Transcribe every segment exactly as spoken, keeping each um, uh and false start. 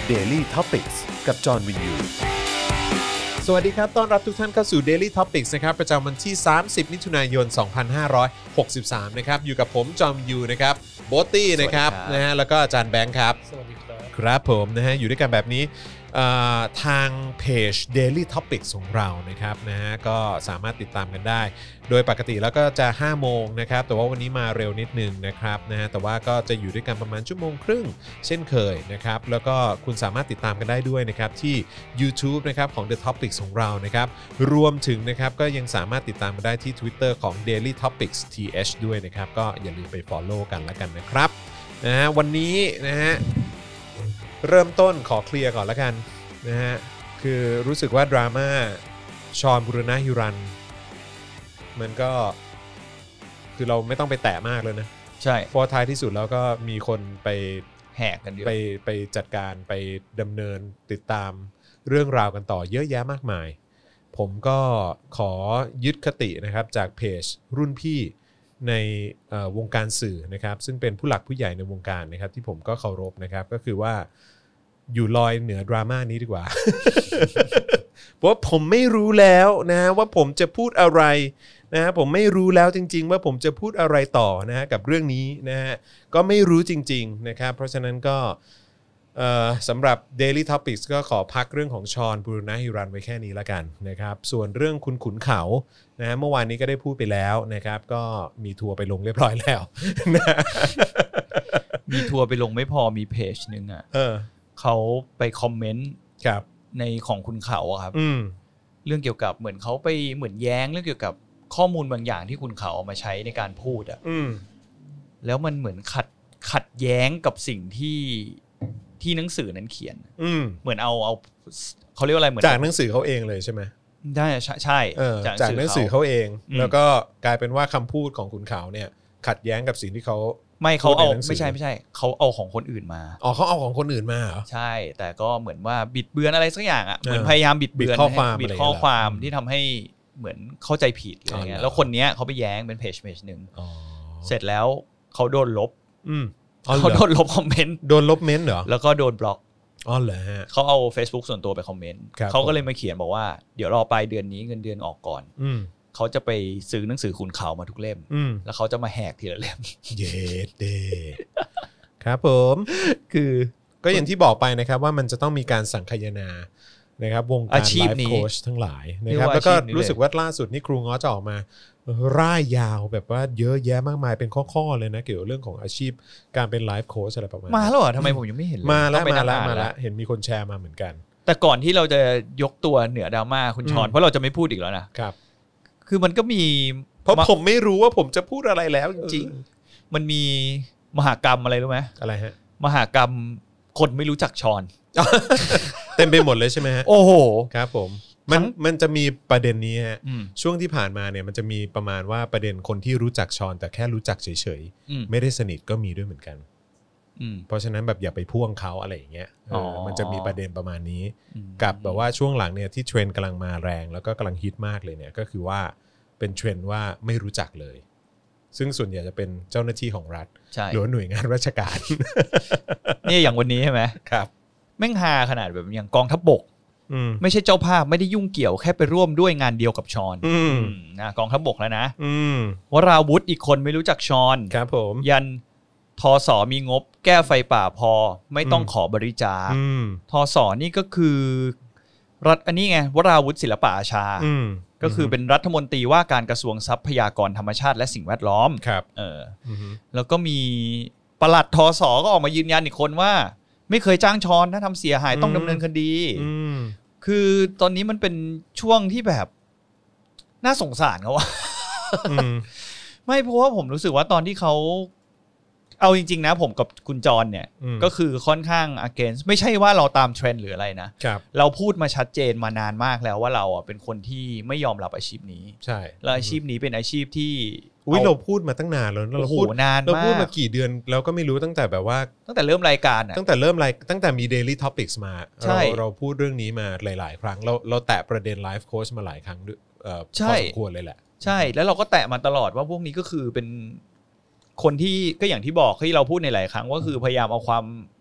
Daily Topics กับจอห์นวินยูสวัสดีครับต้อนรับทุกท่านเข้าสู่ Daily Topics นะครับประจำวันที่สามสิบมิถุนายนสองพันห้าร้อยหกสิบสามนะครับอยู่กับผมจอห์นวินยูนะครับโบทตี้นะครับนะฮะแล้วก็อาจารย์แบงค์ครับสวัสดีครับครับผมนะฮะอยู่ด้วยกันแบบนี้ทางเพจ Daily Topics ของเรานะครับนะฮะก็สามารถติดตามกันได้โดยปกติแล้วก็จะห้าโมงนะครับแต่ว่าวันนี้มาเร็วนิดนึงนะครับนะฮะแต่ว่าก็จะอยู่ด้วยกันประมาณชั่วโมงครึ่งเช่นเคยนะครับแล้วก็คุณสามารถติดตามกันได้ด้วยนะครับที่ YouTube นะครับของ The Topics ของเรานะครับรวมถึงนะครับก็ยังสามารถติดตามกันได้ที่ Twitter ของ Daily Topics ที เอช ด้วยนะครับก็อย่าลืมไป follow กันละกันนะครับนะฮะวันนี้นะฮะเริ่มต้นขอเคลียร์ก่อนละกันนะฮะคือรู้สึกว่าดราม่าชอนบุรณะฮิรัญมันก็คือเราไม่ต้องไปแตะมากเลยนะใช่เพราะท้ายที่สุดแล้วก็มีคนไปแหกกันเยอะไปไปจัดการไปดำเนินติดตามเรื่องราวกันต่อเยอะแยะมากมายผมก็ขอยึดคตินะครับจากเพจรุ่นพี่ในวงการสื่อนะครับซึ่งเป็นผู้หลักผู้ใหญ่ในวงการนะครับที่ผมก็เคารพนะครับก็คือว่าอยู่ลอยเหนือดราม่านี้ดีกว่า เพราะผมไม่รู้แล้วนะว่าผมจะพูดอะไรนะฮะผมไม่รู้แล้วจริงๆว่าผมจะพูดอะไรต่อนะฮะกับเรื่องนี้นะฮะก็ไม่รู้จริงๆนะครับเพราะฉะนั้นก็สำหรับ Daily Topics ก็ขอพักเรื่องของชอนบุรณะฮิรัญไว้แค่นี้ละกันนะครับส่วนเรื่องคุณขุนเขานะฮะเมื่อวานนี้ก็ได้พูดไปแล้วนะครับก็มีทัวร์ไปลงเรียบร้อยแล้วนะมีทัวร์ไปลงไม่พอมีเพจนึงอ่ะเขาไปคอมเมนต์ในของคุณเขาอะครับเรื่องเกี่ยวกับเหมือนเขาไปเหมือนแย้งเรื่องเกี่ยวกับข้อมูลบางอย่างที่คุณเขาเอามาใช้ในการพูดอะแล้วมันเหมือนขัดขัดแย้งกับสิ่งที่ที่หนังสือนั้นเขียนเหมือนเอาเอาเขาเรียกว่าอะไรเหมือนจากหนังสือเขาเองเลยใช่ไหมได้ใช่ใช่จากหนังสือเขาเองแล้วก็กลายเป็นว่าคำพูดของคุณเขาเนี่ยขัดแย้งกับสิ่งที่เขาไม่เขาเอาไม่ใช่ไม่ใช่เขาเอาของคนอื่นมาอ๋อเขาเอาของคนอื่นมาเหรอใช่แต่ก็เหมือนว่าบิดเบือนอะไรสักอย่างอ่ะเหมือนพยายามบิดเบือนข้อความบิดข้อความที่ทำให้เหมือนเข้าใจผิดอะไรเงี้ยแล้วคนเนี้ยเขาไปแย้งเป็นเพจเพจนึงเสร็จแล้วเขาโดนลบเขาโดนลบคอมเมนต์โดนลบเมนต์เหรอแล้วก็โดนบล็อกอ๋อเหรอฮะเขาเอา Facebook ส่วนตัวไปคอมเมนต์เขาก็เลยมาเขียนบอกว่าเดี๋ยวรอปลายเดือนนี้เงินเดือนออกก่อนเขาจะไปซื้อหนังสือคุณเขามาทุกเล่มแล้วเขาจะมาแหกทีละเล่มเย็ดเดครับผมคือก็อย่างที่บอกไปนะครับว่ามันจะต้องมีการสังคายนานะครับวงการไลฟ์โค้ชทั้งหลายนะครับแล้วก็รู้สึกว่าล่าสุดนี่ครูง้อจะออกมาร่ายยาวแบบว่าเยอะแยะมากมายเป็นข้อๆเลยนะเกี่ยวกับเรื่องของอาชีพการเป็นไลฟ์โค้ชอะไรประมาณมาแล้วเหรอทำไมผมยังไม่เห็นมาแล้วมาแล้วมาแล้วเห็นมีคนแชร์มาเหมือนกันแต่ก่อนที่เราจะยกตัวเหนือดราม่าคุณชอนเพราะเราจะไม่พูดอีกแล้วนะครับคือมันก็มีเพราะผมไม่รู้ว่าผมจะพูดอะไรแล้วจริงๆมันมีมหากรรมอะไรรู้ไหมอะไรฮะมหากรรมคนไม่รู้จักชอนเต็มไปหมดเลยใช่ไหมฮะโอ้โหครับผมมันมันจะมีประเด็นนี้ฮะช่วงที่ผ่านมาเนี่ยมันจะมีประมาณว่าประเด็นคนที่รู้จักชอนแต่แค่รู้จักเฉยๆไม่ได้สนิทก็มีด้วยเหมือนกันเพราะฉะนั้นแบบอย่าไปพ่วงเขาอะไรอย่างเงี้ยมันจะมีประเด็นประมาณนี้กับแบบว่าช่วงหลังเนี่ยที่เทรนด์กำลังมาแรงแล้วก็กำลังฮิตมากเลยเนี่ยก็คือว่าเป็นเทรนด์ว่าไม่รู้จักเลยซึ่งส่วนใหญ่จะเป็นเจ้าหน้าที่ของรัฐหรือหน่วยงานราชการนี่อย่างวันนี้ใช่ไหมครับแม่งฮาขนาดแบบอย่างกองทัพบกไม่ใช่เจ้าภาพไม่ได้ยุ่งเกี่ยวแค่ไปร่วมด้วยงานเดียวกับชอนนะกองทัพบกแล้วนะวราวุธอีกคนไม่รู้จักชอนครับผมยันทสมีงบแก้ไฟป่าพอไม่ต้องขอบริจาคทสนี่ก็คือรัฐอันนี้ไงวราวุธศิลปะอาชาก็คือเป็นรัฐมนตรีว่าการกระทรวงทรัพยากรธรรมชาติและสิ่งแวดล้อมครับเออแล้วก็มีปลัดทสก็ออกมายืนยันอีกคนว่าไม่เคยจ้างชอนถ้าทำเสียหายต้องดำเนินคดีคือตอนนี้มันเป็นช่วงที่แบบน่าสงสารเขาว่าไม่เพราะว่าผมรู้สึกว่าตอนที่เขาเอาจริงๆนะผมกับคุณจรเนี่ยก็คือค่อนข้าง against ไม่ใช่ว่าเราตามเทรนด์หรืออะไรนะเราพูดมาชัดเจนมานานมากแล้วว่าเราอ่ะเป็นคนที่ไม่ยอมรับอาชีพนี้ใช่แล้วอาชีพนี้เป็นอาชีพที่อุ้ยเราพูดมาตั้งนานแล้วเราพูดนานมากเราพูดมากี่เดือนแล้วก็ไม่รู้ตั้งแต่แบบว่าตั้งแต่เริ่มรายการอ่ะตั้งแต่เริ่มรายตั้งแต่มี Daily Topics มาเราเราพูดเรื่องนี้มาหลายๆครั้งเราเราแตะประเด็น Life Coach มาหลายครั้งด้วยเอ่อพอสมควรเลยแหละใช่แล้วเราก็แตะมาตลอดว่าพวกนี้ก็คือเป็นคนที่ก็อย่างที่บอกที่เราพูดในหลายครั้งว่าคือพยายามเอาความ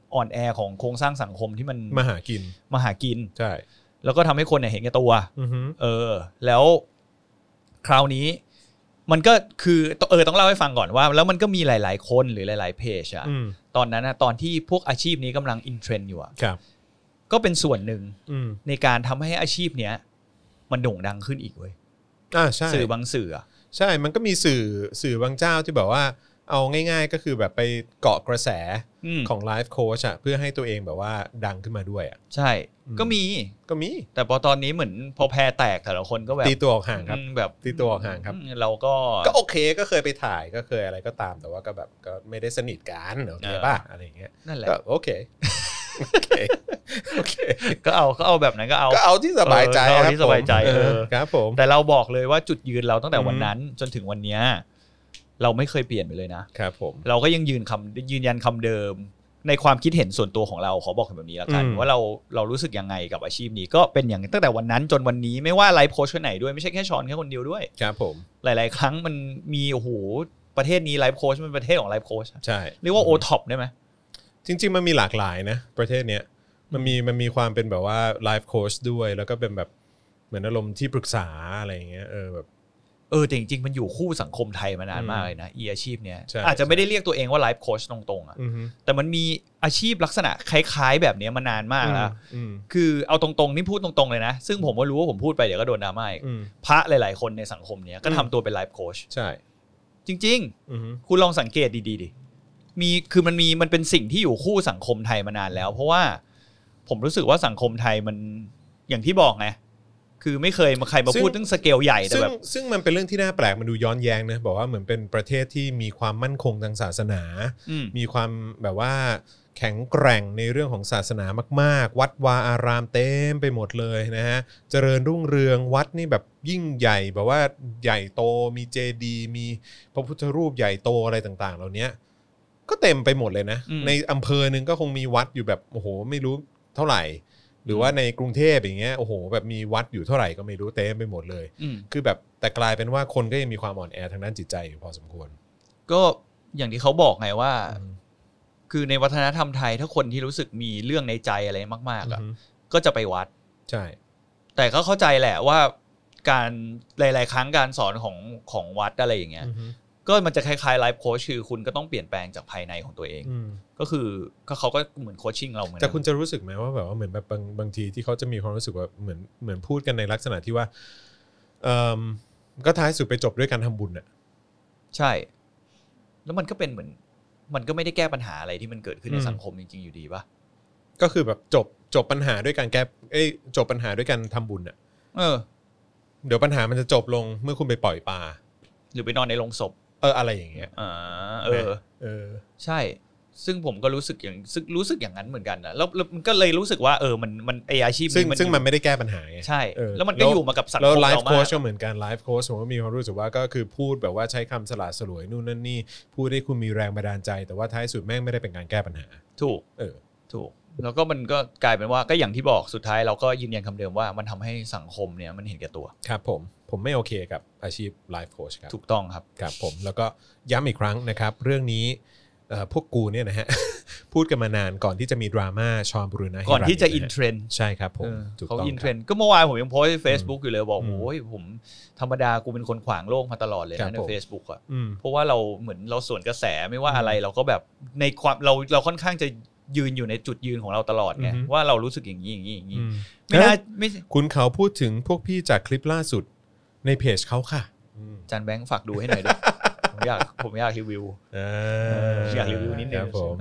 อ่อนแอของโครงสร้างสังคมที่มันมาหากินมาหากินใช่แล้วก็ทำให้คนเนี่ยเห็นแก่ตัวเออแล้วคราวนี้มันก็คือเออต้องเล่าให้ฟังก่อนว่าแล้วมันก็มีหลายๆคนหรือหลายๆเพจอะตอนนั้นนะตอนที่พวกอาชีพนี้กำลังอินเทรนด์อยู่อะก็เป็นส่วนหนึ่งในการทำให้อาชีพเนี้ยมันโด่งดังขึ้นอีกเว้ยอ่าใช่สื่อบางสื่อใช่มันก็มีสื่อสื่อบางเจ้าที่แบบว่าเอาง่ายๆก็คือแบบไปเกาะกระแสของไลฟ์โค้ชอ่ะเพื่อให้ตัวเองแบบว่าดังขึ้นมาด้วยอ่ะใช่ก็มีก็มีแต่พอตอนนี้เหมือนพอแพรแตกแต่ละคนก็แบบตีตัวออกห่างครับแบบตีตัวออกห่างครับเราก็ก็โอเคก็เคยไปถ่ายก็เคยอะไรก็ตามแต่ว่าก็แบบก็ไม่ได้สนิทกันโอเคป่ะอะไรอย่างเงี้ยนั่นแหละก็โอเคโอเคโอเคก็เอาก็เอาแบบนั้นก็เอาก็เอาที่สบายใจเอาที่สบายใจเออครับผมแต่เราบอกเลยว่าจุดยืนเราตั้งแต่วันนั้นจนถึงวันนี้เราไม่เคยเปลี่ยนไปเลยนะครับผมเราก็ยังยืนคำยืนยันคำเดิมในความคิดเห็นส่วนตัวของเราขอบอกแบบนี้แล้วกันว่าเราเรารู้สึกยังไงกับอาชีพนี้ก็เป็นอย่างตั้งแต่วันนั้นจนวันนี้ไม่ว่าไลฟ์โค้ชคนไหนด้วยไม่ใช่แค่ชอนแค่คนเดียวด้วยครับผมหลายๆครั้งมันมีโอ้โหประเทศนี้ไลฟ์โค้ชมันประเทศของไลฟ์โค้ชใช่เรียกว่าโอท็อปได้ไหมจริงๆมันมีหลากหลายนะประเทศเนี้ยมันมีมันมีความเป็นแบบว่าไลฟ์โค้ชด้วยแล้วก็เป็นแบบเหมือนอารมณ์ที่ปรึกษาอะไรอย่างเงี้ยเออแบบเออแต่จริงๆมันอยู่คู่สังคมไทยมานานมากเลยนะอีอาชีพเนี้ยอาจจะไม่ได้เรียกตัวเองว่าไลฟ์โค้ชตรงๆอ่ะแต่มันมีอาชีพลักษณะคล้ายๆแบบนี้มานานมากแล้วคือเอาตรงๆนี่พูดตรงๆเลยนะซึ่งผมก็รู้ว่าผมพูดไปเดี๋ยวก็โดนดราม่าอีกพระหลายๆคนในสังคมเนี้ยก็ทำตัวเป็นไลฟ์โค้ชใช่จริงๆคุณลองสังเกตดีๆดิมีคือมันมีมันเป็นสิ่งที่อยู่คู่สังคมไทยมานานแล้วเพราะว่าผมรู้สึกว่าสังคมไทยมันอย่างที่บอกไงคือไม่เคยมาใครมาพูดเรื่องสเกลใหญ่แต่แบบซึ่งมันเป็นเรื่องที่น่าแปลกมันดูย้อนแย้งนะบอกว่าเหมือนเป็นประเทศที่มีความมั่นคงทางศาสนามีความแบบว่าแข็งแกร่งในเรื่องของศาสนามากๆวัดวาอารามเต็มไปหมดเลยนะฮะเจริญรุ่งเรืองวัดนี่แบบยิ่งใหญ่แบบว่าใหญ่โตมีเจดีย์มีพระพุทธรูปใหญ่โตอะไรต่างๆเหล่านี้ก็เต็มไปหมดเลยนะในอำเภอหนึ่งก็คงมีวัดอยู่แบบโอ้โหไม่รู้เท่าไหร่หรือว่าในกรุงเทพอย่างเงี้ยโอ้โหแบบมีวัดอยู่เท่าไหร่ก็ไม่รู้เต็มไปหมดเลยคือแบบแต่กลายเป็นว่าคนก็ยังมีความอ่อนแอทางด้านจิตใจอยู่พอสมควรก็อย่างที่เขาบอกไงว่าคือในวัฒนธรรมไทยถ้าคนที่รู้สึกมีเรื่องในใจอะไรมากๆอ่ะก็จะไปวัดใช่แต่ก็เข้าใจแหละว่าการหลายๆครั้งการสอนของของวัดอะไรอย่างเงี้ยก็มันจะคล้ายๆไลฟ์โค้ชคือคุณก็ต้องเปลี่ยนแปลงจากภายในของตัวเองก็คือก็เขาก็เหมือนโคชชิ่งเราเหมือนแต่คุณจะรู้สึกไหมว่าแบบว่าเหมือนแบบบางบางทีที่เขาจะมีความรู้สึกว่าเหมือนเหมือนพูดกันในลักษณะที่ว่าเอ่อก็ท้ายสุดไปจบด้วยการทำบุญอ่ะใช่แล้วมันก็เป็นเหมือนมันก็ไม่ได้แก้ปัญหาอะไรที่มันเกิดขึ้นในสังคมจริงๆอยู่ดีป่ะก็คือแบบจบจบปัญหาด้วยการแก้เอ้ยจบปัญหาด้วยการทำบุญอ่ะเออเดี๋ยวปัญหามันจะจบลงเมื่อคุณไปปล่อยปลาหรือไปนอนในโรงศพเอออะไรอย่างเงี้ยอ่าเออเออใช่ซึ่งผมก็รู้สึกอย่างซึ่งรู้สึกอย่างนั้นเหมือนกันนะแล้วมันก็เลยรู้สึกว่าเออมันมันไออาชีพนี้มันซึ่งมันไม่ได้แก้ปัญหาไงใช่แล้วมันก็อยู่มากับสังคมเรามากแล้วไลฟ์โค้ชก็เหมือนกันไลฟ์โค้ชผมก็มีความรู้สึกว่าก็คือพูดแบบว่าใช้คำสละสลวยนู่นนั่นนี่พูดให้คุณมีแรงบันดาลใจแต่ว่าท้ายสุดแม่งไม่ได้เป็นการแก้ปัญหาถูกเออถูกแล้วก็มันก็กลายเป็นว่าก็อย่างที่บอกสุดท้ายเราก็ยืนยันคำเดิมว่ามันทำให้สังคมเนี่ยมันเห็นแก่ตัวครับผมผมไม่โอเคกับอาชีพไลฟ์โค้ชครับถูกต้องครับครับผมแล้วก็ย้ำอีกครั้งนะครับเรื่องนี้พวกกูเนี่ยนะฮะ พูดกันมานานก่อนที่จะมีดราม่าชอนบรูนะก่อนที่จะอินเทรนด์ใช่ครับผมเขาอินเทรนด์ก็เมื่อวานผมยังโพสต์ใน Facebook อยู่เลยบอกโอ้ยผมธรรมดากูเป็นคนขวางโลกมาตลอดเลยนะใน Facebook อ่ะเพราะว่าเราเหมือนเราสวนกระแสไม่ว่าอะไรเราก็แบบในความเราเราค่อนข้างจะยืนอยู่ในจุดยืนของเราตลอดไงว่าเรารู้สึกอย่างนี้อย่างนี้อย่างนี้ไม่น่าไม่คุณเขาพูดถึงพวกพี่จากคลิปล่าสุดในเพจเขาค่ะจานแบงค์ฝากดูให้หน่อยดิผมอยากผมอยากรีวิวอยากรีวิวนิดนึงผม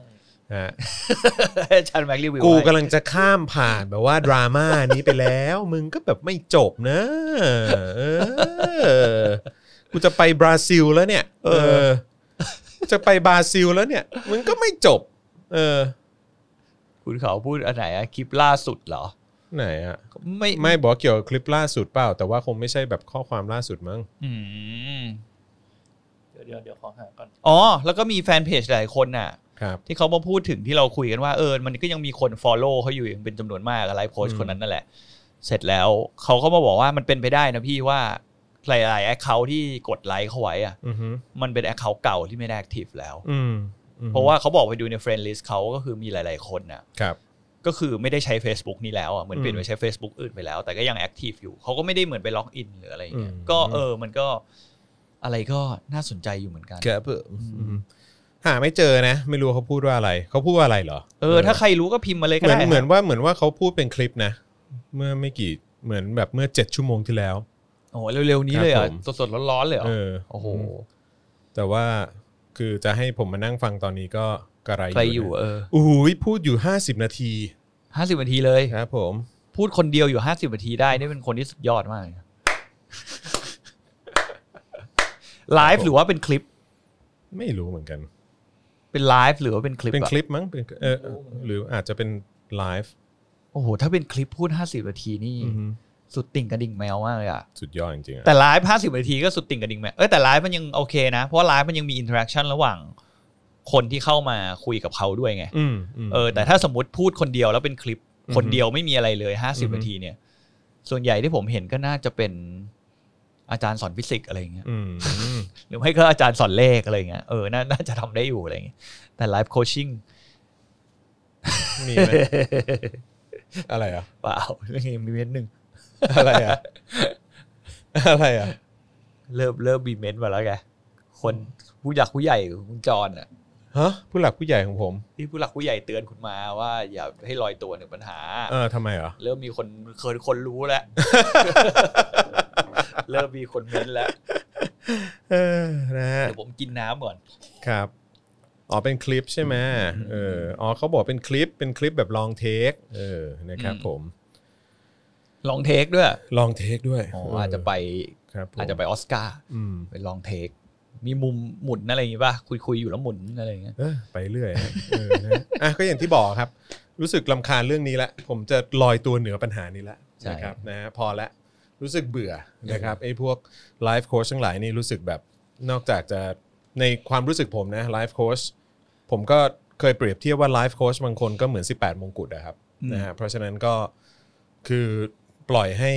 จานแบงค์รีวิวกูกำลังจะข้ามผ่านแบบว่าดราม่านี้ไปแล้วมึงก็แบบไม่จบนะกูจะไปบราซิลแล้วเนี่ยเออจะไปบราซิลแล้วเนี่ยมึงก็ไม่จบเออคุณเขาพูดอันไหนอะคลิปล่าสุดเหรอไหนอะไม่ไม่บอกเกี่ยวกับคลิปล่าสุดเปล่าแต่ว่าคงไม่ใช่แบบข้อความล่าสุดมั้งอืมเดี๋ยวเดี๋ยวเดี๋ยวขอหาก่อนอ๋อแล้วก็มีแฟนเพจหลายคนน่ะที่เขามาพูดถึงที่เราคุยกันว่าเออมันก็ยังมีคน follow เขาอยู่เป็นจำนวนมากไลฟ์โค้ชคนนั้นนั่นแหละเสร็จแล้วเขาก็มาบอกว่ามันเป็นไปได้นะพี่ว่าหลายๆ account ที่กดไลค์เขาไว้อ่ะมันเป็น account เก่าที่ไม่ได้ active แล้วเพราะว่าเขาบอกไปดูใน friend list เขาก็คือมีหลายๆคนน่ะครับก็คือไม่ได้ใช้ Facebook นี่แล้วอ่ะเหมือนเปลี่ยนไปใช้ Facebook อื่นไปแล้วแต่ก็ยังแอคทีฟอยู่เขาก็ไม่ได้เหมือนไปล็อกอินหรืออะไรอย่างเงี้ยก็เออมันก็อะไรก็น่าสนใจอยู่เหมือนกันครับหาไม่เจอนะไม่รู้เขาพูดว่าอะไรเขาพูดว่าอะไรเหรอเออถ้าใครรู้ก็พิมพ์มาเลยก็ได้เหมือนว่าเหมือนว่าเขาพูดเป็นคลิปนะเมื่อไม่กี่เหมือนแบบเมื่อเจ็ดชั่วโมงที่แล้วโอ้เร็วๆนี้เลยอ่ะสดๆร้อนๆเลยเหรอโอ้โหแต่ว่าคือจะให้ผมมานั่งฟังตอนนี้ก็กระไรอยู่เออโอ้โหพูดอยู่ห้าสิบนาทีห้าสิบนาทีเลยครับผมพูดคนเดียวอยู่ห้าสิบนาทีได้นี่เป็นคนที่สุดยอดมากไลฟ์หรือว่าเป็นคลิปไม่รู้เหมือนกันเป็นไลฟ์หรือว่าเป็นคลิปเป็นคลิปมั้งเป็นเออหรืออาจจะเป็นไลฟ์โอ้โหถ้าเป็นคลิปพูดห้าสิบนาทีนี่สุดติ่งกระดิ่งแมวมากเลยอ่ะสุดยอดจริงๆแต่ไลฟ์ห้าสิบนาทีก็สุดติ่งกระดิ่งแมวเอ้ยแต่ไลฟ์มันยังโอเคนะเพราะไลฟ์มันยังมีอินเทอร์แอคชั่นระหว่างคนที่เข้ามาคุยกับเขาด้วยไงเออแต่ถ้าสมมติพูดคนเดียวแล้วเป็นคลิปคนเดียวไม่มีอะไรเลยห้าสิบนาทีเนี่ยส่วนใหญ่ที่ผมเห็นก็น่าจะเป็นอาจารย์สอนฟิสิกส์อะไรอย่างเงี้ยหรือไม่ก็อาจารย์สอนเลขอะไรอย่างเงี้ยเออน่าจะทำได้อยู่อะไรอย่างเงี้ยแต่ไลฟ์โคชชิ่งมีไหมอะไรอ่ะเปล่าเรื่องมีเม้นหนึ่งอะไรอ่ะอะไรอ่ะเริ่มเริ่มมีเม้นมาแล้วไงคนผู้หลักผู้ใหญ่คุณจรอ่ะฮะผู้หลักผู้ใหญ่ของผมที่ผู้หลักผู้ใหญ่เตือนคุณมาว่าอย่าให้ลอยตัวหนึ่งปัญหาเออทำไมอ่ะเริ่มมีคนเคยคนรู้แล้วเริ่มมีคนเม้นแล้วเออนะฮะเดี๋ยวผมกินน้ำก่อนครับอ๋อเป็นคลิปใช่ไหมเอออ๋อเขาบอกเป็นคลิปเป็นคลิปแบบลองเทคเออนะครับผมลองเทคด้วยลองเทคด้วยอ๋ออาจจะไปอาจจะไปออสการ์ไปลองเทคมีมุมหมุนอะไรอย่างงี้ป่ะคุยๆอยู่แล้วหมุนอะไรอย่างเงี้ยเออไปเรื่อยเออนะอ่ะก็อย่างที่บอกครับรู้สึกรำคาญเรื่องนี้ละผมจะลอยตัวเหนือปัญหานี้ละนะครับนะฮะพอละรู้สึกเบื่อนะครับไอ้พวกไลฟ์โค้ชทั้งหลายนี่รู้สึกแบบนอกจากจะในความรู้สึกผมนะไลฟ์โค้ชผมก็เคยเปรียบเทียบว่าไลฟ์โค้ชบางคนก็เหมือนสิบแปดมงกุฎนะครับนะฮะเพราะฉะนั้นก็คือปล่อยให้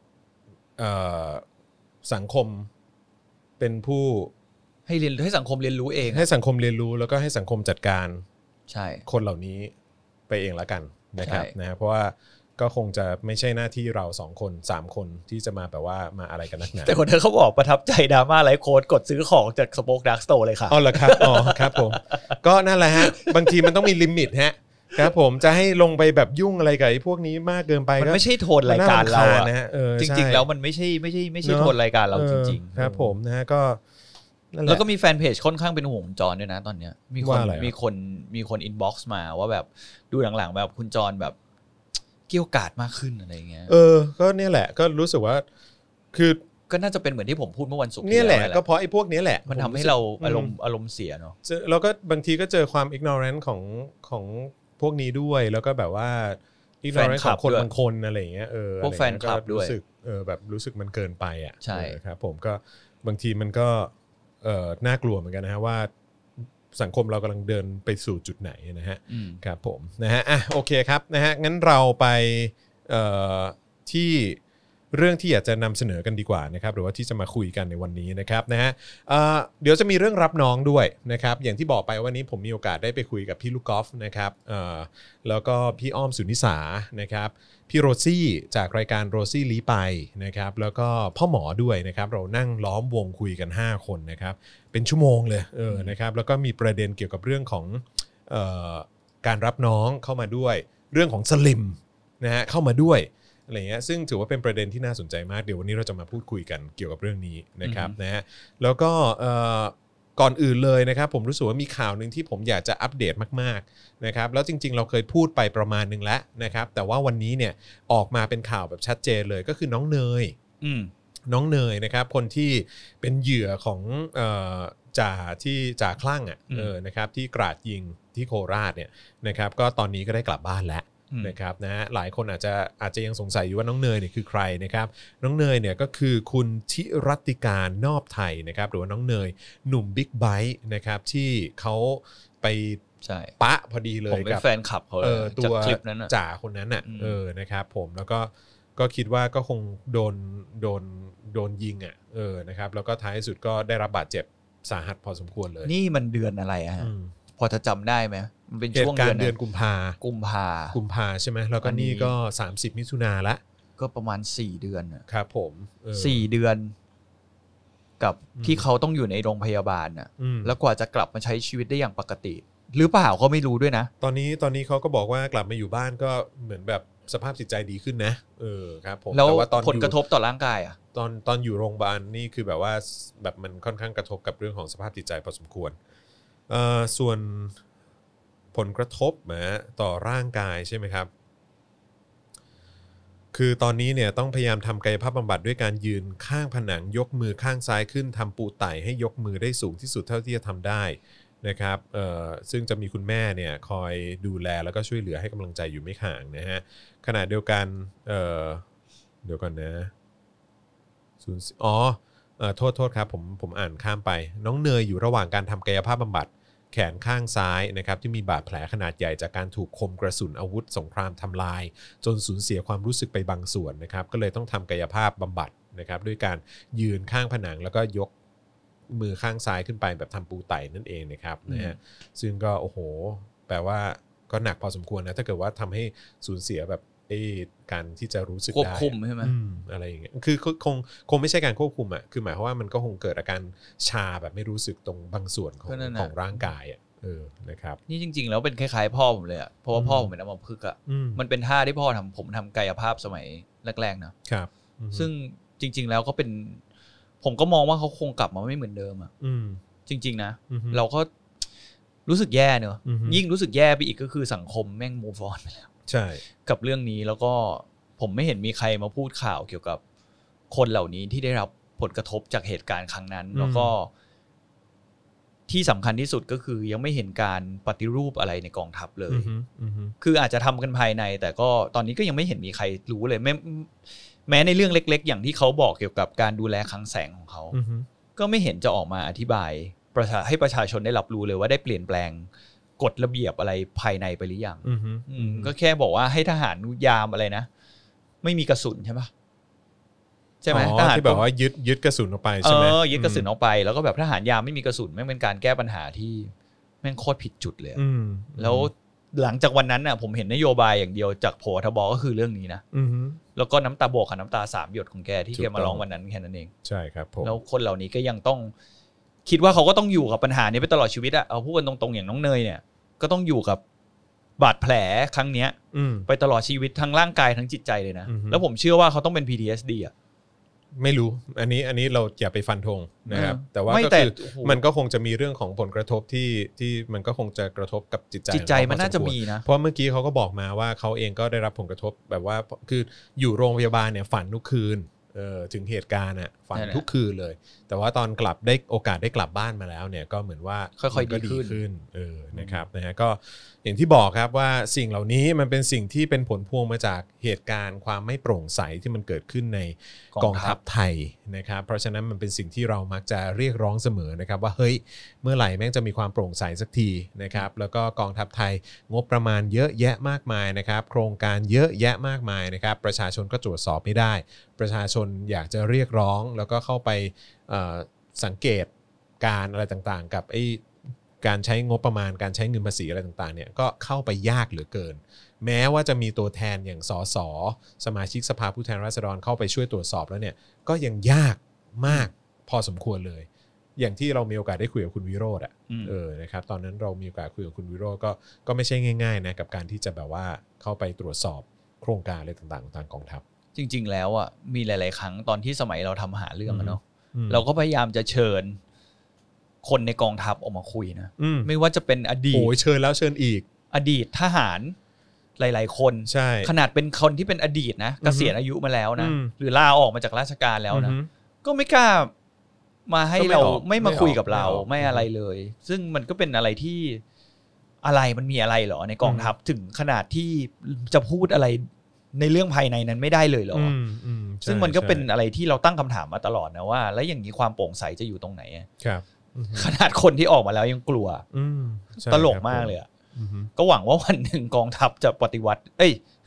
สังคมเป็นผู้ให้เรียนให้สังคมเรียนรู้เองให้สังคมเรียนรู้แล้วก็ให้สังคมจัดการใช่คนเหล่านี้ไปเองละกันนะครับนะเพราะว่าก็คงจะไม่ใช่หน้าที่เราสองคนสามคนที่จะมาแบบว่ามาอะไรกันนักหนาแต่คนเธอเขาบอกประทับใจดราม่าไลฟ์โค้ดกดซื้อของจากสโป๊คดาร์กสโตร์เลยค่ะอ๋อเหรอครับอ๋อครับผมก็นั่นแหละฮะบางทีมันต้องมีลิมิตฮะครับผมจะให้ลงไปแบบยุ่งอะไรกับไอ้พวกนี้มากเกินไปมันไม่ใช่โทนรายการเราอะจริงๆแล้วมันไม่ใช่ไม่ใช่ไม่ใช่โทนรายการเราจริงๆครับผมนะฮะก็แล้วก็มีแฟนเพจค่อนข้างเป็นห่วงจอนด้วยนะตอนเนี้ยมีคนมีคนมีคนอินบ็อกซ์มาว่าแบบดูหลังๆแบบคุณจอนแบบเกี่ยวกาดมากขึ้นอะไรเงี้ยเออก็เนี่ยแหละก็รู้สึกว่าคือก็น่าจะเป็นเหมือนที่ผมพูดเมื่อวันศุกร์นี่แหละก็เพราะไอ้พวกนี้แหละมันทำให้เราอารมณ์อารมณ์เสียเนาะแล้วก็บางทีก็เจอความ ignorant ของของพวกนี้ด้วยแล้วก็แบบว่า ignorant ของคนบางคนอะไรอย่างเงี้ยเออพวกแฟนคลับด้วยรู้สึกเออแบบรู้สึกมันเกินไปอ่ะใช่ครับผมก็บางทีมันก็เออน่ากลัวเหมือนกันนะฮะว่าสังคมเรากำลังเดินไปสู่จุดไหนนะฮะครับผมนะฮะอ่ะโอเคครับนะฮะงั้นเราไปเอ่อที่เรื่องที่อยากจะนำเสนอกันดีกว่านะครับหรือว่าที่จะมาคุยกันในวันนี้นะครับนะฮะเอ่อเดี๋ยวจะมีเรื่องรับน้องด้วยนะครับอย่างที่บอกไปวันนี้ผมมีโอกาสได้ไปคุยกับพี่ลูกกอล์ฟนะครับเอ่อแล้วก็พี่อ้อมสุนิสานะครับพี่โรซี่จากรายการโรซี่ลี้ไปนะครับแล้วก็พ่อหมอด้วยนะครับเรานั่งล้อมวงคุยกันห้าคนนะครับเป็นชั่วโมงเลยเออนะครับแล้วก็มีประเด็นเกี่ยวกับเรื่องของเอ่อการรับน้องเข้ามาด้วยเรื่องของสลิมนะฮะเข้ามาด้วยอะไรเงี้ยซึ่งถือว่าเป็นประเด็นที่น่าสนใจมากเดี๋ยววันนี้เราจะมาพูดคุยกันเกี่ยวกับเรื่องนี้นะครับนะฮะแล้วก็ก่อนอื่นเลยนะครับผมรู้สึกว่ามีข่าวนึงที่ผมอยากจะอัปเดตมากๆนะครับแล้วจริงๆเราเคยพูดไปประมาณนึงแล้วนะครับแต่ว่าวันนี้เนี่ยออกมาเป็นข่าวแบบชัดเจนเลยก็คือน้องเนยน้องเนยนะครับคนที่เป็นเหยื่อของจ่าที่จ่าคลั่งอ่ะเออนะครับที่กราดยิงที่โคราชเนี่ยนะครับก็ตอนนี้ก็ได้กลับบ้านแล้วนะครับนะหลายคนอาจจะอาจจะยังสงสัยอยู่ว่าน้องเนยเนี่ยคือใครนะครับน้องเนยเนี่ยก็คือคุณธิรัตติการนอบไทยนะครับหรือว่าน้องเนยหนุ่มบิ๊กไบค์นะครับที่เขาไปปะพอดีเลยกับแฟนคลับเขาตัวจ่าคนนั้นน่ะเออนะครับผมแล้วก็ก็คิดว่าก็คงโดนโดนโดนยิงอ่ะเออนะครับแล้วก็ท้ายสุดก็ได้รับบาดเจ็บสาหัสพอสมควรเลยนี่มันเดือนอะไรอะฮะพอจะจำได้ไหมมันเป็นเหช่วงตุการเดือนณ์เดือนกุมภากุมภากุมภาใช่ไหมแล้วก็อันนี้นี่ก็สามสิบมิถุนาละก็ประมาณสี่เดือนอะครับผมเออสี่เดือนกับที่เขาต้องอยู่ในโรงพยาบาลน่ะอืมแล้วกว่าจะกลับมาใช้ชีวิตได้อย่างปกติ หรือเปล่าก็ไม่รู้ด้วยนะตอนนี้ตอนนี้เขาก็บอกว่ากลับมาอยู่บ้านก็เหมือนแบบสภาพจิตใจดีขึ้นนะเออครับผมแล้วแต่ว่าตอนผลอยู่กระทบต่อร่างกายอ่ะตอนตอนอยู่โรงพยาบาลนี่คือแบบว่าแบบมันค่อนข้างกระทบกับเรื่องของสภาพจิตใจพอสมควรเอ่อส่วนผลกระทบนะต่อร่างกายใช่ไหมครับคือตอนนี้เนี่ยต้องพยายามทำกายภาพบำบัดด้วยการยืนข้างผนังยกมือข้างซ้ายขึ้นทำปูไต่ให้ยกมือได้สูงที่สุดเท่าที่จะทำได้นะครับเอ่อซึ่งจะมีคุณแม่เนี่ยคอยดูแลแล้วก็ช่วยเหลือให้กำลังใจอยู่ไม่ห่างนะฮะขณะเดียวกันเอ่อเดี๋ยวก่อนนะศูนย์อ๋อเอ่อโทษโทษครับผมผมอ่านข้ามไปน้องเนยอยู่ระหว่างการทำกายภาพบำบัดแขนข้างซ้ายนะครับที่มีบาดแผลขนาดใหญ่จากการถูกคมกระสุนอาวุธสงครามทำลายจนสูญเสียความรู้สึกไปบางส่วนนะครับก็เลยต้องทำกายภาพบำบัดนะครับด้วยการยืนข้างผนังแล้วก็ยกมือข้างซ้ายขึ้นไปแบบทำปูไต่นั่นเองนะครับนะฮะซึ่งก็โอ้โหแปลว่าก็หนักพอสมควรนะถ้าเกิดว่าทำให้สูญเสียแบบไอ้การที่จะรู้สึกได้ควบคุมใช่ไหมอืมอะไรอย่างเงี้ยคือคงคงไม่ใช่การควบคุมอ่ะคือหมายความว่ามันก็คงเกิดอาการชาแบบไม่รู้สึกตรงบางส่วนของก็นั่นน่ะของร่างกายอ่ะเออนะครับนี่จริง ๆ แล้วเป็นคล้ายๆพ่อผมเลยอ่ะเพราะว่าพ่อผมเป็นอัมพฤกษ์อ่ะอืมมันเป็นท่าที่พ่อทำผมทำกายภาพสมัยแรกๆนะครับอืมซึ่งจริง ๆ แล้วก็เป็น ผมก็มองว่าเขาคงกลับมาไม่เหมือนเดิมอ่ะอืมจริง ๆ นะอือฮึเราก็รู้สึกแย่เนอะอือฮึยิ่งรู้สึกแย่ไปอีกก็คือสังคมแม่ง move on ไปแล้วใช่กับเรื่องนี้แล้วก็ผมไม่เห็นมีใครมาพูดข่าวเกี่ยวกับคนเหล่านี้ที่ได้รับผลกระทบจากเหตุการณ์ครั้งนั้น แล้วก็ที่สำคัญที่สุดก็คือยังไม่เห็นการปฏิรูปอะไรในกองทัพเลยอือฮึอือฮึคืออาจจะทำกันภายใน แต่ก็ตอนนี้ก็ยังไม่เห็นมีใครรู้เลยแม้แม้ในเรื่องเล็กๆ อย่างที่เขาบอกเกี่ยวกับการดูแลคลังแสงของเขาอือฮึก็ไม่เห็นจะออกมาอธิบายประชาให้ประชาชนได้รับรู้เลยว่าได้เปลี่ยนแปลงกฎระเบียบอะไรภายในไปหรือยังอือฮึอืมก็แค่บอกว่าให้ทหารยามอะไรนะไม่มีกระสุนใช่ปะใช่ไหมอ๋อทหารที่แบบว่ายึดยึดกระสุนออกไปใช่ไหมเออยึดกระสุนออกไปแล้วก็แบบทหารยามไม่มีกระสุนแม่งเป็นการแก้ปัญหาที่แม่งโคตรผิดจุดเลยอืมแล้วหลังจากวันนั้นน่ะผมเห็นนโยบายอย่างเดียวจากผอ.ทบก็คือเรื่องนี้นะอือฮึแล้วก็น้ำตาบวกกับน้ำตาสามหยดของแกที่ถูกแกต้องมาร้องวันนั้นแค่นั้นเองใช่ครับผมแล้วคนเหล่านี้ก็ยังต้องคิดว่าเขาก็ต้องอยู่กับปัญหานี้ไปตลอดชีวิตอะเอาพูดกันตรงๆอย่างน้องเนยเนี่ยก็ต้องอยู่กับบาดแผลครั้งเนี้ยอืมไปตลอดชีวิตทั้งร่างกายทั้งจิตใจเลยนะอือฮึแล้วผมเชื่อว่าเขาต้องเป็น พี ที เอส ดี อ่ะไม่รู้อันนี้อันนี้เราอย่าไปฟันธงนะครับเออแต่ว่าไม่ก็แต่คือโอ้โหมันก็คงจะมีเรื่องของผลกระทบที่ที่มันก็คงจะกระทบกับจิตใจจิตใจของเขมันน่าจะพอสควรมีนะเพราะเมื่อกี้เขาก็บอกมาว่าเขาเองก็ได้รับผลกระทบแบบว่าคืออยู่โรงพยาบาลเนี่ยฝันทุกคืนเออถึงเหตุการณ์อ่ะฝันนั่นแหละทุกคืนเลย แต่ว่าตอนกลับได้โอกาสได้กลับบ้านมาแล้วเนี่ยก็เหมือนว่าค่อยๆมันก็ดีขึ้นขึ้นเออนะครับนะฮะก็อย่างที่บอกครับว่าสิ่งเหล่านี้มันเป็นสิ่งที่เป็นผลพวงมาจากเหตุการณ์ความไม่โปร่งใสที่มันเกิดขึ้นในกองทัพไทยนะครับเพราะฉะนั้นมันเป็นสิ่งที่เรามักจะเรียกร้องเสมอนะครับว่าเฮ้ยเมื่อไหร่แม่งจะมีความโปร่งใสสักทีนะครับแล้วก็กองทัพไทยงบประมาณเยอะแยะมากมายนะครับโครงการเยอะแยะมากมายนะครับประชาชนก็ตรวจสอบไม่ได้ประชาชนอยากจะเรียกร้องแล้วก็เข้าไปเอ่อสังเกตการอะไรต่างๆกับไอ้การใช้งบประมาณการใช้เงินภาษีอะไรต่างๆเนี่ยก็เข้าไปยากเหลือเกินแม้ว่าจะมีตัวแทนอย่างสสสมาชิกสภาผู้แทนราษฎรเข้าไปช่วยตรวจสอบแล้วเนี่ยก็ยังยากมากพอสมควรเลยอย่างที่เรามีโอกาสได้คุยกับคุณวิโรจน์อ่ะอืมเออนะครับตอนนั้นเรามีโอกาสคุยกับคุณวิโรจน์ก็ก็ไม่ใช่ง่ายๆนะกับการที่จะแบบว่าเข้าไปตรวจสอบโครงการอะไรต่างๆทางกองทัพจริง ๆ แล้วอ่ะมีหลาย ๆ ครั้งตอนที่สมัยเราทำหาเรื่องอะเนาะอืมเราก็พยายามจะเชิญคนในกองทัพออกมาคุยนะอืมไม่ว่าจะเป็นอดีตโอ้ยเชิญแล้วเชิญอีกอดีตทหารหลาย ๆ คนใช่ขนาดเป็นคนที่เป็นอดีตนะอือฮึเกษียณอายุมาแล้วนะอืมหรือลาออกมาจากราชการแล้วนะอือฮึก็ไม่กล้ามาให้ก็ไม่เราออกไม่มาไม่ออกคุยกับเราไม่ออกไม่อะไรเลย ซึ่งมันก็เป็นอะไรที่อะไรมันมีอะไรเหรอในกองทัพถึงขนาดที่จะพูดอะไรในเรื่องภายในนั้นไม่ได้เลยเหรออืมอืมใช่ซึ่งมันก็เป็นใช่อะไรที่เราตั้งคำถามมาตลอดนะว่า แล้วอย่างนี้ความโปร่งใสจะอยู่ตรงไหนอะครับอืมขนาดคนที่ออกมาแล้วยังกลัวอืมใช่ตลกครับมากเลยอะอืมก็หวังว่าวันหนึ่งกองทัพจะปฏิวัติ เอ้ย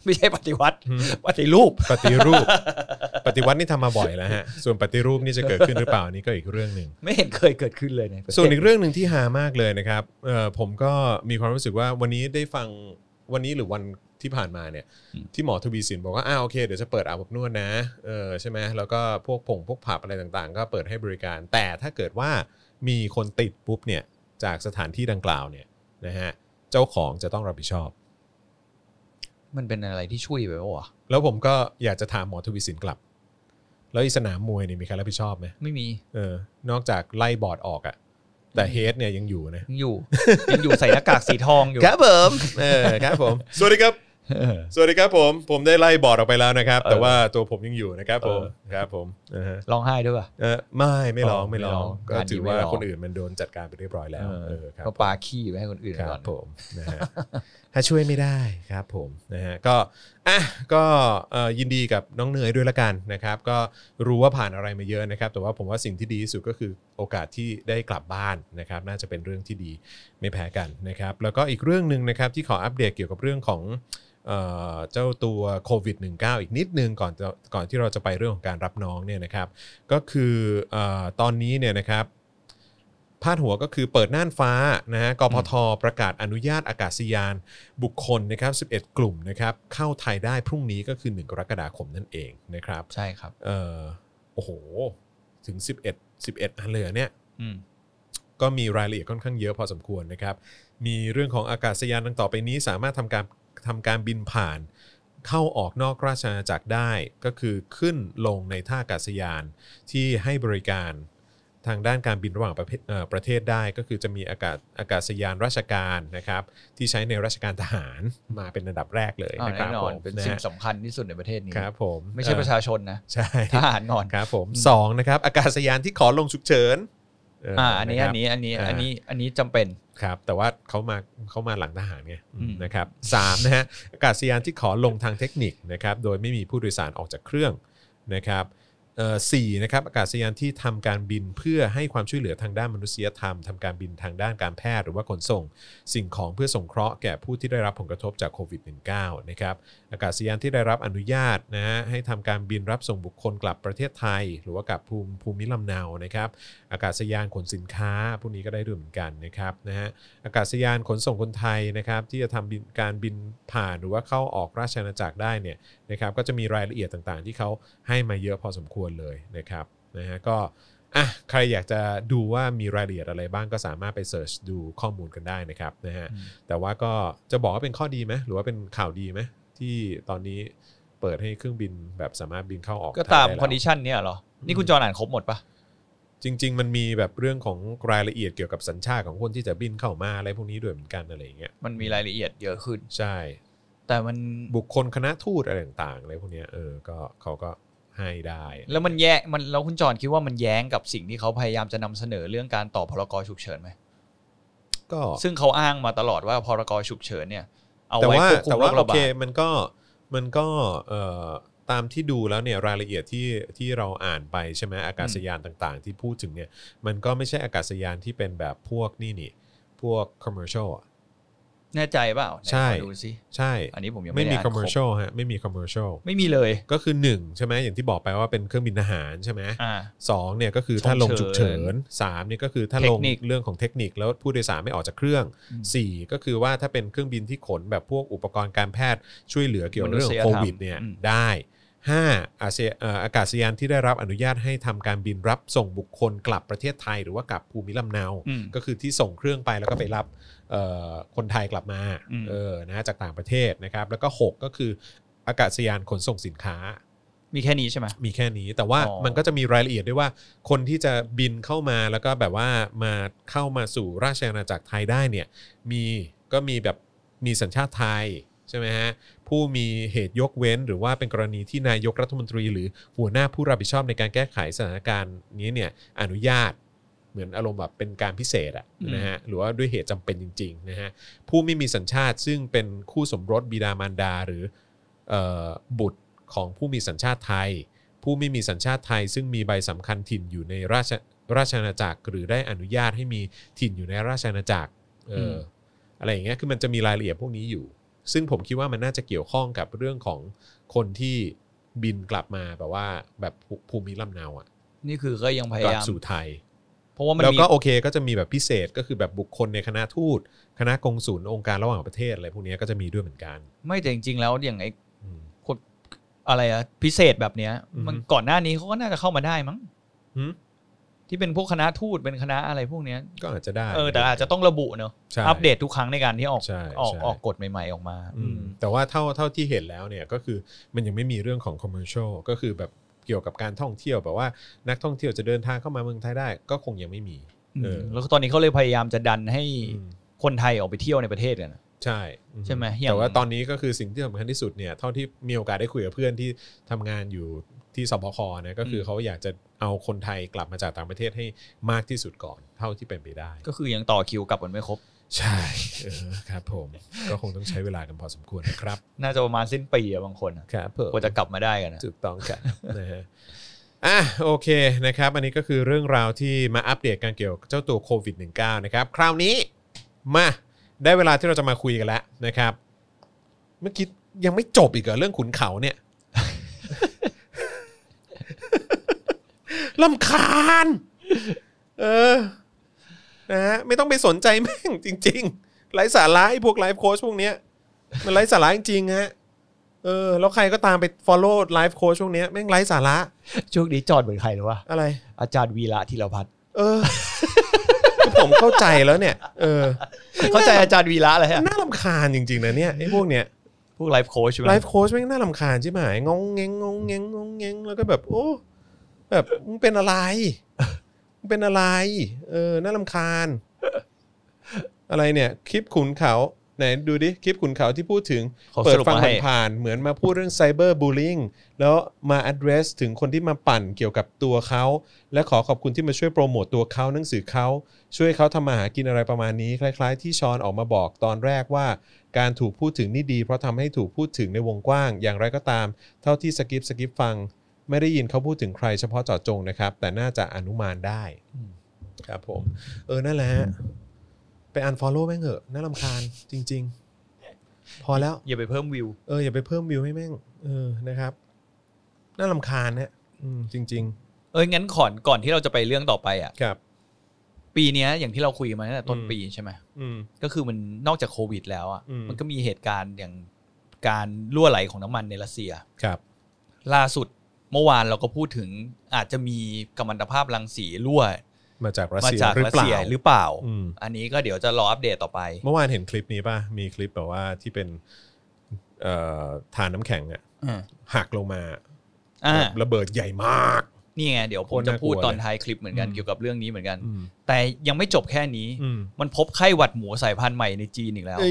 ไม่ใช่ปฏิวัติปฏิรูปปฏิรูปปฏิวัตินี่ทำมาบ่อยแล้วฮะส่วนปฏิรูปนี่จะเกิดขึ้นหรือเปล่านี่ก็อีกเรื่องนึงไม่เห็นเคยเกิดขึ้นเลยในส่วนอีกเรื่องนึงที่ฮามากเลยนะครับเอ่อผมก็มีความรู้สึกว่าวันนี้ได้ฟังวันนี้หรือวันที่ผ่านมาเนี่ยที่หมอทวีสินบอกว่าอ้าวโอเคเดี๋ยวจะเปิดอาบอบนวดนะเออใช่ไหมแล้วก็พวกผงพวกผับอะไรต่างๆก็เปิดให้บริการแต่ถ้าเกิดว่ามีคนติดปุ๊บเนี่ยจากสถานที่ดังกล่าวเนี่ยนะฮะเจ้าของจะต้องรับผิดชอบมันเป็นอะไรที่ช่วยไปวะแล้วผมก็อยากจะถามหมอทวีสินกลับแล้วอีสนามมวยนี่มีใครรับผิดชอบไหมไม่มีเออนอกจากไล่บอร์ดออกอะแต่เฮดเนี่ยยังอยู่นะยังอยู่ยังอยู่ใส่หน้ากากสีทองอยู่ครับผมเออครับผมสวัสดีครับสวัสดีครับผมผมได้ไล่บอร์ดออกไปแล้วนะครับแต่ว่าตัวผมยังอยู่นะครับผมครับผมร้องไห้ด้วยป่ะเออไม่ไม่ร้องไม่ร้องก็ถือว่าคนอื่นมันโดนจัดการไปเรียบร้อยแล้วเออครับก็ปาขี้ไปให้คนอื่นก่อนผมนะฮะถ้าช่วยไม่ได้ครับผมนะฮะก็อ่ะก็ยินดีกับน้องเนยด้วยละกันนะครับก็รู้ว่าผ่านอะไรมาเยอะนะครับแต่ว่าผมว่าสิ่งที่ดีที่สุดก็คือโอกาสที่ได้กลับบ้านนะครับน่าจะเป็นเรื่องที่ดีไม่แพ้กันนะครับแล้วก็อีกเรื่องนึงนะครับที่ขออัปเดตเกี่ยวกับเรื่องของเจ้าตัวโควิด สิบเก้า อีกนิดนึงก่อนก่อนที่เราจะไปเรื่องของการรับน้องเนี่ยนะครับก็คือตอนนี้เนี่ยนะครับพาดหัวก็คือเปิดน่านฟ้านะฮะกพท.ประกาศอนุญาตอากาศยานบุคคลนะครับสิบเอ็ดกลุ่มนะครับเข้าไทยได้พรุ่งนี้ก็คือหนึ่งกรกฎาคมนั่นเองนะครับใช่ครับเอ่อโอ้โหถึงสิบเอ็ด สิบเอ็ดอันเลยเนี่ยก็มีรายละเอียดค่อนข้างเยอะพอสมควรนะครับมีเรื่องของอากาศยานดังต่อไปนี้สามารถทำการทำการบินผ่านเข้าออกนอกราชอาณาจักรได้ก็คือขึ้นลงในท่าอากาศยานที่ให้บริการทางด้านการบินระหว่างประเทศประเทศได้ก็คือจะมีอากาศอากาศยานราชการนะครับที่ใช้ในราชการทหารมาเป็นอันดับแรกเลยนะครับผมเป็นสิ่งสำคัญที่สุดในประเทศนี้ครับผมไม่ใช่ประชาชนนะใช่ทหารนอนครับผมสองนะครับอากาศยานที่ขอลงฉุกเฉินอ่าอันนี้อันนี้อันนี้อันนี้อันนี้จำเป็นครับแต่ว่าเขามาเขามาหลังทหารไงนะครับสามนะฮะอากาศยานที่ขอลงทางเทคนิคนะครับโดยไม่มีผู้โดยสารออกจากเครื่องนะครับเอ่อสี่นะครับอากาศยานที่ทำการบินเพื่อให้ความช่วยเหลือทางด้านมนุษยธรรมทำการบินทางด้านการแพทย์หรือว่าขนส่งสิ่งของเพื่อส่งเคราะห์แก่ผู้ที่ได้รับผลกระทบจากโควิด สิบเก้า นะครับอากาศยานที่ได้รับอนุญาตนะฮะให้ทำการบินรับส่งบุคคลกลับประเทศไทยหรือว่ากลับภูมิภูมิลำเนานะครับอากาศยานขนสินค้าพวกนี้ก็ได้ด้วยเหมือนกันนะครับนะฮะอากาศยานขนส่งคนไทยนะครับที่จะทำการบินผ่านหรือว่าเข้าออกราชอาณาจักรได้เนี่ยนะครับก็จะมีรายละเอียดต่างๆที่เขาให้มาเยอะพอสมควรเลยนะครับนะฮะก็อ่ะใครอยากจะดูว่ามีรายละเอียดอะไรบ้างก็สามารถไปเสิร์ชดูข้อมูลกันได้นะครับนะฮะแต่ว่าก็จะบอกว่าเป็นข้อดีไหมหรือว่าเป็นข่าวดีไหมที่ตอนนี้เปิดให้เครื่องบินแบบสามารถบินเข้าออกก็ตามคอนดิชันเนี่ยเหรอนี่คุณจออ่านครบหมดปะจริงๆมันมีแบบเรื่องของรายละเอียดเกี่ยวกับสัญชาติของคนที่จะบินเข้ามาอะไรพวกนี้ด้วยเหมือนกันอะไรอย่างเงี้ยมันมีรายละเอียดเยอะขึ้นใช่แต่มันบุคคลคณะทูตอะไรต่างๆอะไรพวกนี้เออก็เขาก็ให้ได้แล้วมันแย่มันแล้วคุณจอนคิดว่ามันแย้งกับสิ่งที่เขาพยายามจะนำเสนอเรื่องการต่อพรกฉุกเฉินไหมก็ซึ่งเขาอ้างมาตลอดว่าพรกฉุกเฉินเนี่ยเอาไว้ควบคุมโรคระบาดแต่ว่าโอเคมันก็มันก็เอ่อตามที่ดูแล้วเนี่ยรายละเอียดที่ที่เราอ่านไปใช่ไหมอากาศยานต่างๆที่พูดถึงเนี่ยมันก็ไม่ใช่อากาศยานที่เป็นแบบพวกนี่นี่พวก commercial อ่ะแน่ใจเปล่าใช่ดูสิใช่อันนี้ผมยังไม่มี commercial ฮะไม่มี commercial ไม่มีเลยก็คือหนึ่งใช่ไหมอย่างที่บอกไปว่าเป็นเครื่องบินทหารใช่ไหมสองเนี่ยก็คือถ้าลงฉุกเฉินสามเนี่ยก็คือถ้าลงเรื่องของเทคนิคแล้วผู้โดยสารไม่ออกจากเครื่องสี่ก็คือว่าถ้าเป็นเครื่องบินที่ขนแบบพวกอุปกรณ์การแพทย์ช่วยเหลือเกี่ยวกับเรื่องโควิดเนี่ยได้ห้าอากาศยานที่ได้รับอนุญาตให้ทำการบินรับส่งบุคคลกลับประเทศไทยหรือว่ากลับภูมิลำเนาก็คือที่ส่งเครื่องไปแล้วก็ไปรับคนไทยกลับมาเออนะจากต่างประเทศนะครับแล้วก็หกก็คืออากาศยานขนส่งสินค้ามีแค่นี้ใช่ไหมมีแค่นี้แต่ว่ามันก็จะมีรายละเอียดด้วยว่าคนที่จะบินเข้ามาแล้วก็แบบว่ามาเข้ามาสู่ราชอาณาจักรไทยได้เนี่ยมีก็มีแบบมีสัญชาติไทยใช่ไหมฮะผู้มีเหตุยกเว้นหรือว่าเป็นกรณีที่นายกรัฐมนตรีหรือหัวหน้าผู้รับผิดชอบในการแก้ไขสถานการณ์นี้เนี่ยอนุญาตเหมือนอารมณ์แบบเป็นการพิเศษอะนะฮะหรือว่าด้วยเหตุจำเป็นจริงๆนะฮะผู้ไม่มีสัญชาติซึ่งเป็นคู่สมรสบิดามารดาหรือเอ่อบุตรของผู้มีสัญชาติไทยผู้ไม่มีสัญชาติไทยซึ่งมีใบสำคัญถิ่นอยู่ในราชราชอาณาจักรหรือได้อนุญาตให้มีถิ่นอยู่ในราชอาณาจักรเอออะไรอย่างเงี้ยคือมันจะมีรายละเอียดพวกนี้อยู่ซึ่งผมคิดว่ามันน่าจะเกี่ยวข้องกับเรื่องของคนที่บินกลับมาแบบว่าแบบภูมิลำเนาอ่ะนี่คือก็ยังพกลับยายามสู่ไทยเพราะว่ามันแล้วก็โอเคก็จะมีแบบพิเศษก็คือแบบบุคคลในคณะทูตคณะกงสุลองค์การระหว่างประเทศอะไรพวกนี้ก็จะมีด้วยเหมือนกันไม่แต่จริงๆแล้วอย่างไอ้คนอะไรอะพิเศษแบบเนี้ยมันก่อนหน้านี้เขาก็น่าจะเข้ามาได้มั้งที่เป็นพวกคณะทูตเป็นคณะอะไรพวกนี้ก็อาจจะได้เออแต่อาจจะต้องระบุเนอะอัปเดตทุกครั้งในการที่ออกออกออกกฎใหม่ๆออกมาแต่ว่าเท่าเท่าที่เห็นแล้วเนี่ยก็คือมันยังไม่มีเรื่องของ commercial ก็คือแบบเกี่ยวกับการท่องเที่ยวแบบว่านักท่องเที่ยวจะเดินทางเข้ามาเมืองไทยได้ก็คงยังไม่มีแล้วตอนนี้เขาเลยพยายามจะดันให้คนไทยออกไปเที่ยวในประเทศกันใช่ใช่ไหมแต่ว่าตอนนี้ก็คือสิ่งที่สำคัญที่สุดเนี่ยเท่าที่มีโอกาสได้คุยกับเพื่อนที่ทำงานอยู่ที่สบคนะก็คือเขาอยากจะเอาคนไทยกลับมาจากต่างประเทศให้มากที่สุดก่อนเท่าที่เป็นไปได้ก็คือยังต่อคิวกลับกันไม่ครบใช่เออครับผมก็คงต้องใช้เวลากันพอสมควรนะครับน่าจะประมาณสิ้นปีอะบางคนครับกว่าจะกลับมาได้กันถูกต้องกันนะฮะอ่ะโอเคนะครับอันนี้ก็คือเรื่องราวที่มาอัปเดตการเกี่ยวกับเจ้าตัวโควิด สิบเก้า นะครับคราวนี้มาได้เวลาที่เราจะมาคุยกันแล้วนะครับเมื่อกี้ยังไม่จบอีกเหรอเรื่องขุนเขาเนี่ยรำคาญเออนะฮะไม่ต้องไปสนใจแม่งจริงๆไร้สาระไอ้พวกไลฟ์โค้ชพวกเนี้ยมันไร้สาระจริงๆฮะเออแล้วใครก็ตามไป follow ไลฟ์โค้ชพวกเนี้ยแม่งไร้สาระช่วงนี้จอดเหมือนใครหรือวะอะไรอาจารย์วีระธีรพัฒน์เออผมเข้าใจแล้วเนี่ยเออเข้าใจอาจารย์วีระเลยฮะน่ารำคาญจริงๆนะเนี่ยไอ้พวกเนี้ยพวกไลฟ์โค้ชไลฟ์โค้ชแม่งน่ารำคาญใช่ไหมงงเงงงงเงงงงเงงแล้วก็แบบโอ้แบบมึงเป็นอะไรมึงเป็นอะไรเออน่ารำคาญอะไรเนี่ยคลิปขุนเขาไหนดูดิคลิปขุนเขาที่พูดถึงเปิดฟังผ่านๆเหมือนมาพูดเรื่องไซเบอร์บูลลิงแล้วมา address ถึงคนที่มาปั่นเกี่ยวกับตัวเขาและขอขอบคุณที่มาช่วยโปรโมตตัวเขาหนังสือเขาช่วยเขาทำมาหากินอะไรประมาณนี้คล้ายๆที่ชอนออกมาบอกตอนแรกว่าการถูกพูดถึงนี่ดีเพราะทำให้ถูกพูดถึงในวงกว้างอย่างไรก็ตามเท่าที่สกิปสกิปฟังไม่ได้ยินเขาพูดถึงใครเฉพาะเจาะจงนะครับแต่น่าจะอนุมานได้ครับผมเออนั่นแหละไป unfollow แม่งเหอะน่ารำคาญจริงๆพอแล้วอย่าไปเพิ่มวิวเอออย่าไปเพิ่มวิวให้แม่งเออนะครับน่ารำคาญเนี่ยอืมจริงๆเอ้ยงั้นก่อนก่อนที่เราจะไปเรื่องต่อไปอ่ะครับปีนี้อย่างที่เราคุยมาตั้งแต่ต้นปีใช่ไหมก็คือมันนอกจากโควิดแล้วอ่ะมันก็มีเหตุการณ์อย่างการรั่วไหลของน้ำมันในรัสเซียครับล่าสุดเมื่อวานเราก็พูดถึงอาจจะมีกัมมันตภาพรังสีรั่วมาจากรัสเซียหรือเปล่าหรือเปล่าอันนี้ก็เดี๋ยวจะรออัปเดตต่อไปเมื่อวานเห็นคลิปนี้ป่ะมีคลิปแบบว่าที่เป็นฐานน้ำแข็งอ่ะหักลงมาระเบิดใหญ่มากนี่ไงเดี๋ยวผมจะพูดตอนท้ายคลิปเหมือนกันเกี่ยวกับเรื่องนี้เหมือนกันแต่ยังไม่จบแค่นี้มันพบไข้หวัดหมูสายพันธุ์ใหม่ในจีนอีกแล้ว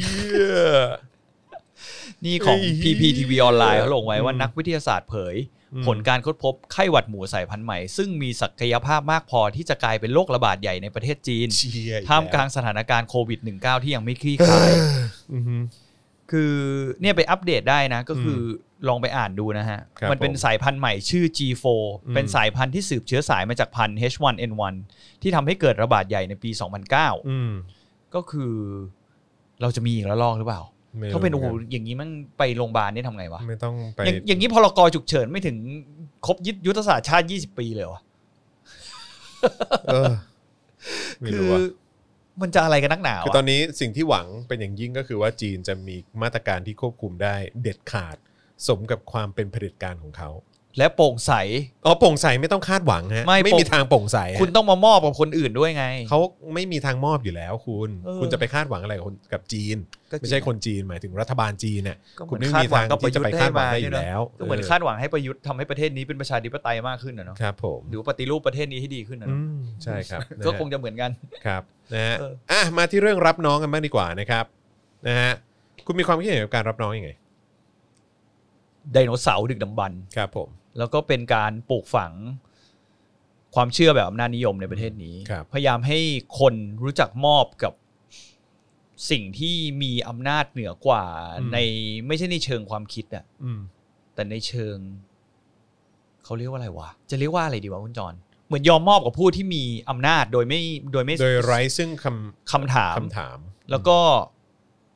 นี่ของ พี พี ที วี ออนไลน์เขาลงไว้ว่านักวิทยาศาสตร์เผยผลการค้นพบไข้หวัดหมูสายพันธุ์ใหม่ซึ่งมีศักยภาพมากพอที่จะกลายเป็นโรคระบาดใหญ่ในประเทศจีนท่ามกลางสถานการณ์โควิด สิบเก้า ที่ยังไม่คลี่คลายคือเนี่ยไปอัปเดตได้นะก็คือลองไปอ่านดูนะฮะมันเป็นสายพันธุ์ใหม่ชื่อ จี โฟร์ เป็นสายพันธุ์ที่สืบเชื้อสายมาจากพันธุ์ เอช วัน เอ็น วัน ที่ทำให้เกิดระบาดใหญ่ในปีสองพันเก้าก็คือเราจะมีอีกระลอกหรือเปล่าถ้าเป็นโอ้โหอย่างนี้มันไปโรงพยาบาลนี่ทำไงวะไม่ต้องไปอย่างอย่างนี้พรกฉุกเฉินไม่ถึงครบยุทธศาสตร์ชาติยี่สิบปีเลยวะเออไม่รู้ว่ามันจะอะไรกันนักหนาวคือตอนนี้สิ่งที่หวังเป็นอย่างยิ่งก็คือว่าจีนจะมีมาตรการที่ควบคุมได้เด็ดขาดสมกับความเป็นเผด็จการของเขาและโปร่งใสอ๋อโปร่งใสไม่ต้องคาดหวังฮะ ไม่, ไม่มีทางโปร่งใสคุณต้องมามอบกับคนอื่นด้วยไงเขาไม่มีทางมอบอยู่แล้วคุณคุณจะไปคาดหวังอะไรกับคนกับจีนไม่ใช่คนจีนหมายถึงรัฐบาลจีนเนี่ยคุณไม่มีทางที่จะไปคาดหวังได้อยู่แล้วก็เหมือนคาดหวังให้ประยุทธ์ทำให้ประเทศนี้เป็นประชาธิปไตยมากขึ้นนะเนาะครับผมหรือปฏิรูปประเทศนี้ให้ดีขึ้นนะใช่ครับก็คงจะเหมือนกันครับนะฮะอ่ะมาที่เรื่องรับน้องกันบ้างดีกว่านะครับนะฮะคุณมีความคิดเห็นกับการรับน้องยังไงไดโนเสาร์ดึกดำบรรพ์ครับผมแล้วก็เป็นการปลูกฝังความเชื่อแบบอำนาจนิยมในประเทศนี้พยายามให้คนรู้จักมอบกับสิ่งที่มีอำนาจเหนือกว่าในไม่ใช่ในเชิงความคิดอ่ะแต่ในเชิงเขาเรียกว่าอะไรวะจะเรียกว่าอะไรดีวะคุณจรเหมือนยอมมอบกับผู้ที่มีอำนาจโดยไม่โดยไม่โดยไร้ซึ่งคำคำถามคำถามแล้วก็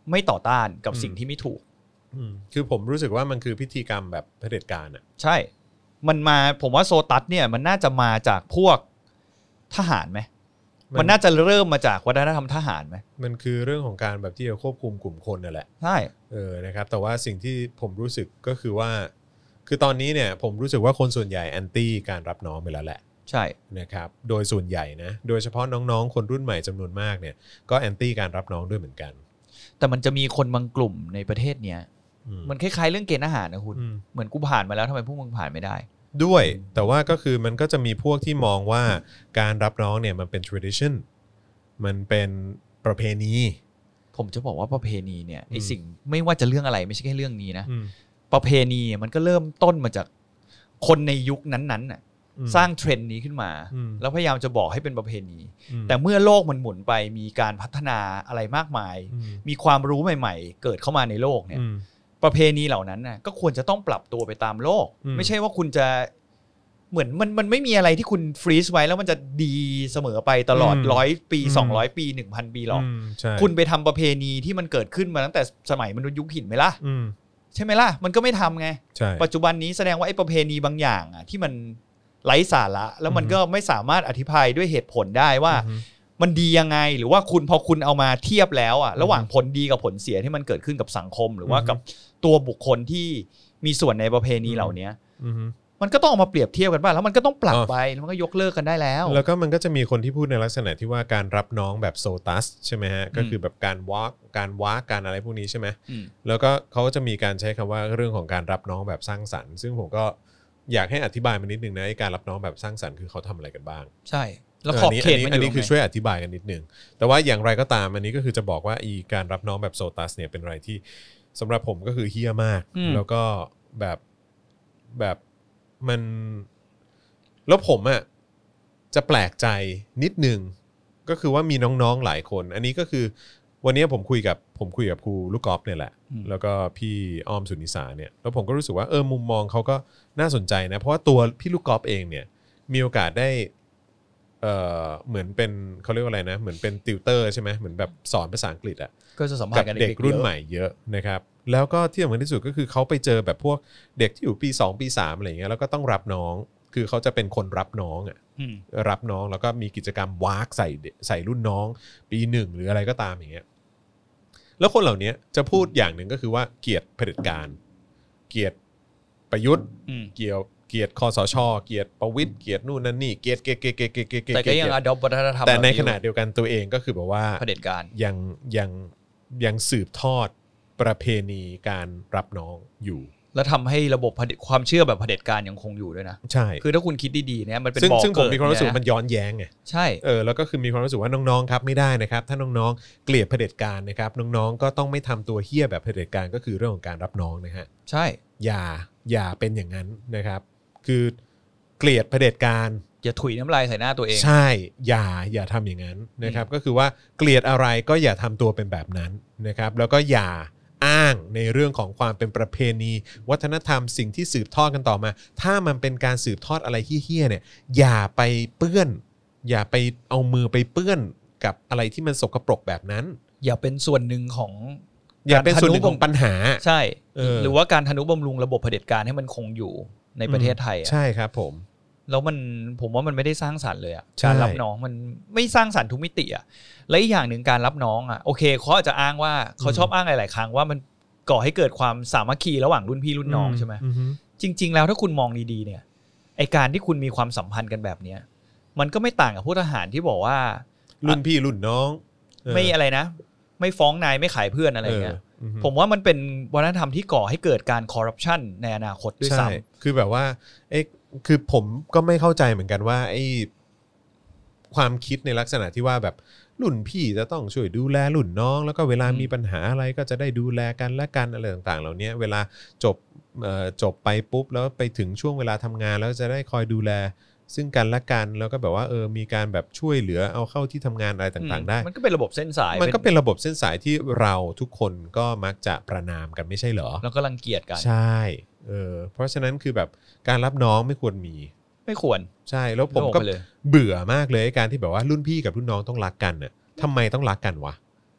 ไม่ต่อต้านกับอืมสิ่งที่ไม่ถูกอืมคือผมรู้สึกว่ามันคือพิธีกรรมแบบเผด็จการอ่ะใช่มันมาผมว่าโซตัสเนี่ยมันน่าจะมาจากพวกทหารไหมมันมันน่าจะเริ่มมาจากวัฒนธรรมทหารไหมมันคือเรื่องของการแบบที่จะควบคุมกลุ่มคนนั่นแหละใช่เออนะครับแต่ว่าสิ่งที่ผมรู้สึกก็คือว่า คือตอนนี้เนี่ยผมรู้สึกว่าคนส่วนใหญ่แอนตี้การรับน้องไปแล้วแหละใช่นะครับโดยส่วนใหญ่นะโดยเฉพาะน้องๆคนรุ่นใหม่จำนวนมากเนี่ยก็แอนตี้การรับน้องด้วยเหมือนกันแต่มันจะมีคนบางกลุ่มในประเทศเนี้ยอืมมันคล้ายๆเรื่องเกณฑ์อาหารนะคุณอืมเหมือนกูผ่านมาแล้วทำไมพวกมึงผ่านไม่ได้ด้วยแต่ว่าก็คือมันก็จะมีพวกที่มองว่าการรับน้องเนี่ยมันเป็น tradition มันเป็นประเพณีผมจะบอกว่าประเพณีเนี่ยไออืมสิ่งไม่ว่าจะเรื่องอะไรไม่ใช่แค่เรื่องนี้นะอืมประเพณีมันก็เริ่มต้นมาจากคนในยุคนั้นๆน่ะอืมสร้างเทรนด์นี้ขึ้นมาอืมแล้วพยายามจะบอกให้เป็นประเพณีอืมแต่เมื่อโลกมันหมุนไปมีการพัฒนาอะไรมากมายอืมมีความรู้ใหม่ๆ เกิดเข้ามาในโลกเนี่ยอืมประเพณีเหล่านั้นน่ะก็ควรจะต้องปรับตัวไปตามโลกอืมไม่ใช่ว่าคุณจะเหมือนมันมันไม่มีอะไรที่คุณฟรีซไว้แล้วมันจะดีเสมอไปตลอดร้อยปีสองร้อยปีหนึ่งพันปีหรอกอืมใช่คุณไปทำประเพณีที่มันเกิดขึ้นมาตั้งแต่สมัยมนุษย์ยุคหินไหมล่ะอืมใช่ไหมล่ะมันก็ไม่ทำไงใช่ปัจจุบันนี้แสดงว่าไอ้ประเพณีบางอย่างอ่ะที่มันไร้สาระแล้วมันอือฮึก็ไม่สามารถอธิบายด้วยเหตุผลได้ว่าอือฮึมันดียังไงหรือว่าคุณพอคุณเอามาเทียบแล้วอ่ะระหว่างผลดีกับผลเสียที่มันเกิดขึ้นกับสังคม หรือว่าอือฮึกับตัวบุคคลที่มีส่วนในประเพณีเหล่านี้อืมมันก็ต้องเอามาเปรียบเทียบกันบ้างแล้วมันก็ต้องปรับอ๋อไปแล้วมันก็ยกเลิกกันได้แล้วแล้วก็มันก็จะมีคนที่พูดในลักษณะที่ว่าการรับน้องแบบโซตัสใช่ไหมฮะก็คือแบบการวอล์กการวากการอะไรพวกนี้ใช่ไหมอืมแล้วก็เขาก็จะมีการใช้คำว่าเรื่องของการรับน้องแบบสร้างสรรค์ ซึ่งผมก็อยากให้อธิบายมานิดนึงนะไอ้การรับน้องแบบสร้างสรรค์คือเขาทำอะไรกันบ้างใช่ แล้วขอบเขตมันอันอยู่นี้ตรงคือไหนช่วยอธิบายกันนิดนึงแต่ว่าอย่างไรก็ตามอันนี้ก็คือจะบอกว่าอีการรับน้องแบบโซตัสเนี่ยเป็นอะไรที่สำหรับผมก็คือเฮี้ยมากอืมแล้วก็แบบแบบมันแล้วผมอ่ะจะแปลกใจนิดนึงก็คือว่ามีน้องๆหลายคน อันนี้ก็คือวันนี้ผมคุยกับผมคุยกับครูลูกกอล์ฟเนี่ยแหละ แล้วก็พี่อ้อมสุนิสาเนี่ยแล้วผมก็รู้สึกว่าเออมุมมองเขาก็น่าสนใจนะเพราะว่าตัวพี่ลูกกอล์ฟเองเนี่ยมีโอกาสได้เออเหมือนเป็นเขาเรียกว่าอะไรนะเหมือนเป็นติวเตอร์ใช่ไหมเหมือนแบบสอนภาษาอังกฤษอะก็จะสัมพันกับธ์กันเด็กๆรุ่นเยอะใหม่เยอะนะครับแล้วก็ที่สำคัญที่สุดก็คือเขาไปเจอแบบพวกเด็กที่อยู่ปีสองปีสามอะไรอย่างเงี้ยแล้วก็ต้องรับน้องคือเขาจะเป็นคนรับน้องอ่ะอืมรับน้องแล้วก็มีกิจกรรมวากใส่ใส่รุ่นน้อง ปีหนึ่งหรืออะไรก็ตามอย่างเงี้ยแล้วคนเหล่านี้จะพูดอย่างหนึ่งก็คือว่าเกลียดเผด็จการเกลียดประยุทธ์อืมเกลียดเกลียดคสชเกลียดประวิตรเกลียดนู่นนั่นนี่เกลียดเกลียดเกลียดเกลียดเกลียดเกลียดเกลียดแต่ก็ยังอดอปวัฒนธรรมแต่ในแบบขณะเดียวกันตัวเองก็คือแบบว่าเผด็จการยังยังยังสืบทอดประเพณีการรับน้องอยู่แล้วทำให้ระบบเผด็จความเชื่อแบบเผด็จการยังคงอยู่ด้วยนะใช่คือถ้าคุณคิดดีๆเนี่ยมันเป็นซึ่งบ่อซึ่งผมเกิดมีความรู้สึกว่าเยมันย้อนแย้งไงใช่เออแล้วก็คือมีความรู้สึกว่าน้องๆครับไม่ได้นะครับถ้าน้องๆเกลียดเผด็จการนะครับน้องๆก็ต้องไม่ทำตัวเหี้ยแบบเผด็จการก็คือเรื่องของการรับน้องนะฮะใช่อย่าอย่าเป็นอย่างนั้นนะครับ คือเกลียดเผด็จการอย่าถุยน้ำลายใส่หน้าตัวเองใช่อย่าอย่าทำอย่างนั้นนะครับก็คือว่าเกลียดอะไรก็อย่าทำตัวเป็นแบบนั้นนะครับแล้วก็อย่าอ้างในเรื่องของความเป็นประเพณีวัฒนธรรมสิ่งที่สืบทอดกันต่อมา ถ้ามันเป็นการสืบทอดอะไรเหี้ยๆเนี่ยอย่าไปเปื้อนอย่าไปเอามือไปเปื้อนกับอะไรที่มันสกปรกแบบนั้นอย่าเป็นส่วนหนึ่งของอย่าเป็นส่วนหนึ่งของปัญหาใช่เออหรือว่าการทนุบำรุงระบบเผด็จการให้มันคงอยู่ในประเทศไทยอะใช่ครับผมแล้วมันผมว่ามันไม่ได้สร้างสรรค์เลยอะใช่การรับน้องมันไม่สร้างสรรค์ทุกมิติอะและอีกอย่างหนึ่งการรับน้องอะโอเคเขาอาจจะอ้างว่าเขาชอบอ้างหลายๆครั้งว่ามันก่อให้เกิดความสามัคคีระหว่างรุ่นพี่รุ่นน้องใช่ไหมอือฮึจริง ๆ แล้วถ้าคุณมองดีๆเนี่ยไอการที่คุณมีความสัมพันธ์กันแบบเนี้ยมันก็ไม่ต่างกับผู้ทหารที่บอกว่ารุ่นพี่รุ่นน้องเออไม่อะไรนะ ไม่ฟ้องนายไม่ขายเพื่อนอะไรเงี้ยเอออือฮึผมว่ามันเป็นวัฒนธรรมที่ก่อให้เกิดการคอร์รัปชันในอนาคตด้วยใช่ซ้คือแบบว่าเอ๊ะคือผมก็ไม่เข้าใจเหมือนกันว่าไอ้ความคิดในลักษณะที่ว่าแบบรุ่นพี่จะต้องช่วยดูแลรุ่นน้อง แล้วก็เวลามีปัญหาอะไรก็จะได้ดูแลกันและกันอะไรต่างๆเหล่านี้เวลาจบเอ่อจบไปปุ๊บแล้วไปถึงช่วงเวลาทำงานแล้วจะได้คอยดูแลซึ่งกันและกันแล้วก็แบบว่าเออมีการแบบช่วยเหลือเอาเข้าที่ทำงานอะไรำต่างๆได้มันก็เป็นระบบเส้นสายมันก็เป็นระบบเส้นสายที่เราทุกคนก็มักจะประนามกันไม่ใช่เหรอแล้วก็รังเกียจกันใช่เออเพราะฉะนั้นคือแบบการรับน้องไม่ควรมีไม่ควรใช่แล้วผมก็โลกไปเลยเบื่อมากเลยการที่แบบว่ารุ่นพี่กับรุ่นน้องต้องรักกันน่ะทำไมต้องรักกันวะ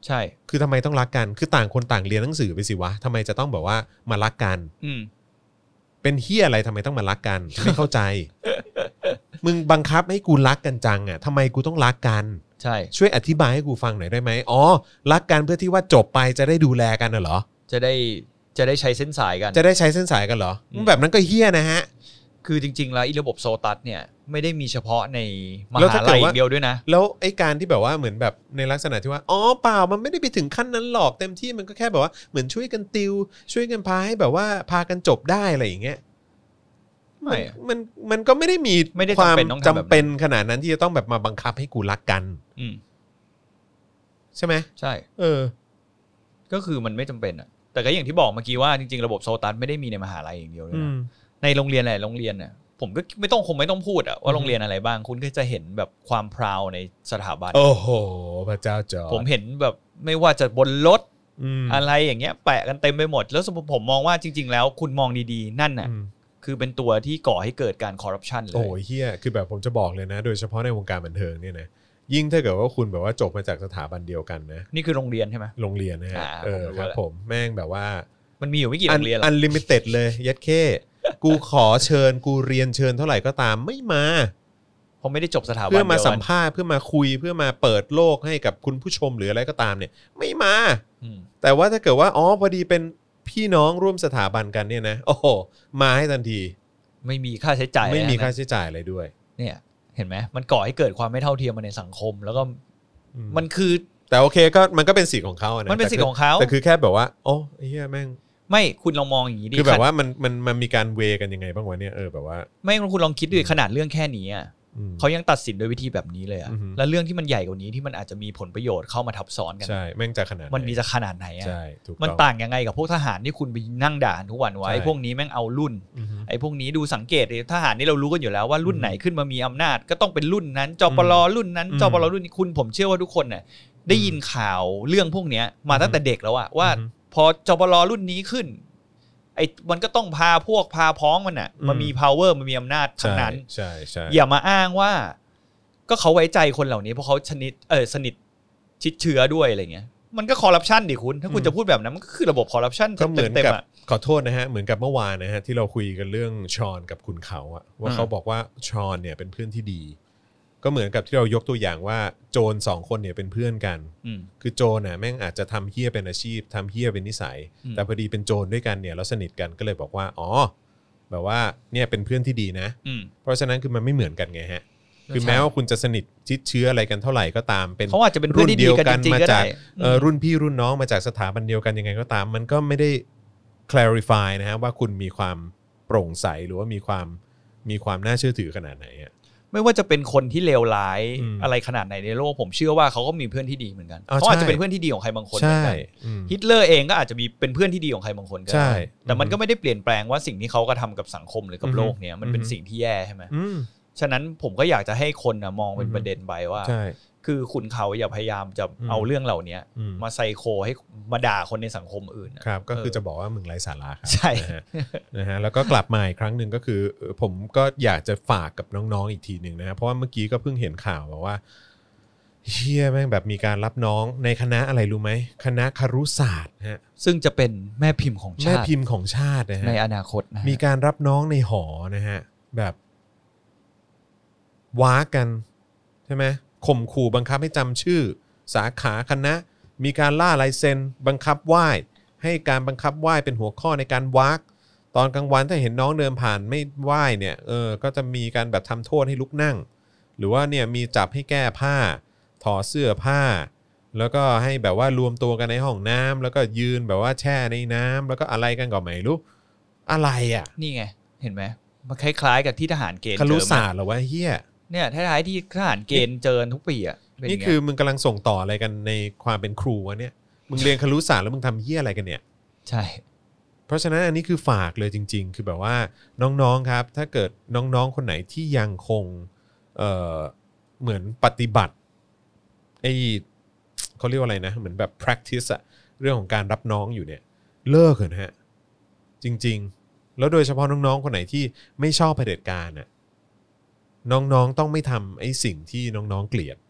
ใช่คือทำไมต้องรักกันคือต่างคนต่างเรียนหนังสือไปสิวะทำไมจะต้องแบบว่ามารักกันอืมเป็นเหี้ยอะไรทำไมต้องมารักกัน ไม่เข้าใจ มึงบังคับให้กูรักกันจังอ่ะทำไมกูต้องรักกันใช่ช่วยอธิบายให้กูฟังหน่อยได้ไหมอ๋อรักกันเพื่อที่ว่าจบไปจะได้ดูแลกันน่ะเหรอจะได้จะได้ใช้เส้นสายกันจะได้ใช้เส้นสายกันเหรอแบบนั้นก็เหี้ยนะฮะคือจริงๆแล้วอีระบบโซตัสเนี่ยไม่ได้มีเฉพาะในมแล้วหาถ้าเกิลัดยว่าเดียวด้วยนะแล้วไอ้การที่แบบว่าเหมือนแบบในลักษณะที่ว่าอ๋อเปล่ามันไม่ได้ไปถึงขั้นนั้นหรอกเต็มที่มันก็แค่แบบว่าเหมือนช่วยกันติว ช่วยกันพาให้แบบว่าพากันจบได้อะไรอย่างเงี้ยไม่มันมันก็ไม่ได้มีไม่ได้ความจำเป็นต้องทำจำแบบนั้นเป็นขนาดนั้นที่จะต้องแบบมาบังคับให้กูรักกันอืมใช่ไหมใช่เออก็คือมันไม่จำเป็นอ่ะแต่ก็อย่างที่บอกเมื่อกี้ว่าจริงๆระบบโซตัสไม่ได้มีในมหาลัยอย่างเดียวเลยอืนะมในโรงเรียนหลายโรงเรียนเนี่ยผมก็ไม่ต้องคงไม่ต้องพูดอะว่าโรงเรียนอะไรบ้างคุณก็จะเห็นแบบความพราวในสถาบันโอ้โหพระเจ้าจอร์จผมเห็นแบบไม่ว่าจะบนรถอืมอะไรอย่างเงี้ยแปะกันเต็มไปหมดแล้วสมมติผมมองว่าจริง ๆ แล้วคุณมองดีๆนั่นน่ะอืมคือเป็นตัวที่ก่อให้เกิดการคอร์รัปชันเลยโอ้ยเฮียคือแบบผมจะบอกเลยนะ โดยเฉพาะในวงการบันเทิงเนี่ยนะยิ่งถ้าเกิดว่าคุณแบบว่าจบมาจากสถาบันเดียวกันนะนี่คือโรงเรียนใช่ไหมโรงเรียนนะฮะอ่าเออผมรู้ครับแล้วผมแม่งแบบว่ามันมีอยู่ไม่กี่โรงเรียนหรอกอันลิมิเต็ดเลยยัดเข้กูขอเชิญกูเรียนเชิญเท่าไหร่ก็ตามไม่มาผมไม่ได้จบสถาบันเพื่อมาดียวกันสัมภาษณ์เพื่อมาคุยเพื่อมาเปิดโลกให้กับคุณผู้ชมหรืออะไรก็ตามเนี่ยไม่มาอืมแต่ว่าถ้าเกิดว่าอ๋อพอดีเป็นพี่น้องร่วมสถาบันกันเนี่ยนะโอ้โหมาให้ทันทีไม่มีค่าใช้จ่ายไม่มีอะไรค่านะใช้จ่ายอะไรด้วยเนี่ยเห็นไหมมันก่อให้เกิดความไม่เท่าเทียมมาในสังคม แล้วก็อืมมันคือแต่โอเคก็มันก็เป็นสิทธิ์ของเขาอะนะมันเป็นสิทธิ์ของเขาแต่คือแค่แบบว่าโอ้ไอ้เหี้ยแม่งไม่คุณลองมองอย่างนี้ดิคือแบบว่ามันมันมันมีการเวกันยังไงบ้างวะเนี่ยเออแบบว่าไม่คุณลองคิดดูขนาดเรื่องแค่นี้อะอืมเขายังตัดสินโดยวิธีแบบนี้เลยอะอือฮึแล้วเรื่องที่มันใหญ่กว่านี้ที่มันอาจจะมีผลประโยชน์เข้ามาทับซ้อนกันใช่แม่งจะขนาดไหมันมีจะขนาดไหนอะใช่ถูกมันต้องต่างยังไงกับพวกทหารที่คุณไปนั่งด่าทุกวันไว้ใช่ไอ้พวกนี้แม่งเอารุ่นอือฮึไอ้พวกนี้ดูสังเกตดิทหารนี่เรารู้กันอยู่แล้วว่ารุ่นอืมไหนขึ้นมามีอำนาจก็ต้องเป็นรุ่นนั้นจปรรุ่นนั้นอืมจปรรุ่นนี้คุณผมเชื่อว่าทุกคนน่ะได้ยินข่าวเรื่องพวกเนี้ยมาตั้งแต่เด็กแล้วอะว่าอือฮึพอจปรรุ่นนี้ขึ้นไอ้มันก็ต้องพาพวกพาพ้องมันน่ะอืมมันมี power มันมีอำนาจทั้งนั้นใช่ใช่อย่ามาอ้างว่า ก็เขาไว้ใจคนเหล่านี้เพราะเขาชนิดเออสนิทชิดเชื้อด้วยอะไรเงี้ยมันก็คอร์รัปชันดิคุณถ้าคุณจะพูดแบบนั้นมันก็คือระบบคอร์รัปชันก็เหมือนเต็มกับๆอะขอโทษนะฮะเหมือนกับเมื่อวานนะฮะที่เราคุยกันเรื่องชอนกับคุณเขาอะว่าอืมเขาบอกว่าชอนเนี่ยเป็นเพื่อนที่ดี ก็เหมือนกับที่เรายกตัวอย่างว่าโจรสองคนเนี่ยเป็นเพื่อนกันอืมคือโจรน่ะแม่งอาจจะทำเฮี้ยเป็นอาชีพทำเฮี้ยเป็นนิสัยอืมแต่พอดีเป็นโจรด้วยกันเนี่ยแล้วสนิทกันก็เลยบอกว่าอ๋อแบบว่าเนี่ยเป็นเพื่อนที่ดีนะอืมเพราะฉะนั้นคือมันไม่เหมือนกันไงฮะ คือใช่แม้ว่าคุณจะสนิทชิดเชื้ออะไรกันเท่าไหร่ก็ตามเป็นเขาอาจจะเป็นเพื่อนที่ดีกันจริงๆมาก็จาได้กเอ่อรุ่นพี่รุ่นน้องมาจากสถาบันเดียวกันยังไงก็ตาม มันก็ไม่ได้ clarify นะฮะว่าคุณมีความโปร่งใสหรือว่ามีความมีความน่าเชื่อถือขนาดไหนอ่ะไม่ว่าจะเป็นคนที่เลวร้ายอืมอะไรขนาดไหนในโลกผมเชื่อว่าเขาก็มีเพื่อนที่ดีเหมือนกันอ๋อเขาอาจใช่จะเป็นเพื่อนที่ดีของใครบางคนเหมืใช่อนกันอืมฮิตเลอร์เองก็อาจจะมีเป็นเพื่อนที่ดีของใครบางคนก็ใช่ได้แต่มันอืมก็ไม่ได้เปลี่ยนแปลงว่าสิ่งที่เขากระทำกับสังคมหรือกับอือฮึโลกเนี้ยมันเป็นอือฮึสิ่งที่แย่ใช่ไหมอืมฉะนั้นผมก็อยากจะให้คนนะมองเป็นอือฮึประเด็นไปว่าใช่คือคุณเขาอย่าพยายามจะอืมเอาเรื่องเหล่านี้อืมมาไซโคให้มาด่าคนในสังคมอื่นอะครับก็คือเออจะบอกว่ามึงไร้สาระครับใช่นะฮะนะฮะแล้วก็กลับมาอีกครั้งหนึ่งก็คือเอ่อผมก็อยากจะฝากกับน้องๆอีกทีหนึ่งนะฮะเพราะว่าเมื่อกี้ก็เพิ่งเห็นข่าวบอกว่าเฮียแม่งแบบมีการรับน้องในคณะอะไรรู้ไหมคณะครุศาสตร์ฮะซึ่งจะเป็นแม่พิมพ์ของแม่ชาติพิมพ์ของชาตินะฮะในอนาคตนะฮะมีการรับน้องในหอนะฮะแบบว้ากันใช่ไหมข่มขู่บังคับให้จำชื่อ สาขาคณะ มีการล่าลายเซ็นบังคับไหว้ให้การบังคับไหว้เป็นหัวข้อในการวากตอนกลางวันถ้าเห็นน้องเดินผ่านไม่ไหว้เนี่ยเออก็จะมีการแบบทำโทษให้ลุกนั่ง หรือว่าเนี่ยมีจับให้แก้ผ้าถอดเสื้อผ้า แล้วก็ให้แบบว่ารวมตัวกันในห้องน้ำแล้วก็ยืนแบบว่าแช่ในน้ำแล้วก็อะไรกันก็ไม่รู้อะไรอ่ะนี่ไงเห็นไหมมันคล้ายๆกับที่ทหารเกณฑ์ครุเจอศาสตร์เหรอวะเฮียเนี่ยท้ายๆที่ทหารเกณฑ์เจอทุกปีอ่ะเป็นี่ย่างเงี้ยคือมึงกำลังส่งต่ออะไรกันในความเป็นครูวะเนี่ยมึงเรียนครุศาสตร์แล้วมึงทำเฮียอะไรกันเนี่ยใช่เพราะฉะนั้นอันนี้คือฝากเลยจริง ๆ คือแบบว่าน้องๆครับ ถ้าเกิดน้องๆคนไหนที่ยังคงเอ่อเหมือนปฏิบัติไอ้เขาเรียกว่าอะไรนะเหมือนแบบ practice อะเรื่องของการรับน้องอยู่เนี่ยเลิกเถอะนะฮะจริงๆแล้วโดยเฉพาะน้องๆคนไหนที่ไม่ชอบเผด็จการน่ะน้องๆต้องไม่ทำไอ้สิ่งที่น้องๆเกลียด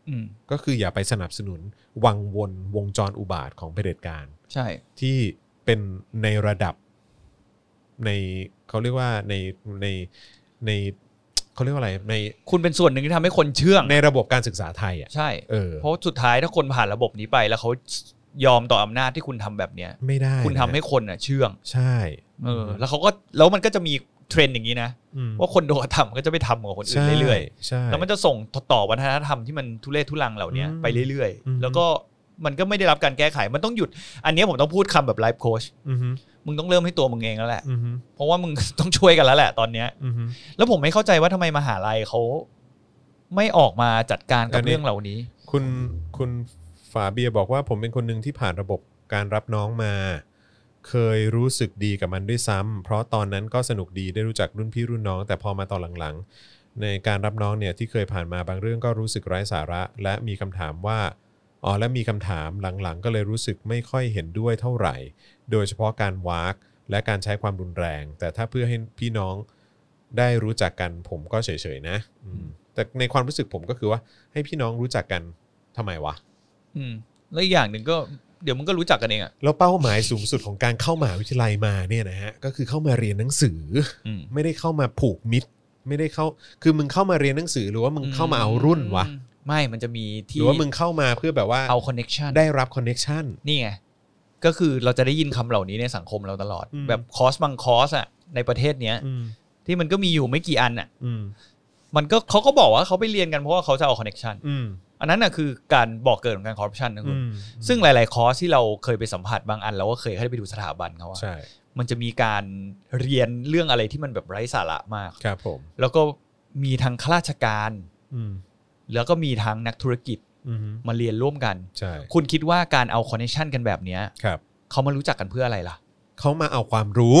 ก็คืออย่าไปสนับสนุนวังวนวงจรอุบาทของเผด็จการใช่ที่เป็นในระดับในเขาเรียกว่าในในในเขาเรียกว่าอะไรในคุณเป็นส่วนหนึ่งที่ทำให้คนเชื่องในระบบการศึกษาไทยอ่ะใช่เออเพราะสุดท้ายถ้าคนผ่านระบบนี้ไปแล้วเขายอมต่ออำนาจที่คุณทำแบบเนี้ยไม่ได้คุณทำให้คนอ่ะเชื่องใช่เออแล้วเขาก็แล้วมันก็จะมีเทรนด์อย่างนี้นะว่าคนโดนทำก็จะไปทำกับคนอื่นเรื่อยๆแล้วมันจะส่งต่อวัฒนธรรมที่มันทุเรศทุรังเหล่านี้ไปเรื่อยๆแล้วก็มันก็ไม่ได้รับการแก้ไขมันต้องหยุดอันนี้ผมต้องพูดคำแบบไลฟ์โค้ชมึงต้องเริ่มให้ตัวมึงเองแล้วแหละเพราะว่ามึงต้องช่วยกันแล้วแหละตอนนี้แล้วผมไม่เข้าใจว่าทำไมมหาลัยเขาไม่ออกมาจัดการกับเรื่องเหล่านี้คุณคุณฝาเบียบอกว่าผมเป็นคนหนึ่งที่ผ่านระบบการรับน้องมาเคยรู้สึกดีกับมันด้วยซ้ำเพราะตอนนั้นก็สนุกดีได้รู้จักรุ่นพี่รุ่นน้องแต่พอมาตอนหลังๆในการรับน้องเนี่ยที่เคยผ่านมาบางเรื่องก็รู้สึกไร้สาระและมีคำถามว่าอ๋อและมีคำถามหลังๆก็เลยรู้สึกไม่ค่อยเห็นด้วยเท่าไหร่โดยเฉพาะการวากและการใช้ความรุนแรงแต่ถ้าเพื่อให้พี่น้องได้รู้จักกันผมก็เฉยๆนะแต่ในความรู้สึกผมก็คือว่าให้พี่น้องรู้จักกันทำไมวะอืมแล้วอีกอย่างหนึ่งก็เดี๋ยวมันก็รู้จักกันเองอะแล้วเป้าหมายสูงสุดของการเข้ามหาวิทยาลัยมาเนี่ยนะฮะก็คือเข้ามาเรียนหนังสือไม่ได้เข้ามาผูกมิตรไม่ได้เข้าคือมึงเข้ามาเรียนหนังสือหรือว่ามึงเข้ามาเอารุ่นวะไม่มันจะมีที่หรือว่ามึงเข้ามาเพื่อแบบว่าเอาคอนเนคชั่นได้รับคอนเนคชั่นนี่ไงก็คือเราจะได้ยินคำเหล่านี้ในสังคมเราตลอดแบบคอร์สบางคอร์สอะในประเทศเนี้ยที่มันก็มีอยู่ไม่กี่อันอะมันก็เขาก็บอกว่าเขาไปเรียนกันเพราะว่าเขาจะเอาคอนเนคชั่นอันนั้นน่ะคือการบอกเกิดของการคอร์รัปชันนะคุณซึ่งหลายๆคอร์สที่เราเคยไปสัมผัสบางอันเราก็เคยให้ไปดูสถาบันเขาว่ามันจะมีการเรียนเรื่องอะไรที่มันแบบไร้สาระมากครับผมแล้วก็มีทั้งข้าราชการแล้วก็มีทั้งนักธุรกิจมาเรียนร่วมกันคุณคิดว่าการเอาคอนเนคชั่นกันแบบนี้เขามารู้จักกันเพื่ออะไรล่ะเขามาเอาความรู้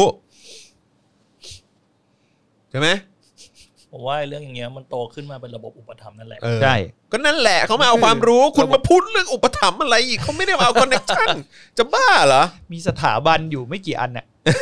ใช่ไหมผมว่าเรื่องอย่างเงี้ยมันโตขึ้นมาเป็นระบบอุปถัมภ์นั่นแหละใช่ก็นั่นแหละเขามาเอาความรู้คุณมาพูดเรื่องอุปถัมภ์อะไรอีกเขาไม่ได้มาเอาคอนเนคชั่นจะบ้าเหรอมีสถาบันอยู่ไม่กี่อันน่ะ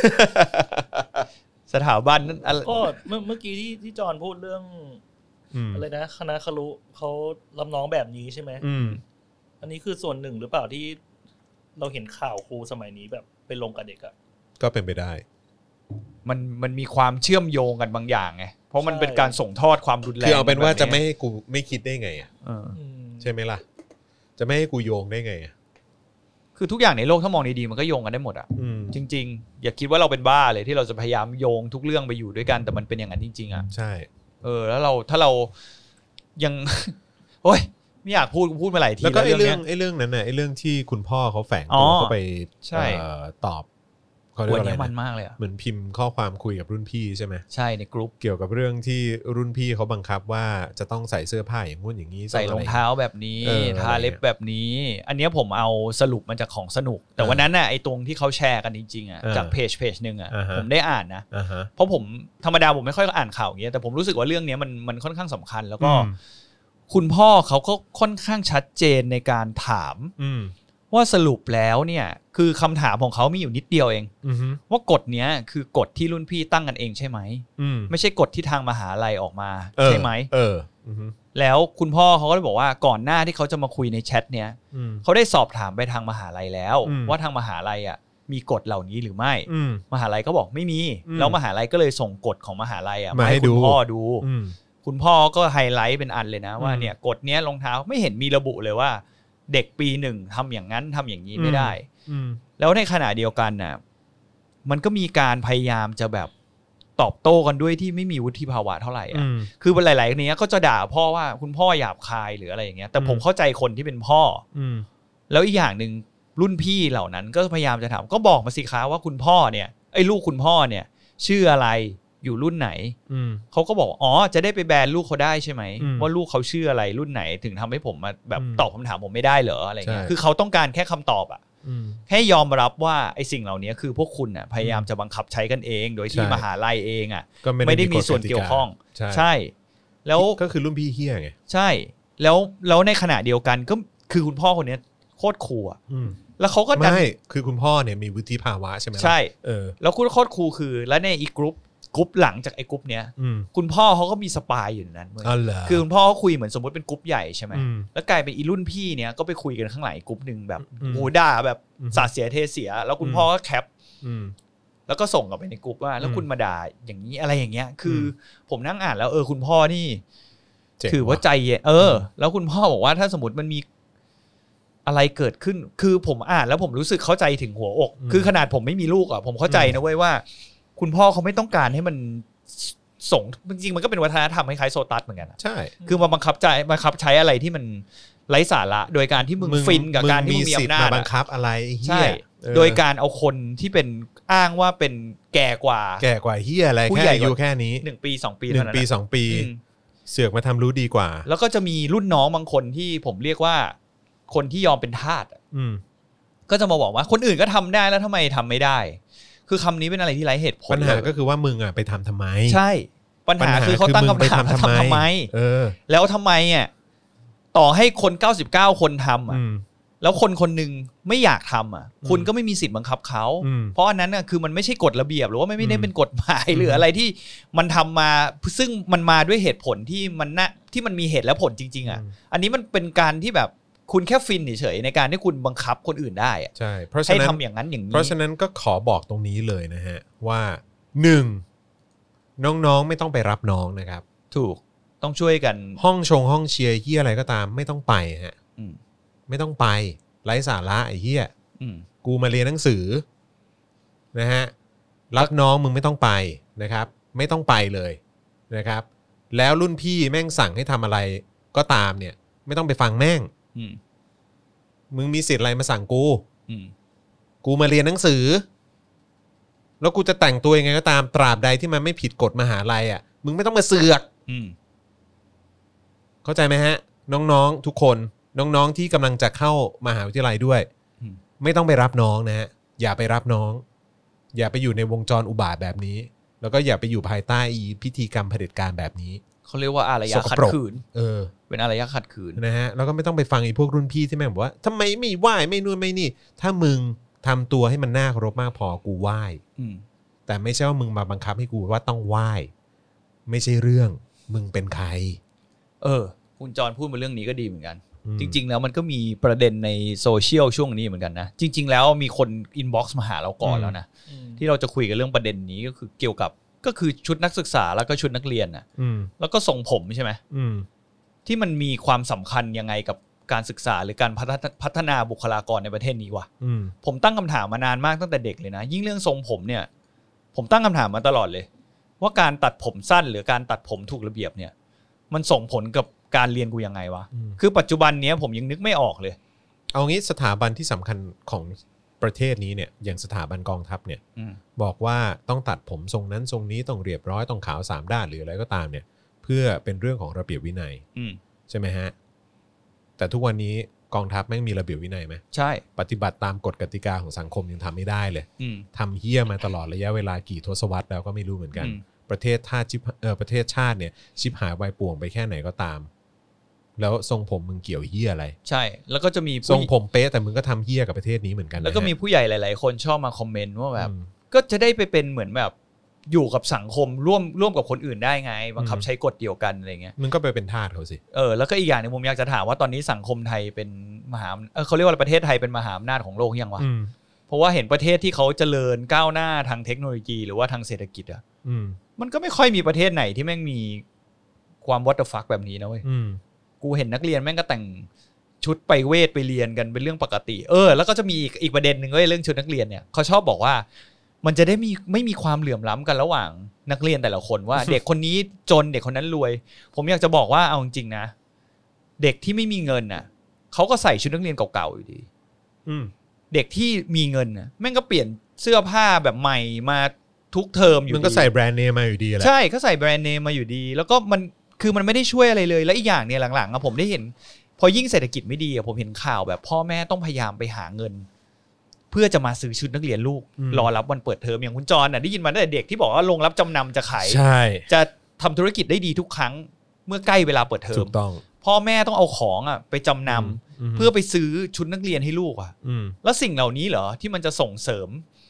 สถาบันนั้นก็เมื่อเมื่อกี้ที่ที่จอนพูดเรื่องอะไรนะคณะครุเขารับน้องแบบนี้ใช่ไหมอันนี้คือส่วนหนึ่งหรือเปล่าที่เราเห็นข่าวครูสมัยนี้แบบไปลงกับเด็กอ่ะก็เป็นไปได้มันมันมีความเชื่อมโยงกันบางอย่างไงเพราะมันเป็นการส่งทอดความรุนแรงคือเอาเป็นว่าจะไม่ให้กูไม่คิดได้ไงอ่ะใช่ไหมล่ะจะไม่ให้กูโยงได้ไงอ่ะคือทุกอย่างในโลกถ้ามองดีๆมันก็โยงกันได้หมดอ่ะจริงๆอย่าคิดว่าเราเป็นบ้าเลยที่เราจะพยายามโยงทุกเรื่องไปอยู่ด้วยกันแต่มันเป็นอย่างนั้นจริงๆอ่ะใช่เออแล้วเราถ้าเรายังโอ๊ยไม่อยากพูดพูดมาหลายทีแล้วก็ไอ้เรื่องไอ้เรื่องนั้นน่ะไอ้เรื่องที่คุณพ่อเขาแฝงตัวเข้าไปตอบเขาเรียกอะไรมันมากเลยอ่ะเหมือนพิมพ์ข้อความคุยกับรุ่นพี่ใช่ไหมใช่ในกลุ่มเกี่ยวกับเรื่องที่รุ่นพี่เขาบังคับว่าจะต้องใส่เสื้อผ้าอย่างงู้นอย่างนี้ใส่รองเท้าแบบนี้ทาเล็บแบบนี้อันนี้ผมเอาสรุปมาจากของสนุกแต่วันนั้นน่ะไอ้ตรงที่เขาแชร์กันจริงๆอ่ะจากเพจเพจนึงอ่ะผมได้อ่านนะเพราะผมธรรมดาผมไม่ค่อยอ่านข่าวอย่างเงี้ยแต่ผมรู้สึกว่าเรื่องนี้มันมันค่อนข้างสำคัญแล้วก็คุณพ่อเขาก็ค่อนข้างชัดเจนในการถามว่าสรุปแล้วเนี่ยคือคำถามของเขามีอยู่นิดเดียวเองว่ากฎเนี้ยคือกฎที่รุ่นพี่ตั้งกันเองใช่ไหมไม่ใช่กฎที่ทางมหาลัยออกมาใช่ไหมเออแล้วคุณพ่อเขาก็เลยบอกว่าก่อนหน้าที่เขาจะมาคุยในแชทเนี้ยเขาได้สอบถามไปทางมหาลัยแล้วว่าทางมหาลัยอ่ะมีกฎเหล่านี้หรือไม่มหาลัยก็บอกไม่มีแล้วมหาลัยก็เลยส่งกฎของมหาลัยอ่ะมาให้คุณพ่อดูคุณพ่อก็ไฮไลท์เป็นอันเลยนะว่าเนี่ยกฎเนี้ยรองเท้าไม่เห็นมีระบุเลยว่าเด็กปีหนึ่งทำอย่างนั้นทำอย่างนี้ไม่ได้แล้วในขณะเดียวกันน่ะมันก็มีการพยายามจะแบบตอบโต้กันด้วยที่ไม่มีวุฒิภาวะเท่าไหร่อ่ะคือหลายๆเนี้ยก็จะด่าพ่อว่าคุณพ่อหยาบคายหรืออะไรอย่างเงี้ยแต่ผมเข้าใจคนที่เป็นพ่อแล้วอีกอย่างนึงรุ่นพี่เหล่านั้นก็พยายามจะถามก็บอกมาสิคะว่าคุณพ่อเนี่ยไอ้ลูกคุณพ่อเนี่ยชื่ออะไรอยู่รุ่นไหนเขาก็บอกอ๋อจะได้ไปแบนลูกเขาได้ใช่ไหมว่าลูกเขาชื่ออะไรรุ่นไหนถึงทำให้ผมมาแบบตอบคำถามผมไม่ได้เหรออะไรเงี้ยคือเขาต้องการแค่คำตอบอ่ะแค่ยอมรับว่าไอ้สิ่งเหล่านี้คือพวกคุณอ่ะพยายามจะบังคับใช้กันเองโดยที่มหาลัยเองอ่ะไม่ได้มีส่วนเกี่ยวข้องใช่แล้วก็คือรุ่นพี่เฮี้ยไงใช่แล้วแล้วในขณะเดียวกันก็คือคุณพ่อคนนี้โคตรคูลอ่ะแล้วเขาก็ไม่คือคุณพ่อเนี่ยมีวุฒิภาวะใช่ไหมใช่เออแล้วคุณโคตรคูลคือแล้วในอีกกลุ่มกรุ๊ปหลังจากไอ้กรุ๊ปเนี้ยคุณพ่อเขาก็มีสปายอยู่ในนั้นเว้ยคือคุณพ่อเขาคุยเหมือนสมมติเป็นกรุ๊ปใหญ่ใช่ไหมแล้วกลายเป็นอีรุ่นพี่เนี้ยก็ไปคุยกันข้างหลังอีกกรุ๊ปนึงแบบโหด่าแบบสาดเสียเทเสียแล้วคุณพ่อก็แคปแล้วก็ส่งกลับไปในกรุ๊ปว่าแล้วคุณมาด่าอย่างนี้อะไรอย่างเงี้ยคือผมนั่งอ่านแล้วเออคุณพ่อนี่ถือว่าใจเย็นเออแล้วคุณพ่อบอกว่าถ้าสมมติมันมีอะไรเกิดขึ้นคือผมอ่านแล้วผมรู้สึกเข้าใจถึงหัวอกคือขนาดผมไม่มีลูกอ่ะผมเข้าใจนะเว้ยว่าคุณพ่อเขาไม่ต้องการให้มันส่งจริงๆมันก็เป็นวัฒนธรรมคล้ายๆโซตัสเหมือนกันใช่คือมาบังคับใจบังคับใช้อะไรที่มันไร้สาระโดยการที่มึงฟินกับการที่มึงมีอำนาจบังคับอะไรใช่โดยการเอาคนที่เป็นอ้างว่าเป็นแก่กว่าแก่กว่าเฮียอะไรแค่อายุแค่นี้หนึ่งปีสองปีหนึ่งปีสองปีเสือกมาทำรู้ดีกว่าแล้วก็จะมีรุ่นน้องบางคนที่ผมเรียกว่าคนที่ยอมเป็นทาสก็จะมาบอกว่าคนอื่นก็ทำได้แล้วทำไมทำไม่ได้คือคำนี้เป็นอะไรที่ไร้เหตุผลปัญหาก็คือว่ามึงอ่ะไปทำทำไมใช่ปัญหาคือเขาตั้งคำถามทำทำไมเออแล้วทำไมอ่ะต่อให้คนเก้าสิบเก้าคนทำอ่ะแล้วคนคนหนึ่งไม่อยากทำอ่ะคุณก็ไม่มีสิทธิ์บังคับเขาเพราะอันนั้นน่ะคือมันไม่ใช่กฎระเบียบหรือว่าไม่ได้เป็นกฎหมายหรืออะไรที่มันทำมาซึ่งมันมาด้วยเหตุผลที่มันน่ะที่มันมีเหตุและผลจริงๆอ่ะอันนี้มันเป็นการที่แบบคุณแค่ฟินเฉยๆในการที่คุณบังคับคนอื่นได้อ่ะใช่เพราะฉะนั้นให้ทำอย่างนั้นอย่างนี้เพราะฉะนั้นก็ขอบอกตรงนี้เลยนะฮะว่าหนึ่งน้องๆไม่ต้องไปรับน้องนะครับถูกต้องช่วยกันห้องชงห้องเชียร์เฮียอะไรก็ตามไม่ต้องไปฮะไม่ต้องไปไร้สาระไอ้เฮียกูมาเรียนหนังสือนะฮะรับน้องมึงไม่ต้องไปนะครับไม่ต้องไปเลยนะครับแล้วรุ่นพี่แม่งสั่งให้ทำอะไรก็ตามเนี่ยไม่ต้องไปฟังแม่งมึงมีสิทธิ์อะไรมาสั่งกูกูมาเรียนหนังสือแล้วกูจะแต่งตัวยังไงก็ตามตราบใดที่มันไม่ผิดกฎมหาลัยอ่ะมึงไม่ต้องมาเสือกเข้าใจไหมฮะน้องๆทุกคนน้องๆที่กำลังจะเข้ามหาวิทยาลัยด้วยไม่ต้องไปรับน้องนะฮะอย่าไปรับน้องอย่าไปอยู่ในวงจรอุบาทแบบนี้แล้วก็อย่าไปอยู่ภายใต้พิธีกรรมเผด็จการแบบนี้เขาเรียกว่าอารยะขัดขืนเออเป็นอารยะขัดขืนนะฮะแล้วก็ไม่ต้องไปฟังไอ้พวกรุ่นพี่ที่แม่งบอกว่าทำไมไม่ไหว้ไม่นู่นไม่นี่ถ้ามึงทำตัวให้มันน่าเคารพมากพอกูไหว้แต่ไม่ใช่ว่ามึงมาบังคับให้กูว่าต้องไหว้ไม่ใช่เรื่องมึงเป็นใครเออคุณจรพูดมาเรื่องนี้ก็ดีเหมือนกันจริงๆแล้วมันก็มีประเด็นในโซเชียลช่วงนี้เหมือนกันนะจริงๆแล้วมีคนอินบ็อกซ์มาหาเราก่อนแล้วนะที่เราจะคุยกันเรื่องประเด็นนี้ก็คือเกี่ยวกับก็คือชุดนักศึกษาแล้วก็ชุดนักเรียนน่ะแล้วก็ทรงผมใช่ไหมที่มันมีความสำคัญยังไงกับการศึกษาหรือการพัฒนาบุคลากรในประเทศนี้วะผมตั้งคำถามมานานมากตั้งแต่เด็กเลยนะยิ่งเรื่องทรงผมเนี่ยผมตั้งคำถามมาตลอดเลยว่าการตัดผมสั้นหรือการตัดผมถูกระเบียบเนี่ยมันส่งผลกับการเรียนกูยังไงวะคือปัจจุบันนี้ผมยังนึกไม่ออกเลยเอางี้สถาบันที่สำคัญของประเทศนี้เนี่ยอย่างสถาบันกองทัพเนี่ยบอกว่าต้องตัดผมทรงนั้นทรงนี้ต้องเรียบร้อยต้องขาวสามด้านหรืออะไรก็ตามเนี่ยเพื่อเป็นเรื่องของระเบียบวินัยใช่ไหมฮะแต่ทุกวันนี้กองทัพแม่งมีระเบียบวินัยไหมใช่ปฏิบัติตามกฎกติกาของสังคมยังทำไม่ได้เลยทำเหี้ยมาตลอดระยะเวลากี่ทศวรรษแล้วก็ไม่รู้เหมือนกันประเทศชาติเอ่อประเทศชาติเนี่ยชิบหายวายป่วงไปแค่ไหนก็ตามแล้วทรงผมมึงเกี่ยวเหี้ยอะไรใช่แล้วก็จะมีทรงผมเป๊ะแต่มึงก็ทำเหี้ยกับประเทศนี้เหมือนกันแล้วก็มีผู้ใหญ่หลายๆคนชอบมาคอมเมนต์ว่าแบบก็จะได้ไปเป็นเหมือนแบบอยู่กับสังคมร่วมร่วมกับคนอื่นได้ไงบังคับใช้กฎเดียวกันอะไรเงี้ยมึงก็ไปเป็นทาสเขาสิเออแล้วก็อีกอย่างนึงผมอยากจะถามว่าตอนนี้สังคมไทยเป็นมหาเออเขาเรียกว่าประเทศไทยเป็นมหาอำนาจของโลกยังวะเพราะว่าเห็นประเทศที่เขาเจริญก้าวหน้าทางเทคโนโลยีหรือว่าทางเศรษฐกิจอ่ะมันก็ไม่ค่อยมีประเทศไหนที่แม่งมีความ what the fuck แบบนี้นะเว้ยกูเห็นนักเรียนแม่งก็แต่งชุดไปเวทไปเรียนกันเป็นเรื่องปกติเออแล้วก็จะมีอีกอีกประเด็นนึงเว้ยเรื่องชุดนักเรียนเนี่ยเขาชอบบอกว่ามันจะได้มีไม่มีความเหลื่อมล้ำกันระหว่างนักเรียนแต่ละคนว่า เด็กคนนี้จนเด็กคนนั้นรวยผมอยากจะบอกว่าเอาจริงๆนะเด็กที่ไม่มีเงินน่ะเขาก็ใส่ชุดนักเรียนเก่าๆอยู่ดีเด็กที่มีเงินน่ะแม่งก็เปลี่ยนเสื้อผ้าแบบใหม่มาทุกเทอมอยู่ดีมันก็ใส่แบรนด์เนมมาอยู่ดีแหละใช่ก็ใส่แบรนด์เนมมาอยู่ดีแล้วก็มันคือมันไม่ได้ช่วยอะไรเลยแล้วอีกอย่างเนี่ยหลังๆอะผมได้เห็นพอยิ่งเศรษฐกิจไม่ดีอะผมเห็นข่าวแบบพ่อแม่ต้องพยายามไปหาเงินเพื่อจะมาซื้อชุดนักเรียนลูกรอรับวันเปิดเทอมอย่างคุณจรน่ะได้ยินมาตั้งแต่เด็กที่บอกว่าโรงรับจำนำจะขายจะทำธุรกิจได้ดีทุกครั้งเมื่อใกล้เวลาเปิดเทอมพ่อแม่ต้องเอาของอะไปจำนำเพื่อไปซื้อชุดนักเรียนให้ลูกอะแล้วสิ่งเหล่านี้เหรอที่มันจะส่งเสริม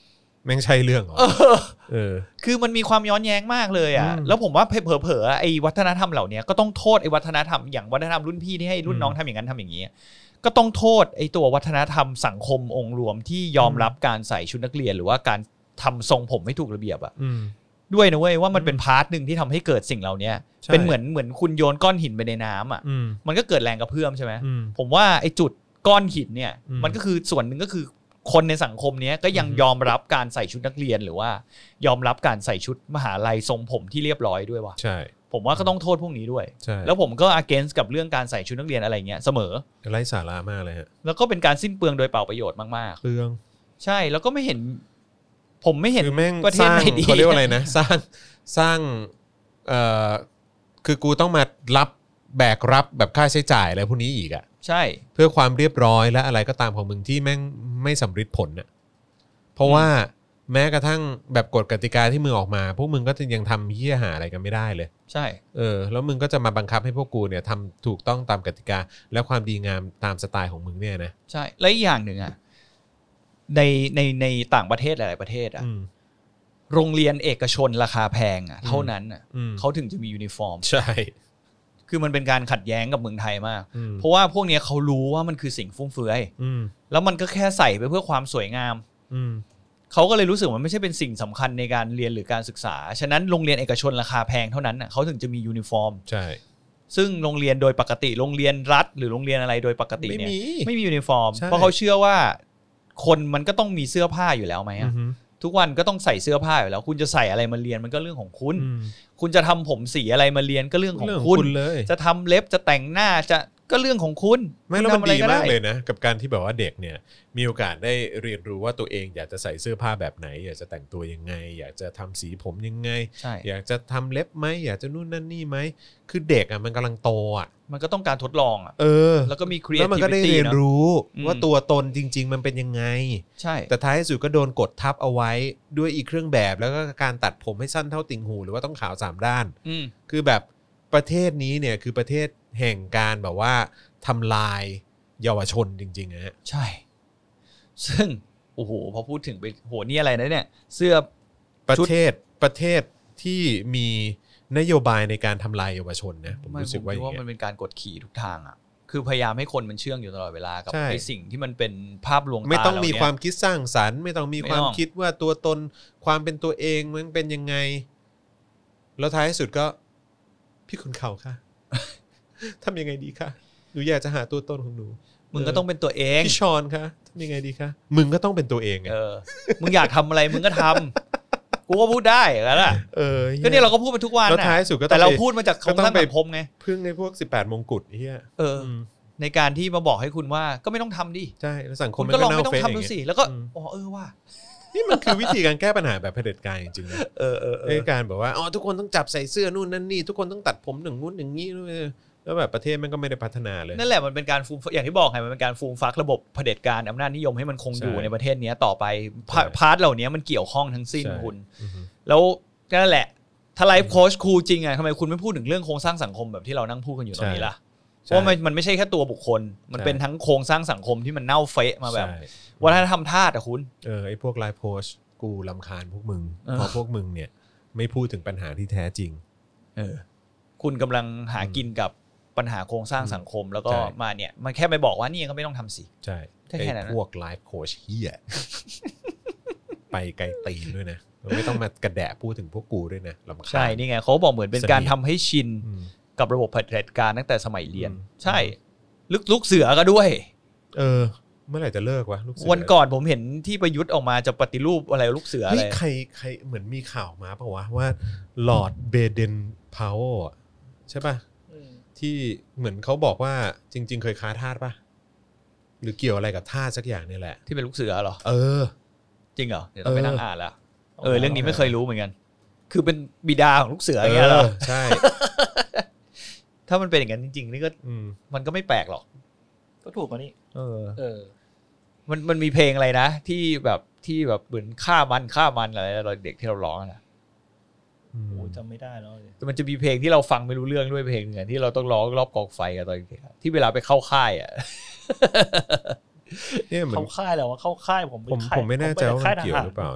แม่งใช่เรื่องเหรอเออคือมันมีความย้อนแย้งมากเลยอ่ะแล้วผมว่าเผลอๆไอ้วัฒนธรรมเหล่านี้ก็ต้องโทษไอ้วัฒนธรรมอย่างวัฒนธรรมรุ่นพี่ที่ให้รุ่นน้องทำอย่างนั้นทำอย่างนี้ก็ต้องโทษไอ้ตัววัฒนธรรมสังคมองค์รวมที่ยอมรับการใส่ชุดนักเรียนหรือว่าการทำทรงผมให้ถูกระเบียบอ่ะด้วยนะเว้ยว่ามันเป็นพาร์ทนึงที่ทำให้เกิดสิ่งเหล่านี้เป็นเหมือนเหมือนคุณโยนก้อนหินไปในน้ำอ่ะมันก็เกิดแรงกระเพื่อมใช่ไหมผมว่าไอ้จุดก้อนหินเนี่ยมันก็คือส่วนหนึ่งก็คือคนในสังคมนี้ก็ยังยอมรับการใส่ชุดนักเรียนหรือว่ายอมรับการใส่ชุดมหาลัยทรงผมที่เรียบร้อยด้วยว่ะใช่ผมว่าก็ต้องโทษพวกนี้ด้วยแล้วผมก็ against กับเรื่องการใส่ชุดนักเรียนอะไรเงี้ยเสมอไร้สาระมากเลยฮะแล้วก็เป็นการสิ้นเปลืองโดยเปล่าประโยชน์มากๆเปลืองใช่แล้วก็ไม่เห็นผมไม่เห็นประเทศไหนดีเขาเรียกว่าอะไรนะสร้างสร้างเอ่อคือกูต้องมารับแบกรับแบบค่าใช้จ่ายอะไรพวกนี้อีกอ่ะใช่เพื่อความเรียบร้อยและอะไรก็ตามของมึงที่แม่งไม่สำฤทธิ์ผลน่ะเพราะว่าแม้กระทั่งแบบกฎกติกาที่มึงออกมาพวกมึงก็จะยังทำเหี้ยหาอะไรกันไม่ได้เลยใช่เออแล้วมึงก็จะมาบังคับให้พวกกูเนี่ยทำถูกต้องตามกติกาและความดีงามตามสไตล์ของมึงเนี่ยนะใช่และอีกอย่างหนึ่งอ่ะในในในต่างประเทศหลายๆประเทศอ่ะโรงเรียนเอกชนราคาแพงอ่ะเท่านั้นอ่ะเขาถึงจะมียูนิฟอร์มใช่คือมันเป็นการขัดแย้งกับเมืองไทยมากเพราะว่าพวกนี้เขารู้ว่ามันคือสิ่งฟุ่มเฟือยแล้วมันก็แค่ใส่ไปเพื่อความสวยงามเขาก็เลยรู้สึกว่ามันไม่ใช่เป็นสิ่งสำคัญในการเรียนหรือการศึกษาฉะนั้นโรงเรียนเอกชนราคาแพงเท่านั้นเขาถึงจะมียูนิฟอร์มใช่ซึ่งโรงเรียนโดยปกติโรงเรียนรัฐหรือโรงเรียนอะไรโดยปกติเนี่ยไม่มียูนิฟอร์มเพราะเขาเชื่อว่าคนมันก็ต้องมีเสื้อผ้าอยู่แล้วไหมอ่ะทุกวันก็ต้องใส่เสื้อผ้าอยู่แล้วคุณจะใส่อะไรมาเรียนมันก็เรื่องของคุณคุณจะทำผมสีอะไรมาเรียนก็เรื่องของคุณจะทำเล็บจะแต่งหน้าจะก็เรื่องของคุณไม่แล้วมันดีมากเลยนะกับการที่แบบว่าเด็กเนี่ยมีโอกาสได้เรียนรู้ว่าตัวเองอยากจะใส่เสื้อผ้าแบบไหนอยากจะแต่งตัวยังไงอยากจะทำสีผมยังไงอยากจะทำเล็บไหมอยากจะนู่นนั่นนี่ไหมคือเด็กอ่ะมันกำลังโตอ่ะมันก็ต้องการทดลองอ่ะเออแล้วก็มี creativity แล้วมันก็ได้เรียนรู้ว่าตัวตนจริงๆมันเป็นยังไงใช่แต่ท้ายสุดก็โดนกดทับเอาไว้ด้วยอีกเครื่องแบบแล้วก็การตัดผมให้สั้นเท่าติ่งหูหรือว่าต้องขาวสามด้านคือแบบประเทศนี้เนี่ยคือประเทศแห่งการแบบว่าทำลายเยาวชนจริงๆนะฮะใช่ซึ่งโอ้โหพอพูดถึงไปโหนี่อะไรนะเนี่ยเสื้อประเทศประเทศที่มีนโยบายในการทำลายเยาวชนนะผมรู้สึกว่าอย่างเงี้ยมันเป็นการกดขี่ทุกทางอ่ะคือพยายามให้คนมันเชื่องอยู่ตลอดเวลากับไอ้สิ่งที่มันเป็นภาพลวงตาไม่ต้องมีความคิดสร้างสรรค์ไม่ต้องมีความคิดว่าตัวตนความเป็นตัวเองมันเป็นยังไงแล้วท้ายสุดก็พี่คุณเขาค่ะทำยังไงดีคะหนูอยากจะหาตัวตนของหนูมึงก็ต้องเป็นตัวเองพี่ชอนคะทำยังไงดีคะมึงก็ต้องเป็นตัวเองไงเออมึงอยากทำอะไรมึงก็ทำกูก็พูดได้แล้วล่ะเออก็เนี่ยเราก็พูดมาทุกวันแล้วท้ายสุดก็แต่เราพูดมาจากโครงสร้างสังคมไงพึ่งในพวกสิบแปดมงกุฎเฮียเออในการที่มาบอกให้คุณว่าก็ไม่ต้องทำดิใช่แล้วสังคมก็ลองไม่ต้องทำดูสิแล้วก็อ๋อเออว่านี่มันคือวิธีการแก้ปัญหาแบบเผด็จการจริงๆนะเออเออในการแบบว่าอ๋อทุกคนต้องจับใส่เสื้อนู่นนั่นนี่ทุกคนต้องตัดผมอย่างงู้นอย่างนี้แล้วแบบประเทศมันก็ไม่ได้พัฒนาเลยนั่นแหละมันเป็นการฟูมอย่างที่บอกไงมันเป็นการฟูมฟักระบบเผด็จการอำนาจนิยมให้มันคงอยู่ในประเทศนี้ต่อไปพาร์ทเหล่านี้มันเกี่ยวข้องทั้งสิ้นคุณแล้วนั่นแหละถ้าไลฟ์โค้ชครูจริงไงทำไมคุณไม่พูดถึงเรื่องโครงสร้างสังคมแบบที่เรานั่งพูดกันอยู่ตรงนี้ล่ะเพราะมันมันไม่ใช่แค่ตัวบุคคลมันเป็นทั้งโครงสร้างสังคมที่มันเน่าเฟะมาแบบวัฒนธรรมทาสอะคุณเออไอ้พวกไลฟ์โค้ชกูรำคาญพวกมึงเพราะพวกมึงเนี่ยไม่พูดถึงปัญหาที่แท้จริงเออคุณกำลังหากินกับปัญหาโครงสร้างสังคมแล้วก็มาเนี่ยมันแค่ไปบอกว่านี่ก็ไม่ต้องทำสิใช่แค่นั้นพวกไลฟ์โค้ชเฮียไปไกลตีนด้วยนะไม่ต้องมากระแดะพูดถึงพวกกูด้วยนะรำคาญใช่นี่ไงเขาบอกเหมือนเป็นการทำให้ชินกับระบบเผด็จการตั้งแต่สมัยเรียนใช่ลึกลุกเสือก็ด้วยเออเมื่อไหร่จะเลิกวะลูกเสือวันก่อนผมเห็นที่ประยุทธ์ออกมาจะปฏิรูปอะไรลูกเสืออะไรใครใครเหมือนมีข่าวมาป่าววะว่าลอร์ดเบเดนพาวเวอร์ใช่ป่ะที่เหมือนเขาบอกว่าจริงๆเคยค้าทาสป่ะหรือเกี่ยวอะไรกับทาสสักอย่างนี่แหละที่เป็นลูกเสือเหรอเออจริงเหรอเดี๋ยวต้องไปนั่งอ่านแล้วเออเรื่องนี้ไม่เคยรู้เหมือนกันคือเป็นบิดาของลูกเสืออย่างเงี้ยเหรอใช่ถ้ามันเป็นอย่างนั้นจริงๆนี่ก็มันก็ไม่แปลกหรอกก็ถูกกว่านี้เออเออมันมันมีเพลงอะไรนะที่แบบที่แบบเหมือนฆ่ามันฆ่ามันอะไรเราเด็กที่เราร้องนะโอ้จำไม่ได้แล้วแต่มันจะมีเพลงที่เราฟังไม่รู้เรื่องด้วยเพลงนึงที่เราต้องร้องรอบกองไฟกันตอนเด็กที่เวลาไปเข้าค่ายอ่ะเนี่ยเหมือนเข้าค่ายแล้วว่าเข้าค่ายผมผมผมไม่แน่ใจว่ามันเกี่ยวหรือเปล่านะ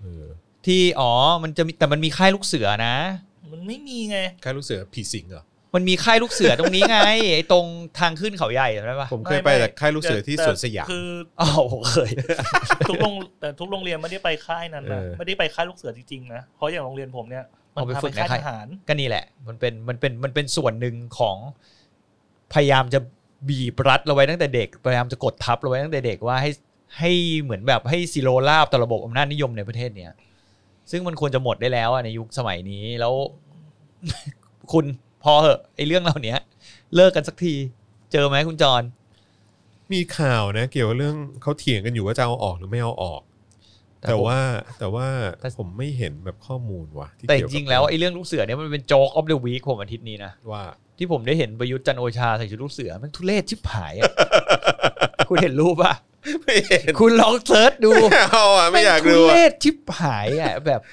เออที่อ๋อมันจะมีแต่มันมีค่ายลูกเสือนะมันไม่มีไงค่ายลูกเสือผีสิงเหรอมันมีค่ายลูกเสือตรงนี้ไงไอ้ตรงทางขึ้นเขาใหญ่ใช่ป่ะผมเคยไปแต่ค่ายลูกเสือที่สวนสยามคืออ๋อผมเคยทุกโรงแต่ทุกโรงเรียนไม่ได้ไปค่ายนั้นนะไม่ได้ไปค่ายลูกเสือจริงๆนะเพราะอย่างโรงเรียนผมเนี่ยมันไปฝึกในค่ายทหารก็นี่แหละมันเป็นมันเป็นมันเป็นส่วนหนึ่งของพยายามจะบีบรัดเราไว้ตั้งแต่เด็กพยายามจะกดทับเราไว้ตั้งแต่เด็กว่าให้ให้เหมือนแบบให้ซิโรราบต่อระบบอำนาจนิยมในประเทศเนี้ยซึ่งมันควรจะหมดได้แล้วในยุคสมัยนี้แล้วคุณพอเหอะไอ้เรื่องเหล่านี้เลิกกันสักทีเจอไหมคุณจรมีข่าวนะเกี่ยวกับเรื่องเขาเถียงกันอยู่ว่าจะเอาออกหรือไม่เอาออกแต่ว่าแต่ว่าผมไม่เห็นแบบข้อมูลว่ะแต่จริงๆแล้วไอ้เรื่องลูกเสือเนี่ยมันเป็นโจ๊กออฟเดอะวีคผมอาทิตย์นี้นะว่าที่ผมได้เห็นประยุทธ์จันทร์โอชาใส่ชุดลูกเสือมันทุเรศชิบหายอ่ะ คุณเห็นรูปป่ะไม่เห็นคุณลองเซิร์ชดูเอาอ่ะไม่อยากดูทุเรศชิบหายอ่ะแบบ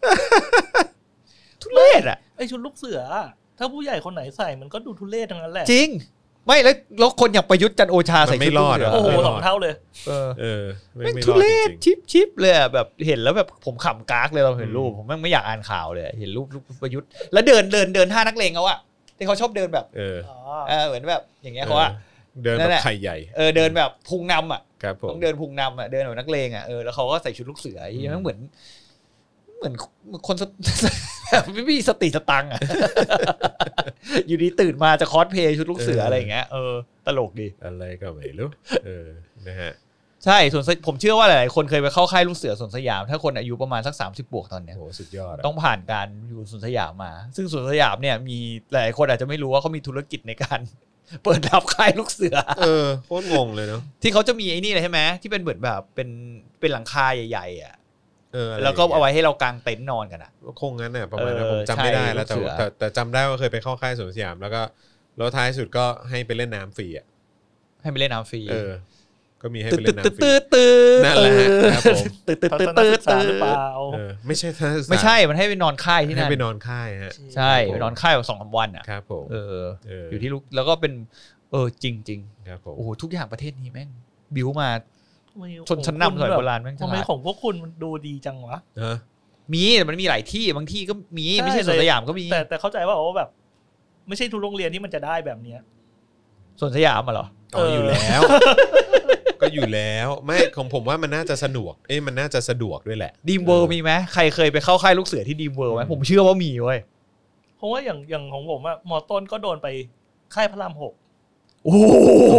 ทุเรศอ่ะไอ้ชุดลูกเสือถ้าผู้ใหญ่คนไหนใส่มันก็ดูทุเรศทั้งนั้นแหละจริงไม่แล้วแล้วคนอย่างประยุทธ์จันทร์โอชาใส่ชุดลูกเสือโอ้โหสองเท่าเลยเออเออไม่ทุเรศชิบชิบเลยอ่ะแบบเห็นแล้วแบบผมขำกากเลยเราเห็นรูปผมไม่อยากอ่านข่าวเลยเห็นรูปประยุทธ์แล้วเดินเดินเดินท่านักเลงเขาอะที่เขาชอบเดินแบบเออเออเหมือนแบบอย่างเงี้ยเขาอะเดินแบบไข่ใหญ่เออเดินแบบพุงนำอะครับผมต้องเดินพุงนำอะเดินแบบนักเลงอะเออแล้วเขาก็ใส่ชุดลูกเสือยังเหมือนเหมือนคนแบบไม่มีสติสตังค์อะอยู่ดีตื่นมาจะคอสเพลย์ชุดลูกเสืออะไรอย่างเงี้ยเออตลกดีอะไรก็ไม่รู้เออนะฮะใช่ส่วนผมเชื่อว่าหลายๆคนเคยไปเข้าค่ายลูกเสือสวนสยามถ้าคนอายุประมาณสักสามสิบบวกตอนเนี้ยโหสุดยอดต้องผ่านการอยู่สวนสยามมาซึ่งสวนสยามเนี่ยมีหลายคนอาจจะไม่รู้ว่าเขามีธุรกิจในการเปิดรับค่ายลูกเสือเออโคตรงงเลยเนาะที่เขาจะมีไอ้นี่เลยใช่ไหมที่เป็นเหมือนแบบเป็นเป็นหลังคาใหญ่ๆอ่ะเออแล้วก็เอาไว้ให้เรากางเต็นท์นอนกันอ่ะคงงั้นน่ะประมาณนั้นผมจำไม่ได้แล้วแต่แต่แต่จำได้ว่าเคยไปเข้าค่ายสวนสยามแล้วก็แล้วท้ายสุดก็ให้ไปเล่นน้ำฟรีอ่ะให้ไปเล่นน้ำฟรีเออก็มีให้ไปเล่นน้ำฟรีนั่นแหละครับผมตื่นตื่นตื่นตื่นตื่นหรือเปล่าไม่ใช่ไม่ใช่มันให้ไปนอนค่ายที่นั่นให้ไปนอนค่ายฮะใช่ไปนอนค่ายแบบสองสามวันอ่ะครับผมเอออยู่ที่ลูกแล้วก็เป็นเออจริงจริงครับผมโอ้โหทุกอย่างประเทศนี้แม่งบิ้วมาชนชั้นนำสมัยโบราณแม่งทำไมของพวกคุณมันดูดีจังวะมีแต่มันมีหลายที่บางที่ก็มีไม่ใช่สวนสยามก็มีแต่แต่เข้าใจว่าว่าแบบไม่ใช่ทุกโรงเรียนที่มันจะได้แบบเนี้ยสวนสยามอ่ะเหรออ๋ออยู่แล้วก็อยู่แล้วไม่ของผมว่ามันน่าจะสะดวกเอ้ยมันน่าจะสะดวกด้วยแหละดีมเวิลด์มีไหมใครเคยไปเข้าค่ายลูกเสือที่ดีมเวิลด์ไหมผมเชื่อว่ามีเว้ยเพราะว่าอย่างอย่างของผมอะมอต้นก็โดนไปค่ายพระรามหกโอ้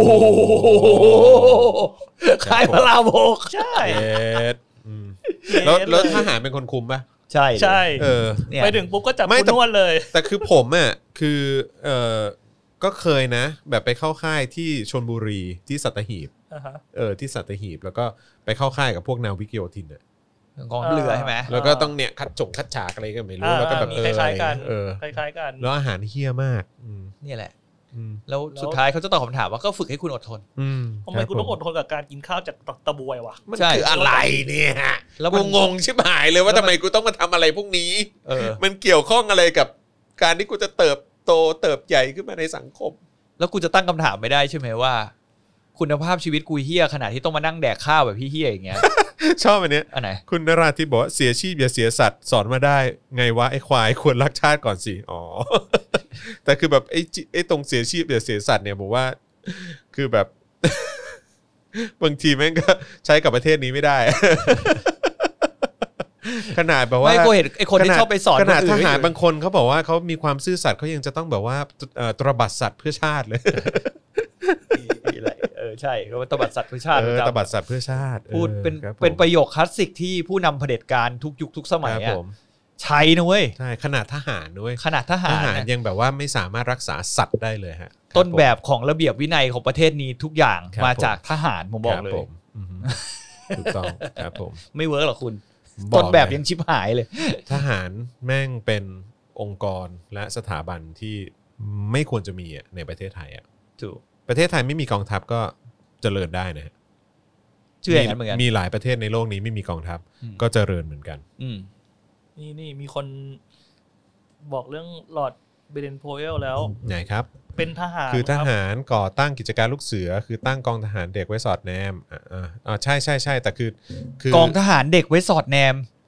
ค่ายพระรามหกใช่แล้วแล้วทหารเป็นคนคุมป่ะใช่ใช่เออไปถึงปุ๊บก็จับผู้นวดเลยแต่คือผมอะคือเออก็เคยนะแบบไปเข้าค่ายที่ชลบุรีที่สัตหีบเออที่สัตหีบแล้วก็ไปเข้าค่ายกับพวกนาวิกโยธินเนี่ยกองเรือใช่ไหมแล้วก็ต้องเนี่ยคัดจงคัดฉากอะไรก็ไม่รู้แล้วก็แบบเออคล้ายๆกันเออคล้ายๆกันแล้วอาหารเฮี้ยมากนี่แหละแล้วสุดท้ายเขาจะตอบคำถามว่าก็ฝึกให้คุณอดทนทำไมคุณต้องอดทนกับการกินข้าวจากตะบวยวะมันคืออะไรเนี่ยแล้วงงชิบหายเลยว่าทำไมกูต้องมาทำอะไรพวกนี้มันเกี่ยวข้องอะไรกับการที่กูจะเติบโตเติบใหญ่ขึ้นมาในสังคมแล้วกูจะตั้งคำถามไม่ได้ใช่ไหมว่าคุณภาพชีวิตกูเฮี้ยขนาดที่ต้องมานั่งแดกข้าวแบบพี่เฮี้ยอย่างเงี้ยชอบอันเนี้ยอันไหนคุณนราธิบบอกว่าเสียชีพอย่าเสียสัตว์สอนมาได้ไงวะไอ้ควายควรรักชาติก่อนสิอ๋อแต่คือแบบไอ้ไอ้ตรงเสียชีพอย่าเสียสัตว์เนี่ยผมว่าคือแบบบางทีแม่งก็ใช้กับประเทศนี้ไม่ได้ขนาดแบบว่าไม่กูเห็นไอ้คนที่ชอบไปสอนขนาดทหารบางคนเขาบอกว่าเขามีความซื่อสัตย์เขายังจะต้องแบบว่าตระบัดสัตว์เพื่อชาติเลยอะไรเออใช่เขาตระบัดสัตว์เพื่อชาติตระบัดสัตว์เพื่อชาติพูดเป็นเป็นประโยคคลาสสิกที่ผู้นำเผด็จการทุกยุคทุกสมัยอ่ะใช่นะเว้ยใช่ขนาดทหารด้วยขนาดทหารทหารยังแบบว่าไม่สามารถรักษาสัตว์ได้เลยฮะต้นแบบของระเบียบวินัยของประเทศนี้ทุกอย่างมาจากทหารผมบอกเลยถูกต้องครับผมไม่เวิร์กหรอกคุณต้นแบบยังชิบหายเลยทหารแม่งเป็นองค์กรและสถาบันที่ไม่ควรจะมีในประเทศไทยอ่ะถูกประเทศไทยไม่มีกองทัพก็เจริญได้นะเชื่ออย่างนั้นเหมือนกันมีหลายประเทศในโลกนี้ไม่มีกองทัพก็เจริญเหมือนกันนี่นี่มีคนบอกเรื่องลอร์ดเบเดนโพเอลแล้วไหนครับเป็นทหารคือทหารก่อตั้งกิจการลูกเสือคือตั้งกองทหารเด็กไว้สอดแนมอ่าอ่าใช่ใช่ใช่แต่คือกองทหารเด็กไว้สอดแนม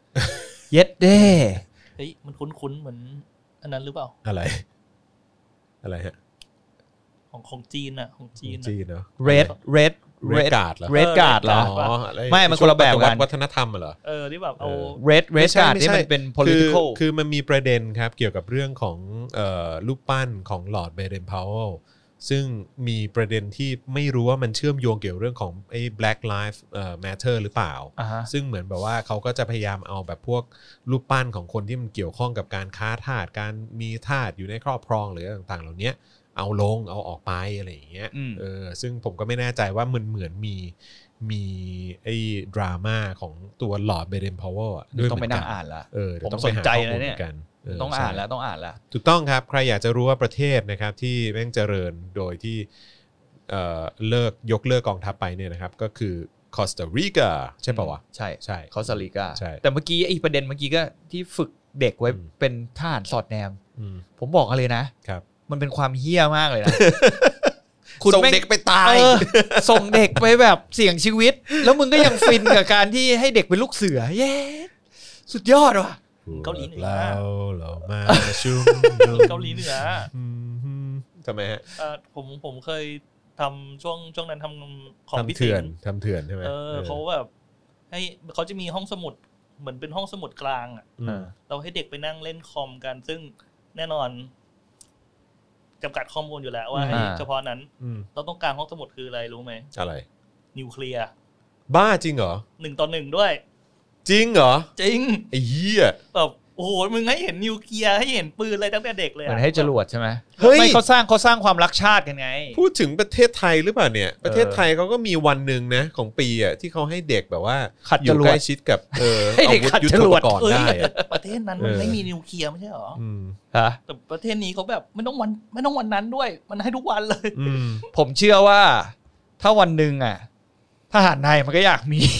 เย็ดเด้เฮ้ยมันคุ้นๆเหมือนอันนั้นหรือเปล่าอะไรอะไรฮะของของจีนอ่ะของจีนจีนเนาะ red red red guard เหรอ red guard เหรอไม่มันคนละแบบกันวัฒนธรรมเหรอเออที่แบบเอา red red guard นี่มันเป็น political คือมันมีประเด็นครับเกี่ยวกับเรื่องของเอ่อรูปปั้นของลอร์ดเบเดนพาวเวลซึ่งมีประเด็นที่ไม่รู้ว่ามันเชื่อมโยงเกี่ยวเรื่องของไอ้ Black Lives Matter หรือเปล่า uh-huh. ซึ่งเหมือนแบบว่าเขาก็จะพยายามเอาแบบพวกรูปปั้นของคนที่มันเกี่ยวข้องกับการค้าทาสการมีทาสอยู่ในครอบครองหรือต่างๆเหล่านี้เอาลงเอาออกไปอะไรอย่างเงี้ยเออซึ่งผมก็ไม่แน่ใจว่ามันเหมือนมีมีไอ้ดราม่าของตัวลอร์ดเบเดนพาวเวลอ่ะด้วยต้องไปนั่งอ่านละเออผมสนใจนะเนี่ยต้องอ่านแล้วต้องอ่านแล้วถูกต้องครับใครอยากจะรู้ว่าประเทศนะครับที่แม่งเจริญโดยที่เอ่อเลิกยกเลิกกองทัพไปเนี่ยนะครับก็คือคอสตาริกาใช่ป่าววะใช่ใช่คอสตาริกาใช่แต่เมื่อกี้ไอ้ประเด็นเมื่อกี้ก็ที่ฝึกเด็กไว้เป็นทหารสอดแนมผมบอกกันเลยนะครับมันเป็นความเหี้ยมากเลยนะคุณส่งเด็กไปตายส่งเด็กไปแบบเสี่ยงชีวิตแล้วมึงก็ยังฟินกับการที่ให้เด็กเป็นลูกเสือเย้สุดยอดว่ะเกาหลีเหนือเราเรามาชุมนุมเกาหลีเหนือทำไมฮะเออผมผมเคยทำช่วงช่วงนั้นทำของพิเศษทำเถื่อนใช่ไหมเออเขาแบบให้เขาจะมีห้องสมุดเหมือนเป็นห้องสมุดกลางอ่ะเราให้เด็กไปนั่งเล่นคอมกันซึ่งแน่นอนจำกัดข้อมูลอยู่แล้วว่าเฉพาะนั้นเราต้องการห้องสมุดคืออะไรรู้ไหมอะไรนิวเคลียร์บ้าจริงเหรอหนึ่งต่อหนึ่งด้วยจริงเหรอจริงไอ้เหี้ยแบบโอ้โหมึงให้เห็นนิวเคลียร์ให้เห็นปืนอะไรตั้งแต่เด็กเลยเหมือนให้จรวดใช่ไหมไม่เขาสร้างเขาสร้างความรักชาติกันไงพูดถึงประเทศไทยหรือเปล่าเนี่ยประเทศไทยเขาก็มีวันหนึ่งนะของปีอ่ะที่เขาให้เด็กแบบว่าอยู่ใกล้ชิดกับเอออาวุธยุทโธปกรณ์ได้ประเทศนั้นมันไม่มีนิวเคลียร์ไม่ใช่หรอแต่ประเทศนี้เขาแบบไม่ต้องวันไม่ต้องวันนั้นด้วยมันให้ทุกวันเลยผมเชื่อว่าถ้าวันหนึ่งอ่ะทหารไทยมันก็อยากมี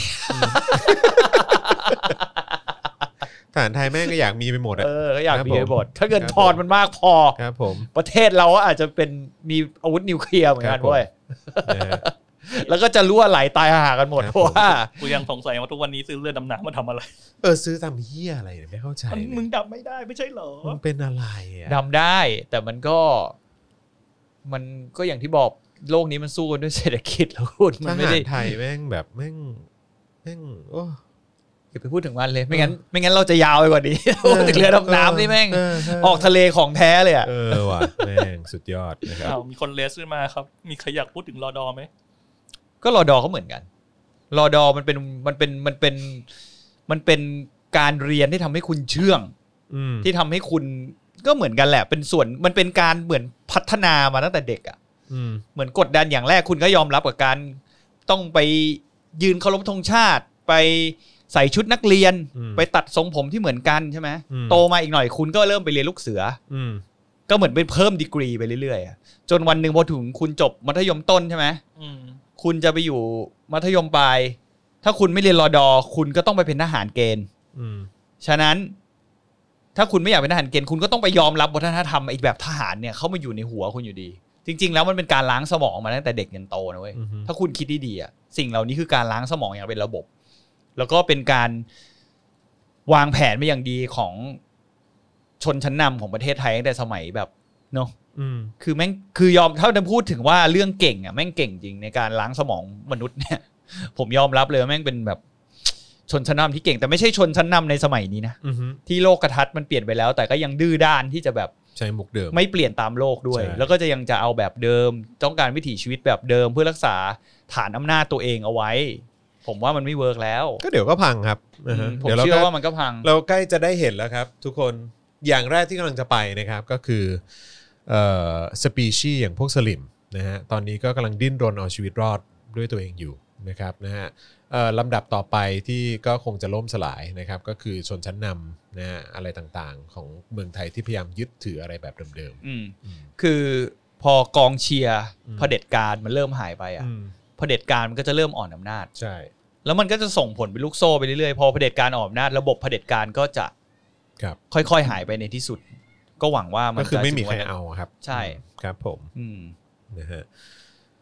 ทหารไทยแม่งก็อยากมีไปหมดอ่ะเออก็อยากมีไปหมดถ้าเกิดทอนมันมากพอครับผมประเทศเราก็อาจจะเป็นมีอาวุธนิวเคลียร์เหมือนกันด้วยแล้วก็จะรั่วไหลตายหากันหมดเพราะว่ากูยังสงสัยว่าทุกวันนี้ซื้อเรือดำน้ำมาทำอะไรเออซื้อทำเหี้ยอะไรเนี่ยไม่เข้าใจมึงดำไม่ได้ไม่ใช่เหรอมันเป็นอะไรอ่ะดำได้แต่มันก็มันก็อย่างที่บอกโลกนี้มันสู้กันด้วยเศรษฐกิจแล้วคุณมันไม่ได้ไทยแม่งแบบแม่งแม่งโอ้อย่าไปพูดถึงมันเลยไม่งั้นไม่งั้นเราจะยาวไปกว่านี้ถึงเรือดำน้ำนี่แม่งออกทะเลของแท้เลยอ่ะเออว่ะแม่งสุดยอดนะครับมีคนเลสขึ้นมาครับมีใครอยากพูดถึงรอดอไหมก็รอดอเขาเหมือนกันรอดอมันเป็นมันเป็นมันเป็นมันเป็นการเรียนที่ทำให้คุณเชื่องที่ทำให้คุณก็เหมือนกันแหละเป็นส่วนมันเป็นการเหมือนพัฒนามาตั้งแต่เด็กอ่ะเหมือนกดดันอย่างแรกคุณก็ยอมรับกับการต้องไปยืนเคารพธงชาติไปใส่ชุดนักเรียนไปตัดทรงผมที่เหมือนกันใช่ไหมโตมาอีกหน่อยคุณก็เริ่มไปเรียนลูกเสือก็เหมือนเป็นเพิ่มดีกรีไปเรื่อยๆจนวันหนึ่งพอถึงคุณจบมัธยมต้นใช่ไหมคุณจะไปอยู่มัธยมปลายถ้าคุณไม่เรียนรอดอคุณก็ต้องไปเป็นทหารเกณฑ์ฉะนั้นถ้าคุณไม่อยากเป็นทหารเกณฑ์คุณก็ต้องไปยอมรับวัฒนธรรมไอ้แบบทหารเนี่ยเข้ามาอยู่ในหัวคุณอยู่ดีจริงๆแล้วมันเป็นการล้างสมองมาตั้งแต่เด็กยันโตนะเว้ยถ้าคุณคิดดีๆอ่ะสิ่งเหล่านี้คือการล้างสมองอย่างเป็นระบบแล้วก็เป็นการวางแผนมาอย่างดีของชนชั้นนำของประเทศไทยตั้งแต่สมัยแบบเนาะคือแม่งคือยอมถ้าจะพูดถึงว่าเรื่องเก่งอ่ะแม่งเก่งจริงในการล้างสมองมนุษย์เนี่ยผมยอมรับเลยว่าแม่งเป็นแบบชนชั้นนำที่เก่งแต่ไม่ใช่ชนชั้นนำในสมัยนี้นะที่โลกทัศน์มันเปลี่ยนไปแล้วแต่ก็ยังดื้อด้านที่จะแบบใช้มุกเดิมไม่เปลี่ยนตามโลกด้วยแล้วก็จะยังจะเอาแบบเดิมต้องการวิถีชีวิตแบบเดิมเพื่อรักษาฐานอำนาจตัวเองเอาไว้ผมว่ามันไม่เวิร์กแล้วก็เดี๋ยวก็พังครับผมเชื่อว่ามันก็พังเราใกล้จะได้เห็นแล้วครับทุกคนอย่างแรกที่กำลังจะไปนะครับก็คือเอ่อสปีชีส์อย่างพวกสลิมนะฮะตอนนี้ก็กำลังดิ้นรนเอาชีวิตรอดด้วยตัวเองอยู่นะครับนะฮะลำดับต่อไปที่ก็คงจะล่มสลายนะครับก็คือชนชั้นนำนะฮะอะไรต่างๆของเมืองไทยที่พยายามยึดถืออะไรแบบเดิมๆคือพอกองเชียร์เผด็จการมันเริ่มหายไปอ่ะเผด็จการมันก็จะเริ่มอ่อนอำนาจใช่แล้วมันก็จะส่งผลเป็นลูกโซ่ไปเรื่อยๆพอเผด็จการอ่อนอำนาจระบบเผด็จการก็จะค่อยๆหายไปในที่สุดก็หวังว่ามันก็คือไม่มีใครเอาครับใช่ครับผมนะฮะ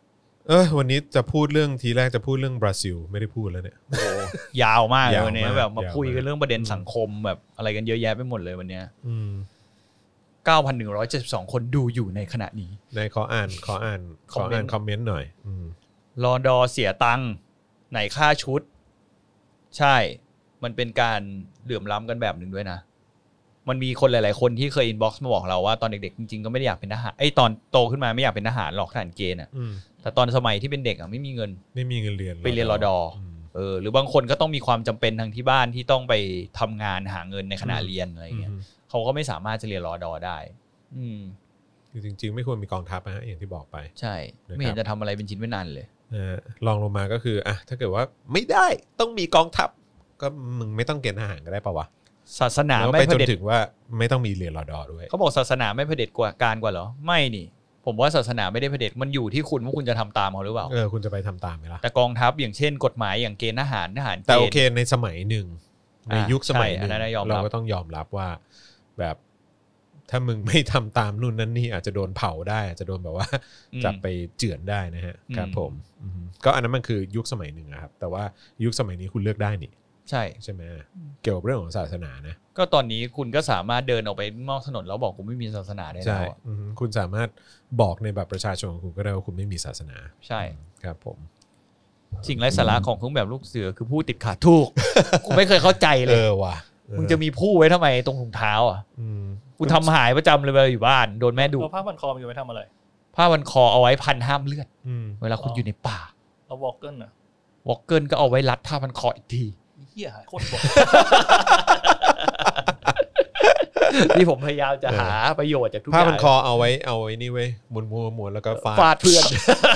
เออวันนี้จะพูดเรื่องทีแรกจะพูดเรื่องบราซิลไม่ได้พูดแล้วเนี่ยโอ้ยาวมากเลยยาววันนี้มากแบบมาคุยยาวมากกันเรื่องประเด็นสังคมแบบอะไรกันเยอะแยะไปหมดเลยวันเนี้ยอืมเก้าพันหนึ่งร้อยเจ็ดสิบสอง คนดูอยู่ในขณะนี้ในขออ่านขออ่านขออ่านคอมเมนต์หน่อยอืมรอดอเสียตังค์ไหนค่าชุดใช่มันเป็นการเหลื่อมล้ำกันแบบหนึ่งด้วยนะมันมีคนหลายๆคนที่เคยอินบ็อกซ์มาบอกเราว่าตอนเด็กๆจริงๆก็ไม่ได้อยากเป็นทหารไอ้ตอนโตขึ้นมาไม่อยากเป็นทหารหรอกทหารเกณฑ์อ่ะอืมแต่ตอนสมัยที่เป็นเด็กอ่ะไม่มีเงินไม่มีเงินเรียนไปเรียนรอดอมเออหรือบางคนก็ต้องมีความจำเป็นทางที่บ้านที่ต้องไปทำงานหาเงินในขณะอืมเรียนอะไรเงี้ยอืมเขาก็ไม่สามารถจะเรียนรอดอได้ อืมคือจริงๆไม่ควรมีกองทัพนะฮะอย่างที่บอกไปใช่นะครับไม่เห็นจะทำอะไรเป็นชิ้นเป็นอันเลยเออลองลงมาก็คืออ่ะถ้าเกิดว่าไม่ได้ต้องมีกองทัพก็มึงไม่ต้องเกณฑ์ทหารก็ได้ปะวะศาสนาแล้วไม่ไปเผจนด็จถึงว่าไม่ต้องมีเรียนรอดอด้วยเขาบอกศาสนาไม่เผด็จกว่าการกว่าเหรอไม่นี่ ผมว่าศาสนาไม่ได้เผด็จมันอยู่ที่คุณว่าคุณจะทำตามเขาหรือเปล่าเออคุณจะไปทำตามไหมล่ะแต่กองทัพอย่างเช่นกฎหมายอย่างเกณฑ์ทหารทหารเกแต่โอณฑ์เคในสมัยหนึ่งในอ่ะยุคสมัยหใช่อันึ่นงนั้นยอมรับเราก็ต้องยอมรับว่าแบบถ้ามึงไม่ทำตามนู่นนั่นนี่อาจจะโดนเผาได้อาจจะโดนแบบว่าอืมจับไปเจือนได้นะฮะอืมครับผมอืมก็อันนั้นมันคือยุคสมัยหนึ่งอะครับแต่ว่ายุคสมัยนี้คุณเลือกได้นี่ใช่ใช่ไหมเกี่ยวกับเรื่องของศาสนานะก็ตอนนี้คุณก็สามารถเดินออกไปนอกถนนแล้วบอกคุณไม่มีศาสนาได้ใช่แล้วอะอืมคุณสามารถบอกในบัตรประชาชนของคุณก็ได้ว่าคุณไม่มีศาสนาใช่ครับผมสิ่งไร้สาระของเครื่องแบบลูกเสือคือผู้ติดขาถูก กูไม่เคยเข้าใจเลเอย อว่ะเออมึงจะมีผู้ไว้ทำไมตรงถุงเท้าอ่ะอืมกูทำหายประจำเลยเวลาอยู่บ้านโดนแม่ดุเราผ้าพันคอมันอยู่ไว้ทำอะไรผ้าพันคอเอาไว้พันห้ามเลือดอืมเวลาคุณอยู่ในป่าเราวอลเกิลน่ะวอลเกิลก็เอาไว้รัดผ้าพันคออีกทีเฮียหายโคตรบอกที่ผมพยายามจะหาประโยชน์จากทุกอผ้าย่างพันคอเอาไว้เอาไว้นี่เว้ยหมุนม้วนม้วนแล้วก็ฟาดฟาดเพื่อน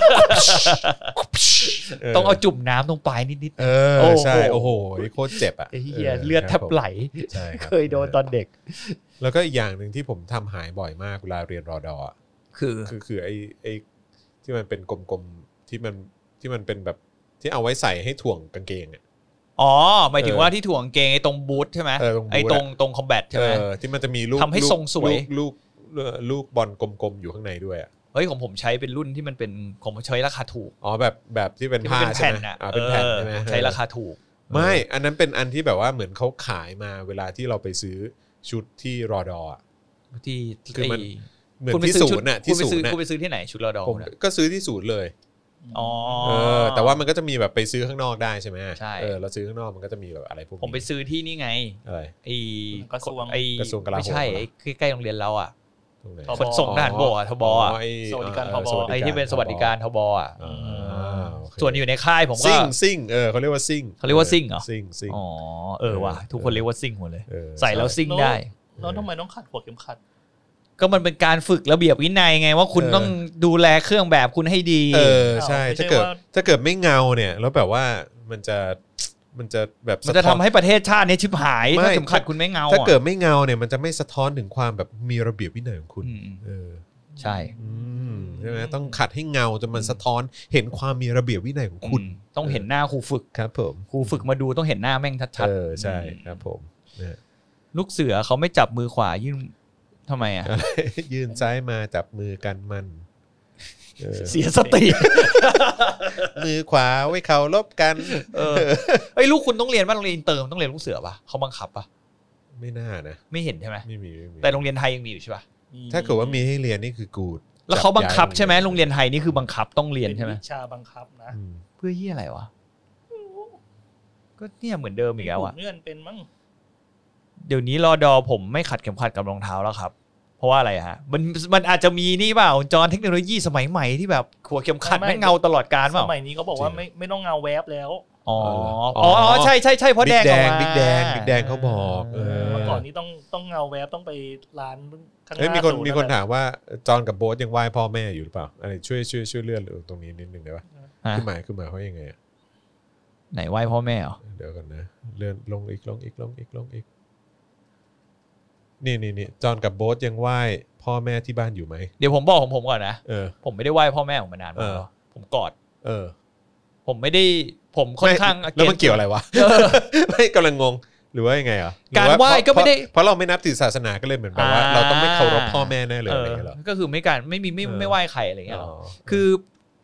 เต้องเอาจุ่มน้ำตรงปลายนิดเอโอ้อโหใช่โอ้โหโคตรเจ็บอ่ะๆไอ้เหี้ยเลือดแทบไหลใช่รับเคยโดนตอนเด็กแล้วก็อีกอย่างหนึ่งที่ผมทำหายบ่อยมากเวลาเรียนรอดอะคือคือคือไอ้ไอ้ที่มันเป็นกลมๆที่มันที่มันเป็นแบบที่เอาไว้ใส่ให้ถ่วงกางเกงอ่ะอ๋อหมายถึงเออว่าที่ถ่วงเกงไอ้ตรงบูทใช่ไหมเออตรงบูทไอ้ตรงตรงคอมแบทใช่ไหมเออที่มันจะมีลูกทำให้ทรงสวยลูกลูกลูกบอลกลมๆอยู่ข้างในด้วยอ่ะเฮ้ยของผมใช้เป็นรุ่นที่มันเป็นผมใช้ราคาถูกอ๋อแบบแบบที่เป็นที่ผ้ามันเป็นใช่แผ่นไหมอ่ะอ่าเป็นแผ่นใช่ไหมเออใช้ราคาถูกไม่อันนั้นเป็นอันที่แบบว่าเหมือนเขาขายมาเวลาที่เราไปซื้อชุดที่รอดอะที่คือมันไเหมือนคุณไปที่ซื้อศูชุดนย์น่ะคุที่ณไปศูซื้อนย์น่ะคุณไปซื้อที่ไหนชุดรอดอผมเนี่ยก็ซื้อที่ศูนย์เลยอ๋อเออแต่ว่ามันก็จะมีแบบไปซื้อข้างนอกได้ใช่ไหมใช่เออเราซื้อข้างนอกมันก็จะมีแบบอะไรพวกนี้ผมไปซื้อที่นี่ไงอะไรไอ้กระทรวงไอ้กระทรวงกลาโหมไม่ใช่ไอ้ใกล้ๆโรงเรียนเราอ่ะตรงไหนทบขนส่งทหารบกอ่ะทบอ่ะไอ้สวัสดิการเออทบสวัสดิไอ้ที่เป็นสวัสดิการทบอ่ะอ่าโอเคส่วนอยู่ในค่ายผมก็ซิ่งซิ่งเออเขาเรียกว่าซิ่งเขาเรียกว่าซิ่งเหรอซิ่งซิ่งอ๋อเออว่ะทุกคนเรียกว่าซิ่งหมดเลยเออใส่แล้วซิ่งได้แล้วทำไมต้องขัดหัวเข็มขัดก็มันเป็นการฝึกระเบียบวินัยไงว่าคุณต้องดูแลเครื่องแบบคุณให้ดีเออใช่ไม่ใช่ถ้าเกิดว่าถ้าเกิดไม่เงาเนี่ยแล้วแบบว่ามันจะมันจะแบบมันจะทำให้ประเทศชาตินี้ชิบหายไม่ถ้าเข็มขัดคุณไม่เงาถ้าอะเกิดไม่เงาเนี่ยมันจะไม่สะท้อนถึงความแบบมีระเบียบวินัยของคุณอืมเออใช่อืมใช่ไหมต้องขัดให้เงาจนมันสะท้อนเห็นความมีระเบียบวินัยของคุณอืมต้องเห็นหน้าครูฝึกครับผมครูฝึกมาดูต้องเห็นหน้าแม่งชัดเออๆใช่อืมครับผมนะลูกเสือเขาไม่จับมือขวายื่นทำไมอ่ะอะไร ยืนซ้ายมาจับมือกันมันเออเสียสติมือขวาไว้เขาลบกันเออไอ้ยลูกคุณต้องเรียนว่าโรงเรียนอินเตอร์มันต้องเรียนลูกเสือป่ะเขาบังคับป่ะไม่น่านะไม่เห็นใช่ไหมไม่มีไม่มีแต่โรงเรียนไทยยังมีอยู่ใช่ป่ะถ้าเกิดว่ามีให้เรียนนี่คือกูแล้วเขาบังคับใช่ไหมจัย้ายโรงเรียนไทยนี่คือบังคับต้องเรียนใช่ไหมวิชาบังคับนะอืมเพื่อที่อะไรวะก็เนี่ยเหมือนเดิมอีกแล้วอะเงื่อนเป็นมั้งเดี๋ยวนี้รอดอผมไม่ขัดเข็มขัดกับรองเท้าแล้วครับ เพราะว่าอะไรฮะมันมันอาจจะมีนี่เปล่าจอเทคโนโลยีสมัยใหม่ที่แบบหัวเข็มขัดไม่เงาตลอดการเปสล่ามัยนี้เขาบอกว่าไม่ไม่ต้องเงาแวบแล้วอ๋ออ๋อใช่ใช่ใช่เพราะแดงบิ๊กแดงออกมาบิ๊กแดงบิ๊กแดงเขาบอกเออเมื่อก่อนนี้ต้องต้องเงาแวบต้องไปร้านข้างหเฮ้ยน้ามีคนศูย์มีคนแหละถามว่าจอห์นกับโบ๊ทยังไหว้พ่อแม่อยู่หรือเปล่าอะไรช่วยช่วยช่วยเลื่อนตรงนี้นิดนึงได้ปะฮะคือหมายคือหมายเขายังไงอะไหนไหว้พ่อแม่เหรอเดี๋ยวก่อนนะเลื่อนลงอีกลงอีกลงอีกลงอีกนี่นี่นี่จอห์นกับโบ๊ทยังไหว้พ่อแม่ที่บ้านอยู่ไหมเดี๋ยวผมบอกของผมก่อนนะเออผมไม่ได้ไหว้พ่อแม่ผมมานานมากเออแล้วผมกอดเออผมไม่ได้ผมค่อนข้างไม่แล้วมันเกี่ยวอะไรวะเออไม่กำลังงงหรือว่ายังไงอ่ะการไหว้ก็ไม่ได้เพราะเราไม่นับถือศาสนาก็เลยเหมือนแบบว่าอ่าเราต้องไม่เคารพพ่อแม่แน่เลยเออะไรออย่างเงี้ยเหรอก็คือไม่การไม่มีไม่เออไม่ไหว้ใครอะไรเงี้ยหรออ๋อคือ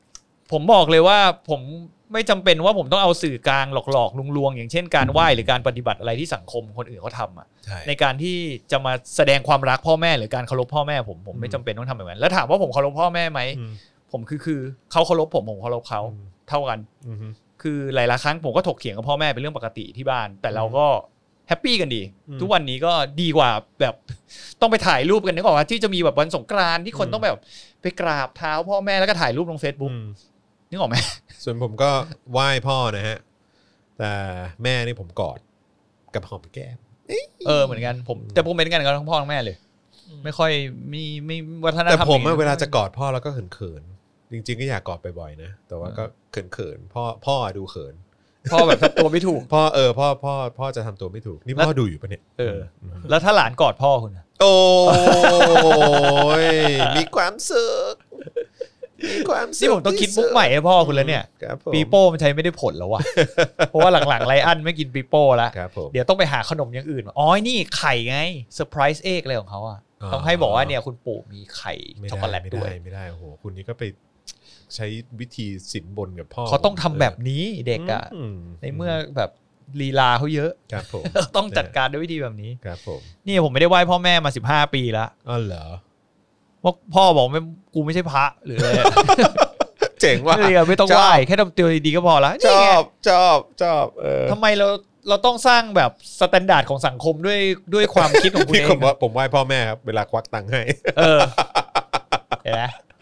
ผมบอกเลยว่าผมไม่จำเป็นว่าผมต้องเอาสื่อกลางหลอกๆลวงๆอย่างเช่นการไหว้หรือการปฏิบัติอะไรที่สังคมคนอื่นเขาทำอ่ะใช่ในการที่จะมาแสดงความรักพ่อแม่หรือการเคารพพ่อแม่ผมผมไม่จำเป็นต้องทำแบบนั้นแล้วถามว่าผมเคารพพ่อแม่ไหมผมคือคือเขาเคารพผมผมเคารพเขาเท่ากันคือหลายๆครั้งผมก็ถกเถียงกับพ่อแม่เป็นเรื่องปกติที่บ้านแต่เราก็แฮปปี้กันดีทุกวันนี้ก็ดีกว่าแบบต้องไปถ่ายรูปกันนึกออกว่าที่จะมีแบบวันสงกรานต์ที่คนต้องแบบไปกราบเท้าพ่อแม่แล้วก็ถ่ายรูปลง Facebook นึกออกไหมส่วนผมก็ไหว้พ่อนะฮะแต่แม่นี่ผมกอดกับหอมแก้มเออเหมือนกันผมแต่ผมเป็นกันกับทั้งพ่อทั้งแม่เลยไม่ค่อยมีไม่วัฒนธรรมแต่ผมเวลาจะกอดพ่อแล้วก็เขินๆจริงๆก็อยากกอดบ่อยๆนะแต่ว่าก็เขินๆพ่อพ่อดูเขินพ่อแบบทำตัวไม่ถูกพ่อเออพ่อพ่อพ่อจะทำตัวไม่ถูกนี่พ่อดูอยู่ปะเนี่ยเออแล้วถ้าหลานกอดพ่อคุณโอ้ยมีความสุขมีความสุขนี่ผมต้องคิดมุกใหม่ให้พ่อคุณแล้วเนี่ยปีโป้มันใช้ไม่ได้ผลแล้วว่ะเพราะว่าหลังๆไลอ้อนไม่กินปีโป้แล้วเดี๋ยวต้องไปหาขนมอย่างอื่นอ๋อนี่ไข่ไงเซอร์ไพรส์เอ็กอะไรของเขาอ่ะต้องให้บอกว่าเนี่ยคุณปู่มีไข่ช็อกโกแลตด้วยไม่ได้โอ้โหคุณนี่ก็ไปใช้วิธีสินบนกับพ่อเขาต้องทำแบบนี้เด็กอ่ะในเมื่อแบบลีลาเขาเยอะครับผมต้องจัดการด้วยวิธีแบบนี้ครับผมนี่ผมไม่ได้ไหว้พ่อแม่มาสิบห้าปีแล้วอ๋อเหรอว่าพ่อบอกไม่กูไม่ใช่พระหรืออะไรเจ๋งว่ะไม่ต้องไหว้แค่ทำตัวดีๆก็พอละชอบชอบชอบเออทำไมเราเราต้องสร้างแบบสแตนดาร์ดของสังคมด้วยด้วยความคิดของคุณเองผมว่าผมไหว้พ่อแม่ครับเวลาควักตังค์ให้เออเห็นไหม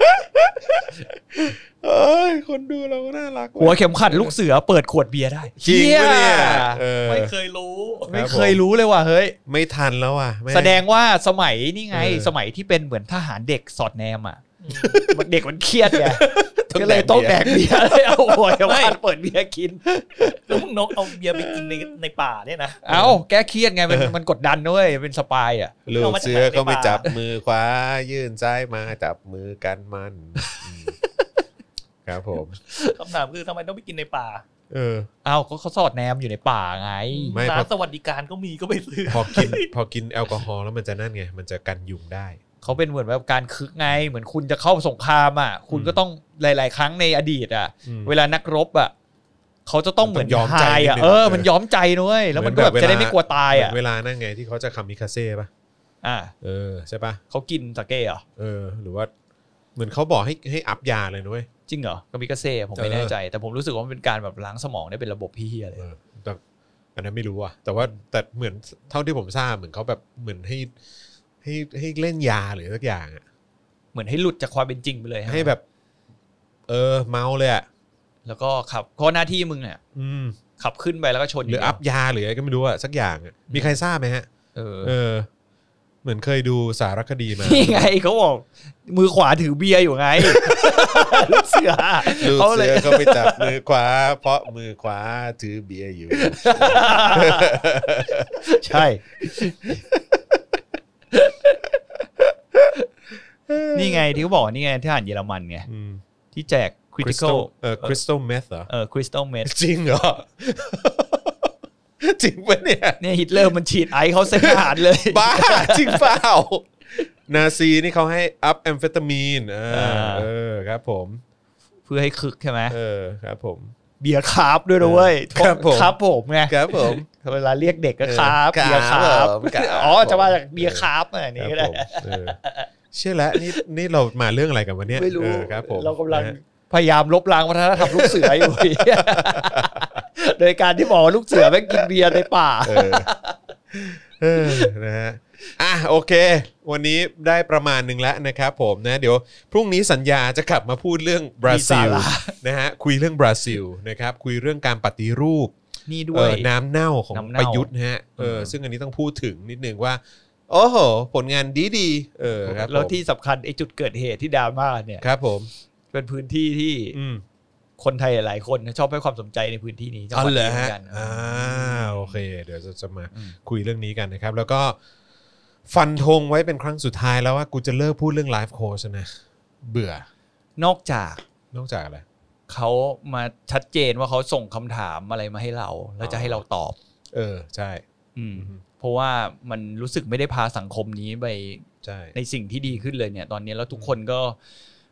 เอ้ยคนดูเราน่ารักหัวเข็มขัดลูกเสือเปิดขวดเบียร์ได้จริงปะเนี่ยไม่เคยรู้ไม่เคยรู้เลยว่ะเฮ้ยไม่ทันแล้วว่ะแสดงว่าสมัยนี่ไงสมัยที่เป็นเหมือนทหารเด็กสอดแนมอ่ะเด็กมันเครียดไงก็เลยต้องแดกเบียร์เลยเอาหัวเข็มขัดเปิดเบียร์กินแล้วมึงนกเอาเบียร์ไปกินในในป่าเนี่ยนะเอ้าแก้เครียดไงมันมันกดดันด้วยเป็นสปายอ่ะลูกเสือก็ไม่จับมือขวายื่นซ้ายมาจับมือกันมันครับผมคำถามคือทำไมต้องไปกินในป่าเออเอาก็เขาสอดแนมอยู่ในป่าไงร้านสวัสดิการก็มีก็ไปซื้อพอกินพอกินแอลกอฮอล์แล้วมันจะนั่นไงมันจะกันยุงได้เขาเป็นเหมือนแบบการคึกไงเหมือนคุณจะเข้าสงครามอ่ะคุณก็ต้องหลายๆครั้งในอดีตอ่ะเวลานักรบอ่ะเขาจะต้องเหมือนยอมใจอ่ะเออมันยอมใจด้วยแล้วมันก็แบบจะได้ไม่กลัวตายอ่ะเวลานั่นไงที่เขาจะคามิคาเซ่ป่ะอ่าเออใช่ป่ะเขากินสเก้เหรอเออหรือว่าเหมือนเขาบอกให้ให้อัพยาเลยนุ้ยจริงเหรอคามิคาเซ่ผมไม่แน่ใจแต่ผมรู้สึกว่ามันเป็นการแบบล้างสมองได้เป็นระบบพี่อะไรแต่อันนั้นไม่รู้อ่ะแต่ว่าแต่เหมือนเท่าที่ผมทราบเหมือนเขาแบบเหมือนให้ให้ให้เล่นยาหรือสักอย่างอ่ะเหมือนให้หลุดจากความเป็นจริงไปเลยให้แบบเออเมาเลยอ่ะแล้วก็ขับข้อหน้าที่มึงเนี่ยขับขึ้นไปแล้วก็ชนหรืออัพยาหรืออะไรก็ไม่รู้อ่ะสักอย่างอ่ะมีใครทราบไหมฮะเออเออเหมือนเคยดูสารคดีมานี่ไงเขาบอกมือขวาถือเบียร์อยู่ไงลูกเสือลูกเสือเขาไปจับมือขวาเพราะมือขวาถือเบียร์อยู่ใช่นี่ไงที่เขาบอกนี่ไงที่อ่านเยอรมันไงที่แจก critical เออ crystal meth เหรอเออ crystal meth จริงเหรอจริงปะเนี่ยเนี่ยฮิตเลอร์มันฉีดไอเขาเส้นอาหารเลยบ้าจริงเปล่านาซีนี่เขาให้อัพแอมเฟตามีนเออเออครับผมเพื่อให้คึกใช่ไหมเออครับผมเบียร์คาร์บด้วยนะเว้ยครับผมครับผมไงครับผมเวลาเรียกเด็กก็คาร์บเบียร์คาร์บอ๋อจะมาจากเบียร์คาร์บอะไรนี้ก็ได้เชื่อแล้วนี่นี่เรามาเรื่องอะไรกันวันนี้ไม่รู้ครับผมเรากำลังพยายามลบล้างวัฒนธรรมลูกเสืออยู่โดยการที่บอกว่าลูกเสือแม่งกินเบียร์ในป่าเออนะฮะอ่ะโอเควันนี้ได้ประมาณนึงแล้วนะครับผมนะเดี๋ยวพรุ่งนี้สัญญาจะกลับมาพูดเรื่องบราซิลนะฮะคุยเรื่องบราซิลนะครับคุยเรื่องการปฏิรูปนี่ด้วยน้ำเน่าของประยุทธ์นะฮะเออซึ่งอันนี้ต้องพูดถึงนิดนึงว่าโอ้โหผลงานดีๆเออครับแล้วที่สำคัญไอ้จุดเกิดเหตุที่ดราม่าเนี่ยครับผมเป็นพื้นที่ที่คนไทยหลายคนชอบให้ความสนใจในพื้นที่นี้จังหวัดนี้เหมือนกันอ่าโอเคเดี๋ยวจะมาคุยเรื่องนี้กันนะครับแล้วก็ฟันธงไว้เป็นครั้งสุดท้ายแล้วว่ากูจะเลิกพูดเรื่องไลฟ์โค้ชนะเบื่อนอกจากนอกจากอะไรเขามาชัดเจนว่าเขาส่งคำถามอะไรมาให้เราแล้วจะให้เราตอบเออใช่เพราะว่ามันรู้สึกไม่ได้พาสังคมนี้ไปใช่ในสิ่งที่ดีขึ้นเลยเนี่ยตอนนี้แล้วทุกคนก็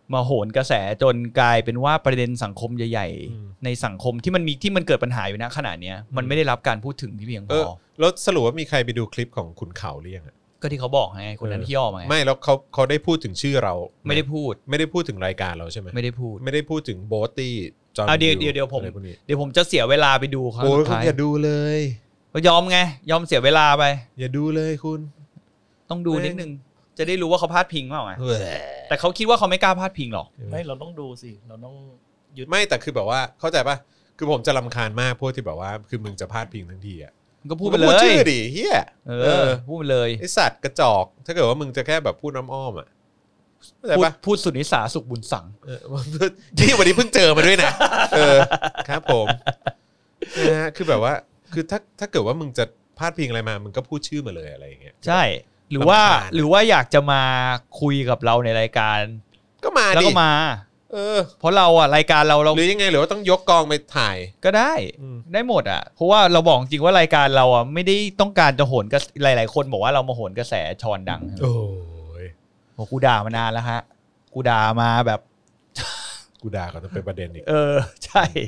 มาโหนกระแสจนกลายเป็นว่าประเด็นสังคมใหญ่ๆในสังคมที่มันมีที่มันเกิดปัญหาอยู่ณขณะเนี้ยมันไม่ได้รับการพูดถึงที่เพียงพเอออแล้วสรุปว่ามีใครไปดูคลิปของคุณเขาหรือยังอะก็ที่เขาบอกไงคนนั้นที่ย่อมาไงไม่แล้วเขาเขาได้พูดถึงชื่อเราไม่ได้พูดไม่ได้พูดถึงรายการเราใช่ไหมไม่ได้พูดไม่ได้พูดถึงโบทตี้จอห์นเอาเดี๋ยววิเดี๋ยวเดี๋ยวผมอะไรพวกนี้เดี๋ยวผมจะเสียเวลาไปดูครั้งโอ้ยสุดคุณท้ายอย่าดูเลยก็ยอมไงยอมเสียเวลาไปอย่าดูเลยคุณต้องดูนิดนึงจะได้รู้ว่าเขาพลาดพิงเปล่าไงเว้ยแต่เขาคิดว่าเขาไม่กล้าพลาดพิงหรอกไม่เราต้องดูสิเราต้องยึดไม่แต่คือแบบว่าเข้าใจป่ะคือผมจะรำคาญมากพวกที่แบบว่าคือมึงจะพลาดพิงทั้งทีอ่ะมันก็พูดไปเลยมึงชื่อดิเฮียเอเอออพูดไปเลยไอสัตว์กระจอก ถ้าเกิดว่ามึงจะแค่แบบพูดอ้อมๆอ่ะเข้าใจพูดป่ะพูดสุดนิสาสุขบุญสังเออที่วันนี้เพิ่งเจอมาด้วยนะเออครับผมนะฮะคือแบบว่าคือถ้าถ้าเกิดว่ามึงจะพลาดพิงอะไรมามึงก็พูดชื่อมาเลยอะไรอย่างเงี้ยใช่ หรือว่ารำคาญหรือว่าอยากจะมาคุยกับเราในรายการก็มาแล้วดิก็มาเออเพราะเราอ่ะรายการเราเราหรือยังไงหรือว่าต้องยกกองไปถ่ายก็ได้อืมได้หมดอ่ะเพราะว่าเราบอกจริงว่ารายการเราอ่ะไม่ได้ต้องการจะโหนกระหลาย ๆ คนบอกว่าเรามาโหนกระแสชอนดังโอ้ยโอ้กูด่ามานานแล้วฮะกูด่ามาแบบกูด่าก่อนต้องเป็นประเด็นอีกเออใช่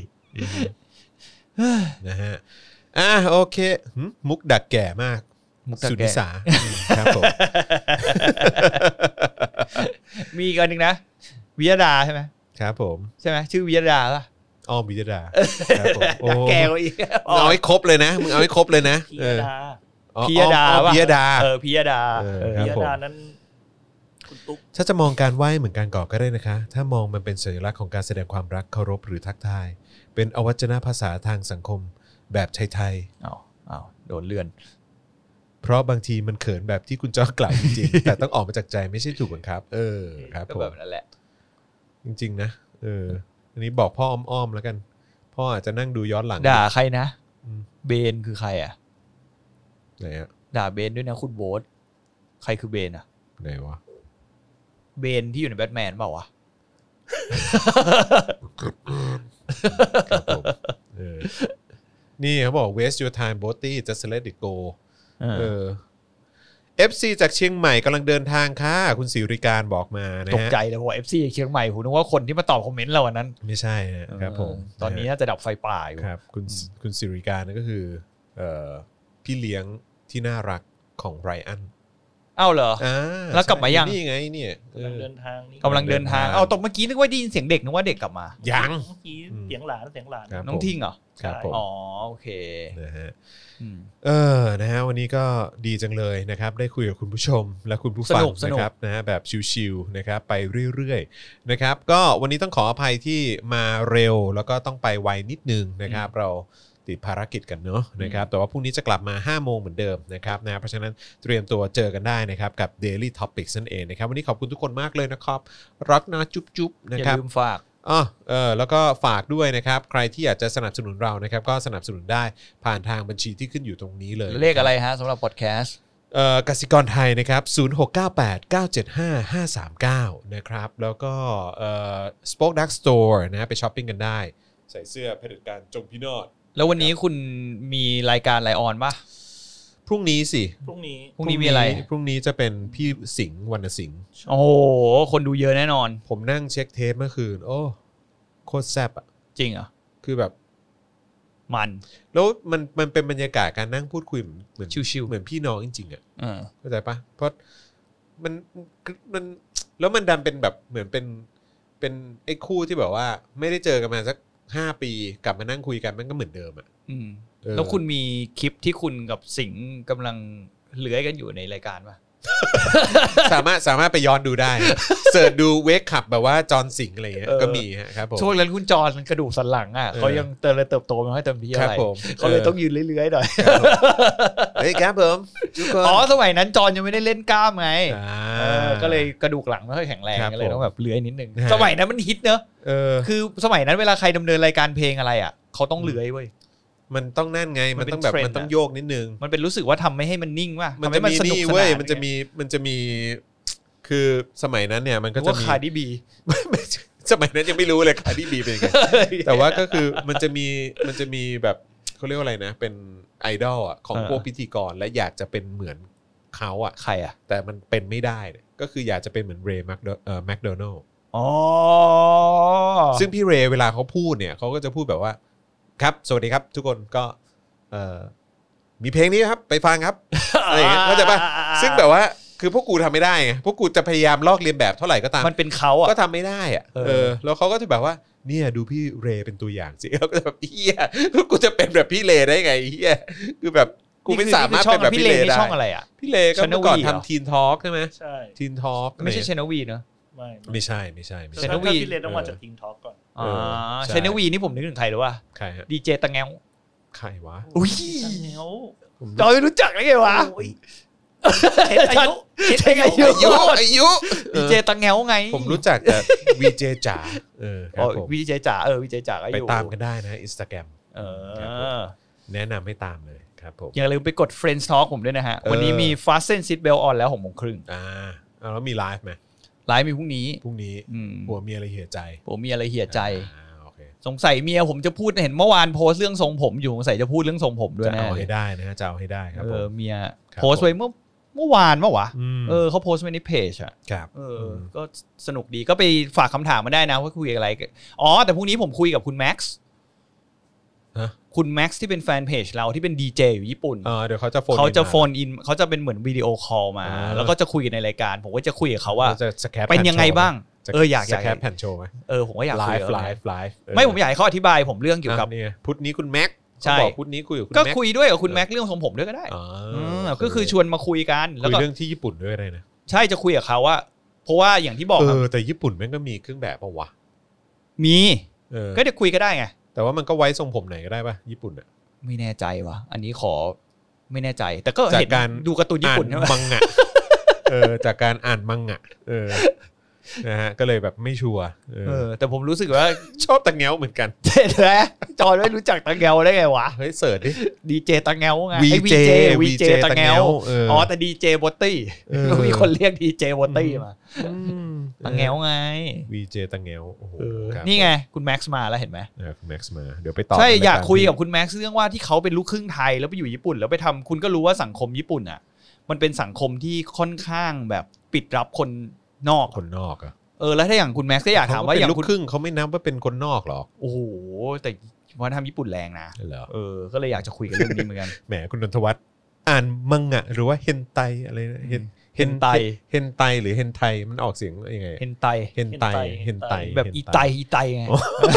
นะฮะอ่ะโอเคหึมุกดักแก่มากมุกดักแก่สุนิสาอืมครับผมมีอีกอันหนึ่งนะวิยดาใช่ไหมครับผมใช่ไหมชื่อวิยดาป่ะอ้อมวิจดาครับผมโอ้ดักแก่กว่าอีกมึงเอาให้ครบเลยนะมึงเอาให้ครบเลยนะพิเอย อดาอ๋อพิยดาอ้อมป่ะพิยดาเออพิยดาเออเออครัพิบยผมดานั้นคุณตุ๊กถ้าจะมองการไหว้เหมือนการก่อก็ได้นะคะ ถ้ามองมันเป็นสัญลักษณ์ของการแสดงความรักเคารพหรือทักทาย เป็นอวัจนภาษาทางสังคมแบบไทยอ้าวอ้าวโดนเลื่อนๆเพราะบางทีมันเขินแบบที่คุณจอกล่าวจริงๆ แต่ต้องออกมาจากใจไม่ใช่ถูกบังคับ เออครับก็ผมแบบนั้นแหละจริงๆนะเอออันนี้บอกพ่ออ้อมๆแล้วกัน พ่ออาจจะนั่งดูย้อนหลังด่าใครนะอืมเบนคือใครอ่ะไหนอะด่าเบนด้วยนะคุณโบ๊ทใครคือเบนอ่ะไหนวะเบนที่อยู่ในแบทแมนเปล่าวะครับผมเออนี่เขาบอก waste your time Boaty just let it go เออ เอฟ ซี จากเชียงใหม่กำลังเดินทางค่ะคุณสิริการบอกมานะฮะตกใจเลยพอ เอฟ ซี เชียงใหม่ผมนึกว่าคนที่มาตอบคอมเมนต์เราอันนั้นไม่ใช่ฮะครับผมตอนนี้น่าจะดับไฟป่าอยู่ครับคุณคุณสิริการนั่นก็คือเอ่อพี่เลี้ยงที่น่ารักของไรอันเอ้าเหรออ่าแล้วกลับมายังนี่ไงเนี่ยเอกำลังอเดินทางนี่กำลังเดินทาง เอาตกเมื่อกี้นึกว่าได้ยินเสียงเด็กนึกว่าเด็กกลับมายังเมื่อกี้เสียงหลานเสียงหลานครับน้องทิงเหรอครับผมอ๋อโอเคนะฮะอืมเออ นะฮะ วันนี้ก็ดีจังเลยนะครับ ได้คุยกับคุณผู้ชมและคุณผู้ฟังสนุกสนุกนะครับนะฮะแบบชิวๆนะครับ ไปเรื่อยๆนะครับ ก็วันนี้ต้องขออภัยที่มาเร็วแล้วก็ต้องไปไวนิดนึงนะครับ เราติดภารกิจกันเนอะนะครับ แต่ว่าพรุ่งนี้จะกลับมาห้าโมงเหมือนเดิมนะครับนะ เพราะฉะนั้นเตรียมตัวเจอกันได้นะครับกับ Daily Topics นั่นเองนะครับ วันนี้ขอบคุณทุกคนมากเลยนะครับ รักนะจุ๊บๆนะอย่าครับลืมฝากอ๋อเออแล้วก็ฝากด้วยนะครับ ใครที่อยากจะสนับสนุนเรานะครับ ก็สนับสนุนได้ผ่านทางบัญชีที่ขึ้นอยู่ตรงนี้เลยเลขอะไรฮะสำหรับพอดแคสต์เอ่อกสิกรไทยนะครับศูนย์ หก เก้า แปด เก้า เจ็ด ห้า ห้า สาม เก้านะครับแล้วก็เอ่อ Spoke Dark Store นะไปช้อปปิ้งกันได้ ใส่เสื้อเผด็จการจงพินาศแล้ววันนี้คุณมีรายการไลออนป่ะพรุ่งนี้สิพรุ่งนี้พรุ่งนี้มีอะไรพรุ่งนี้จะเป็นพี่สิงห์วรรณสิงห์โอ้โหคนดูเยอะแน่นอนผมนั่งเช็คเทปเมื่อคืน โอ้โคตรแซ่บอ่ะจริงเหรอคือแบบมันแล้วมันมันเป็นบรรยากาศการนั่งพูดคุยเหมือนชิวๆเหมือนพี่น้องจริงๆอ่ะเออเข้าใจปะเพราะมันมันแล้วมันดันเป็นแบบเหมือนเป็นเป็นไอ้คู่ที่แบบว่า ไม่ได้เจอกันมาสักห้าปีกลับมานั่งคุยกันมันก็เหมือนเดิมอ่ะอืมเออแล้วคุณมีคลิปที่คุณกับสิงห์กำลังเลื้อยกันอยู่ในรายการป่ะสามารถสามารถไปย้อนดูได้ เสิร์ชดูเวกขับแบบว่าจอห์นสิงห์อะไรเงี้ยเออก็มีฮะครับผมช่วงนั้นคุณจอนกระดูกสันหลังอ่ะเออเขายังเติบโตเติบโตไม่ค่อยเต็มที่คอะรับไรผมเขาเลยเออต้องยืนเลื้อยๆหน่อยเฮ้ยครับผมทุกคนอ๋อสมัยนั้นจอนยังไม่ได้เล่นกล้ามไงอ่าเออก็เลยกระดูกหลังไม่ค่อยแข็งแรงครับก็เลยผมต้องแบบเลื้อยนิดนึงนะฮะสมัยนั้นมันฮิตเนอะเออคือสมัยนั้นเวลาใครดำเนินรายการเพลงอะไรอ่ะเขาต้องเลื้อยเว้ยมันต้องนั่นไงมัมันนเป็นต้องแบบเทรนด์มันต้องอะโยกนิดนึงมันเป็นรู้สึกว่าทำไม่ให้มันนิ่งว่ะมันทำจะให้มันมีสนุกนี่สเว้นาย นมันจะมีมันจะมี คือสมัยนั้นเนี่ยมันก็จะว่ามีคาร์ดิบีสมัยนั้นยังไม่รู้เลยคาร์ดิบีเป็นยังไง แต่ว่าก็คือมันจะมีมันจะมีแบบเขาเรียกว่าอะไรนะ เป็นไอดอลอ่ะของเออพวกพิธีกรและอยากจะเป็นเหมือนเขาอ่ะใครอ่ะแต่มันเป็นไม่ได้เนี่ยก็คืออยากจะเป็นเหมือนเรย์แมคโดเอ่อแมคโดนัลด์ออ๋อซึ่งพี่เรย์เวลาเขาพูดเนี่ยเขาก็จะพูดแบบว่าครับสวัสดีครับทุกคนก็เอ่อมีเพลงนี้ครับไปฟังครับอะไรอย่างเงี้ยเข้าใจป่ะซึ่งแบบว่าคือพวกกูทำไม่ได้ไงพวกกูจะพยายามลอกเลียนแบบเท่าไหร่ก็ตามมันเป็นเขาอ่ะก็ทำไม่ได้อ่ะเออแล้วเขาก็จะแบบว่าเนี่ยดูพี่เรย์เป็นตัวอย่างสิแล้วก็จะแบบเฮียกูจะเป็นแบบพี่เรย์ได้ไงเฮียคือแบบกูไม่สามารถเป็นแบบพี่เรย์ได้ช่องอะไรอ่ะพี่เรย์ก็เมื่อก่อนทำทีนทอล์กใช่ไหมใช่ทีนทอล์กไม่ใช่เชนวีเนอะไม่ไม่ใช่ไม่ใช่ไม่เชใช่นวีพี่เลนต้องมาจากทีมทอล์กก่อนอ๋อเชนวีนี่ผมนึกถึงใครรู้ป่ะใครฮะดีเจตังแงวใครวะอุ้ยเหนียวจอยรู้จักได้ไงวะโอ้ยเห็นอายุเช็คอายุอายุอายุดีเจตังแงวไงผมรู้จักแต่วีเจจ๋าเออคอ๋รัอบผมวีเจจ๋าเออวีเจจ๋าก็อไปยู่ตามกันได้นะอินสตาแกรมเอครับผอม แนะนำให้ตามเลยครับผมอย่าลืมไปกด Friends Talk ผมด้วยนะฮะเออวันนี้มี Fasten Seat Belt On แล้วหกโมงครึ่งอ่าเอาแล้วมีไลฟ์ไหมไลฟ์มีพรุ่งนี้พรุ่งนี้อืมหัวมีอะไรเหี่ยใจผมมีอะไรเหี่ยใจอ่าโอเคสงสัยเมียผมจะพูดเห็นเมื่อวานโพสต์เรื่องทรงผมอยู่สงสัยจะพูดเรื่องทรงผมด้วยจะแน่เอาเลให้ยได้นะฮะจะเอาให้ได้ครับเอผอมเมียครับโพสต์ไว้เมื่อเมื่อวานเมื่อวะมเออเขาโพสต์ไว้ในเพจอ่ะครับเอออก็สนุกดีก็ไปฝากคำถามมาได้นะว่าคุยอะไรกันอ๋อแต่พรุ่งนี้ผมคุยกับคุณแม็กซ์ฮะคุณแม็กซ์ที่เป็นแฟนเพจเราที่เป็นดีเจอยู่ญี่ปุ่นเออเดี๋ยวเขาจะโฟนเขาจะมโฟนอินเขาจะเป็นเหมือนวิดีโอคอลมาอ่าแล้วก็จะคุยกันในรายการ ผมก็จะคุยกับเขาว่าจะสแคปเป็นยังไงบ้างจะเอออยากสอยากแคปแผ่นโชว์ไหมเออผมก็อยากไลคุยฟ์กับไลเขาฟ์ไลฟ์เออไม่ผมอยากให้เขาอธิบายผมเรื่องเกี่ยวกับอ่ะเนี่ยพุธนี้คุณแม็กใช่เขาบอกพุธนี้คุยกับคุณก็แม็กคุยด้วยกับคุณแม็กเรื่องทรงผมด้วยก็ได้อ๋อเออก็คือชวนมาคุยกันแล้วคุยก็เรื่องที่ญี่ปุ่นด้วยได้นะใช่จะคุยกับเขาว่า เพราะว่าอย่างที่บอกเอครับอแต่ญี่ปุ่นแม่งก็มีเครื่องแบบปะวะมีเออก็จะคุยก็ได้ไงแต่ว่ามันก็ไว้ทรงผมไหนก็ได้ป่ะญี่ปุ่นอ่ะไม่แน่ใจว่ะอันนี้ขอไม่แน่ใจ แต่ก็จากเห็นการดูการ์ตูนญี่ปุ่นใช่ไหมอ่ามังงะเออจากการอ่านมังงะเออนะฮะก็เลยแบบไม่ชัวร์เออเออแต่ผมรู้สึกว่าชอบตะเงี้ยวเหมือนกันเจ๊แท้จอนไม่รู้จักตังเงาได้ไงวะเฮ้ยเสิร์ชดิดีเจตังเงาไงวีไอ้เจวีเจตังเงาเอออ๋อแต่ดีเจบอตตี้เออมีคนเรียกดีเจบอตตี้มาอืมตังเงาไงวีเจตะเงี้ยวโอ้โหครับนี่ไงคุณแม็กซ์มาแล้วเห็นไหมเออคุณแม็กซ์มาเดี๋ยวไปต่อใช่ในรอยากคุยกับที่คุณแม็กซ์เรื่องว่าที่เขาเป็นลูกครึ่งไทยแล้วไปอยู่ญี่ปุ่นแล้วไปทำคุณก็รู้ว่าสังคมญี่ปุ่นอ่ะมันเป็นสังคมที่ค่อนข้างแบบปิดรับคนนอกคนนอกอะเออแล้วถ้าอย่างคุณแม็กซ์ก็อยากถามว่าเขอย่างเป็นลูคุณกครึ่งเขาไม่นับว่าเป็นคนนอกหรอกโอ้โหแต่วัฒนธรรมญี่ปุ่นแรงนะเหรอเออก็เลยอยากจะคุยกันเรื่องนี้เหมือนกันแหมคุณนนทวัฒน์อ่านมังงะหรือว่าเฮนไตอะไรนะเฮนเฮนไตเฮนไตหรือเฮนไทมันออกเสียงยังไงเฮนไตเฮนไตเฮนไตแบบอีไตอีไตไง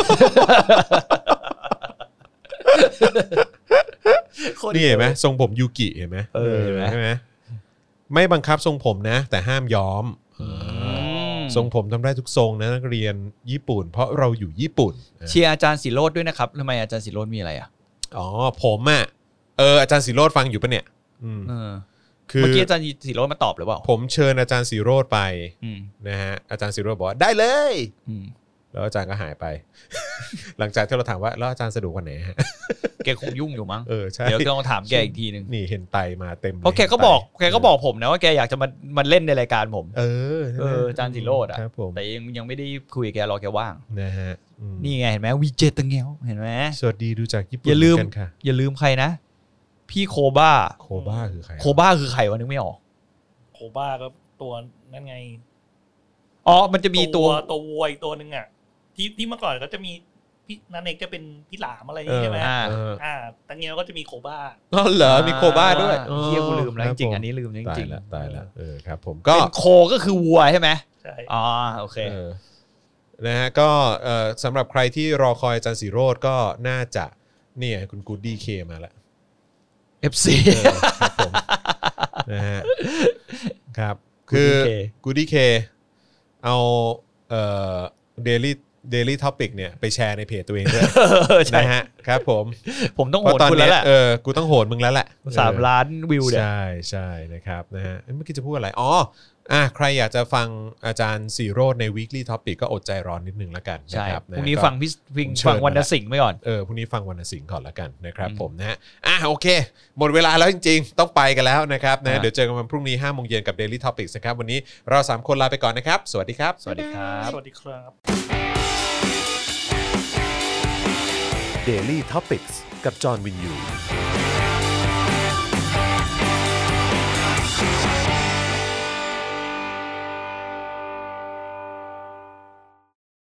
นี่เห็นไหมทรงผมยูกิเห็นไหมเออเห็นไหมใช่ไหมไม่บังคับทรงผมนะ แต่ห้ามย้อม ทรงผมทำได้ทุกทรงนะนักเรียนญี่ปุ่น เพราะเราอยู่ญี่ปุ่นเชียร์อาจารย์ศิโรจน์ด้วยนะครับทำไมอาจารย์ศิโรจน์มีอะไรอ่ะอ๋อผมอ่ะเอออาจารย์ศิโรจน์ฟังอยู่ปะเนี่ยอืมเออคือเมื่อกี้อาจารย์ศิโรจน์มาตอบหรือเปล่าผมเชิญอาจารย์ศิโรจน์ไปอืมนะฮะอาจารย์ศิโรจน์บอกว่าได้เลยอืมแล้วอาจารย์ก็หายไป หลังจากที่เราถามว่าแล้วอาจารย์สะดวกวันไหนฮะแกคงยุ่งอยู่มั้งเออใช่เดี๋ยวต้องถามแกอีกทีนึงนี่เห็นไตมาเต็มลยเพราะแกก็บอกแกก็บอกผมนะว่าแกอยากจะมามาเล่นในรายการผมเออใช่เอไหมออาจารย์ศิโรจน์อ่ะครับผมแต่ยังยังไม่ได้คุยกับแกรอแกว่างนะฮะอืมนี่ไงเห็นไหมวีเจตังเงวเห็นไหมสวัสดีดูจากญี่ปุ่นอย่าลืมเหนกันค่ะอย่าลืมใครนะ พี่โคบ้าโคบ้าคือใครโคบ้าคือใครวะนึกไม่ออกโคบ้าก็ตัวนั่นไงอ๋อมันจะมีตัวตัววัวอีกตัวหนึ่งอ่ะที่ที่เมื่อก่อนก็จะมีพี่นันเอกจะเป็นพี่หลามอะไรอย่างงี้ใช่ไหมอ่าเอออ่าตังเงียวก็จะมีโคบ้าอ๋อเหรอมีโคบ้าด้วยอ่เฮียกูลืมแล้วคจบริงผมๆอันนี้ลืมจตายริงละตายละเออครับผมๆก็เป็นโคก็คือวัวใช่ไหมใช่อ๋อโอเคเออนะฮะก็เอ่อสำหรับใครที่รอคอยอาจารย์สีโรจน์ก็น่าจะเนี่ยคุณกูดดี้เคมาแล้วเอฟ ซีเออครับผมนะฮะครับคือ Goody K กูดี้เคเอาเอ่อเดลี่เดลี่ท็อปิกเนี่ยไปแชร์ในเพจตัวเองด้วยใช่นะฮะครับผมผมต้องเพโหราะดตอนคุณเนี้แล้ยวแหละเออกูต้องโหดมึงแล้วแหละสามล้านวิวเนี่ยใช่ใช่นะครับนะฮะเอ้ยเมื่อกี้จะพูดอะไรอ๋ออ่ะใครอยากจะฟังอาจารย์สีโรจน์ใน weekly topic ก็อดใจรอนิดนึงแล้วกันใช่นะครับพรุ่งนี้ะฟังพี่ฟิงผมเชิญฟังวันมาแล้วสิงห์ไปก่อนเออพรุ่งนี้ฟังวรรณสิงห์ก่อนแล้วกันนะครับอืมผมนะฮะอ่ะโอเค หมดเวลาแล้วจริงๆ ต้องไปกันแล้วนะครับนะอ่ะเดี๋ยวเจอกันวันพรุ่งนี้ห้าโมงเย็นกับ Daily Topics นะครับวันนี้เราสามคนลาไปก่อนนะครับสวัสดีครับสวัสดีครับสวัสดีครับ Daily Topics กับจอห์นวินยู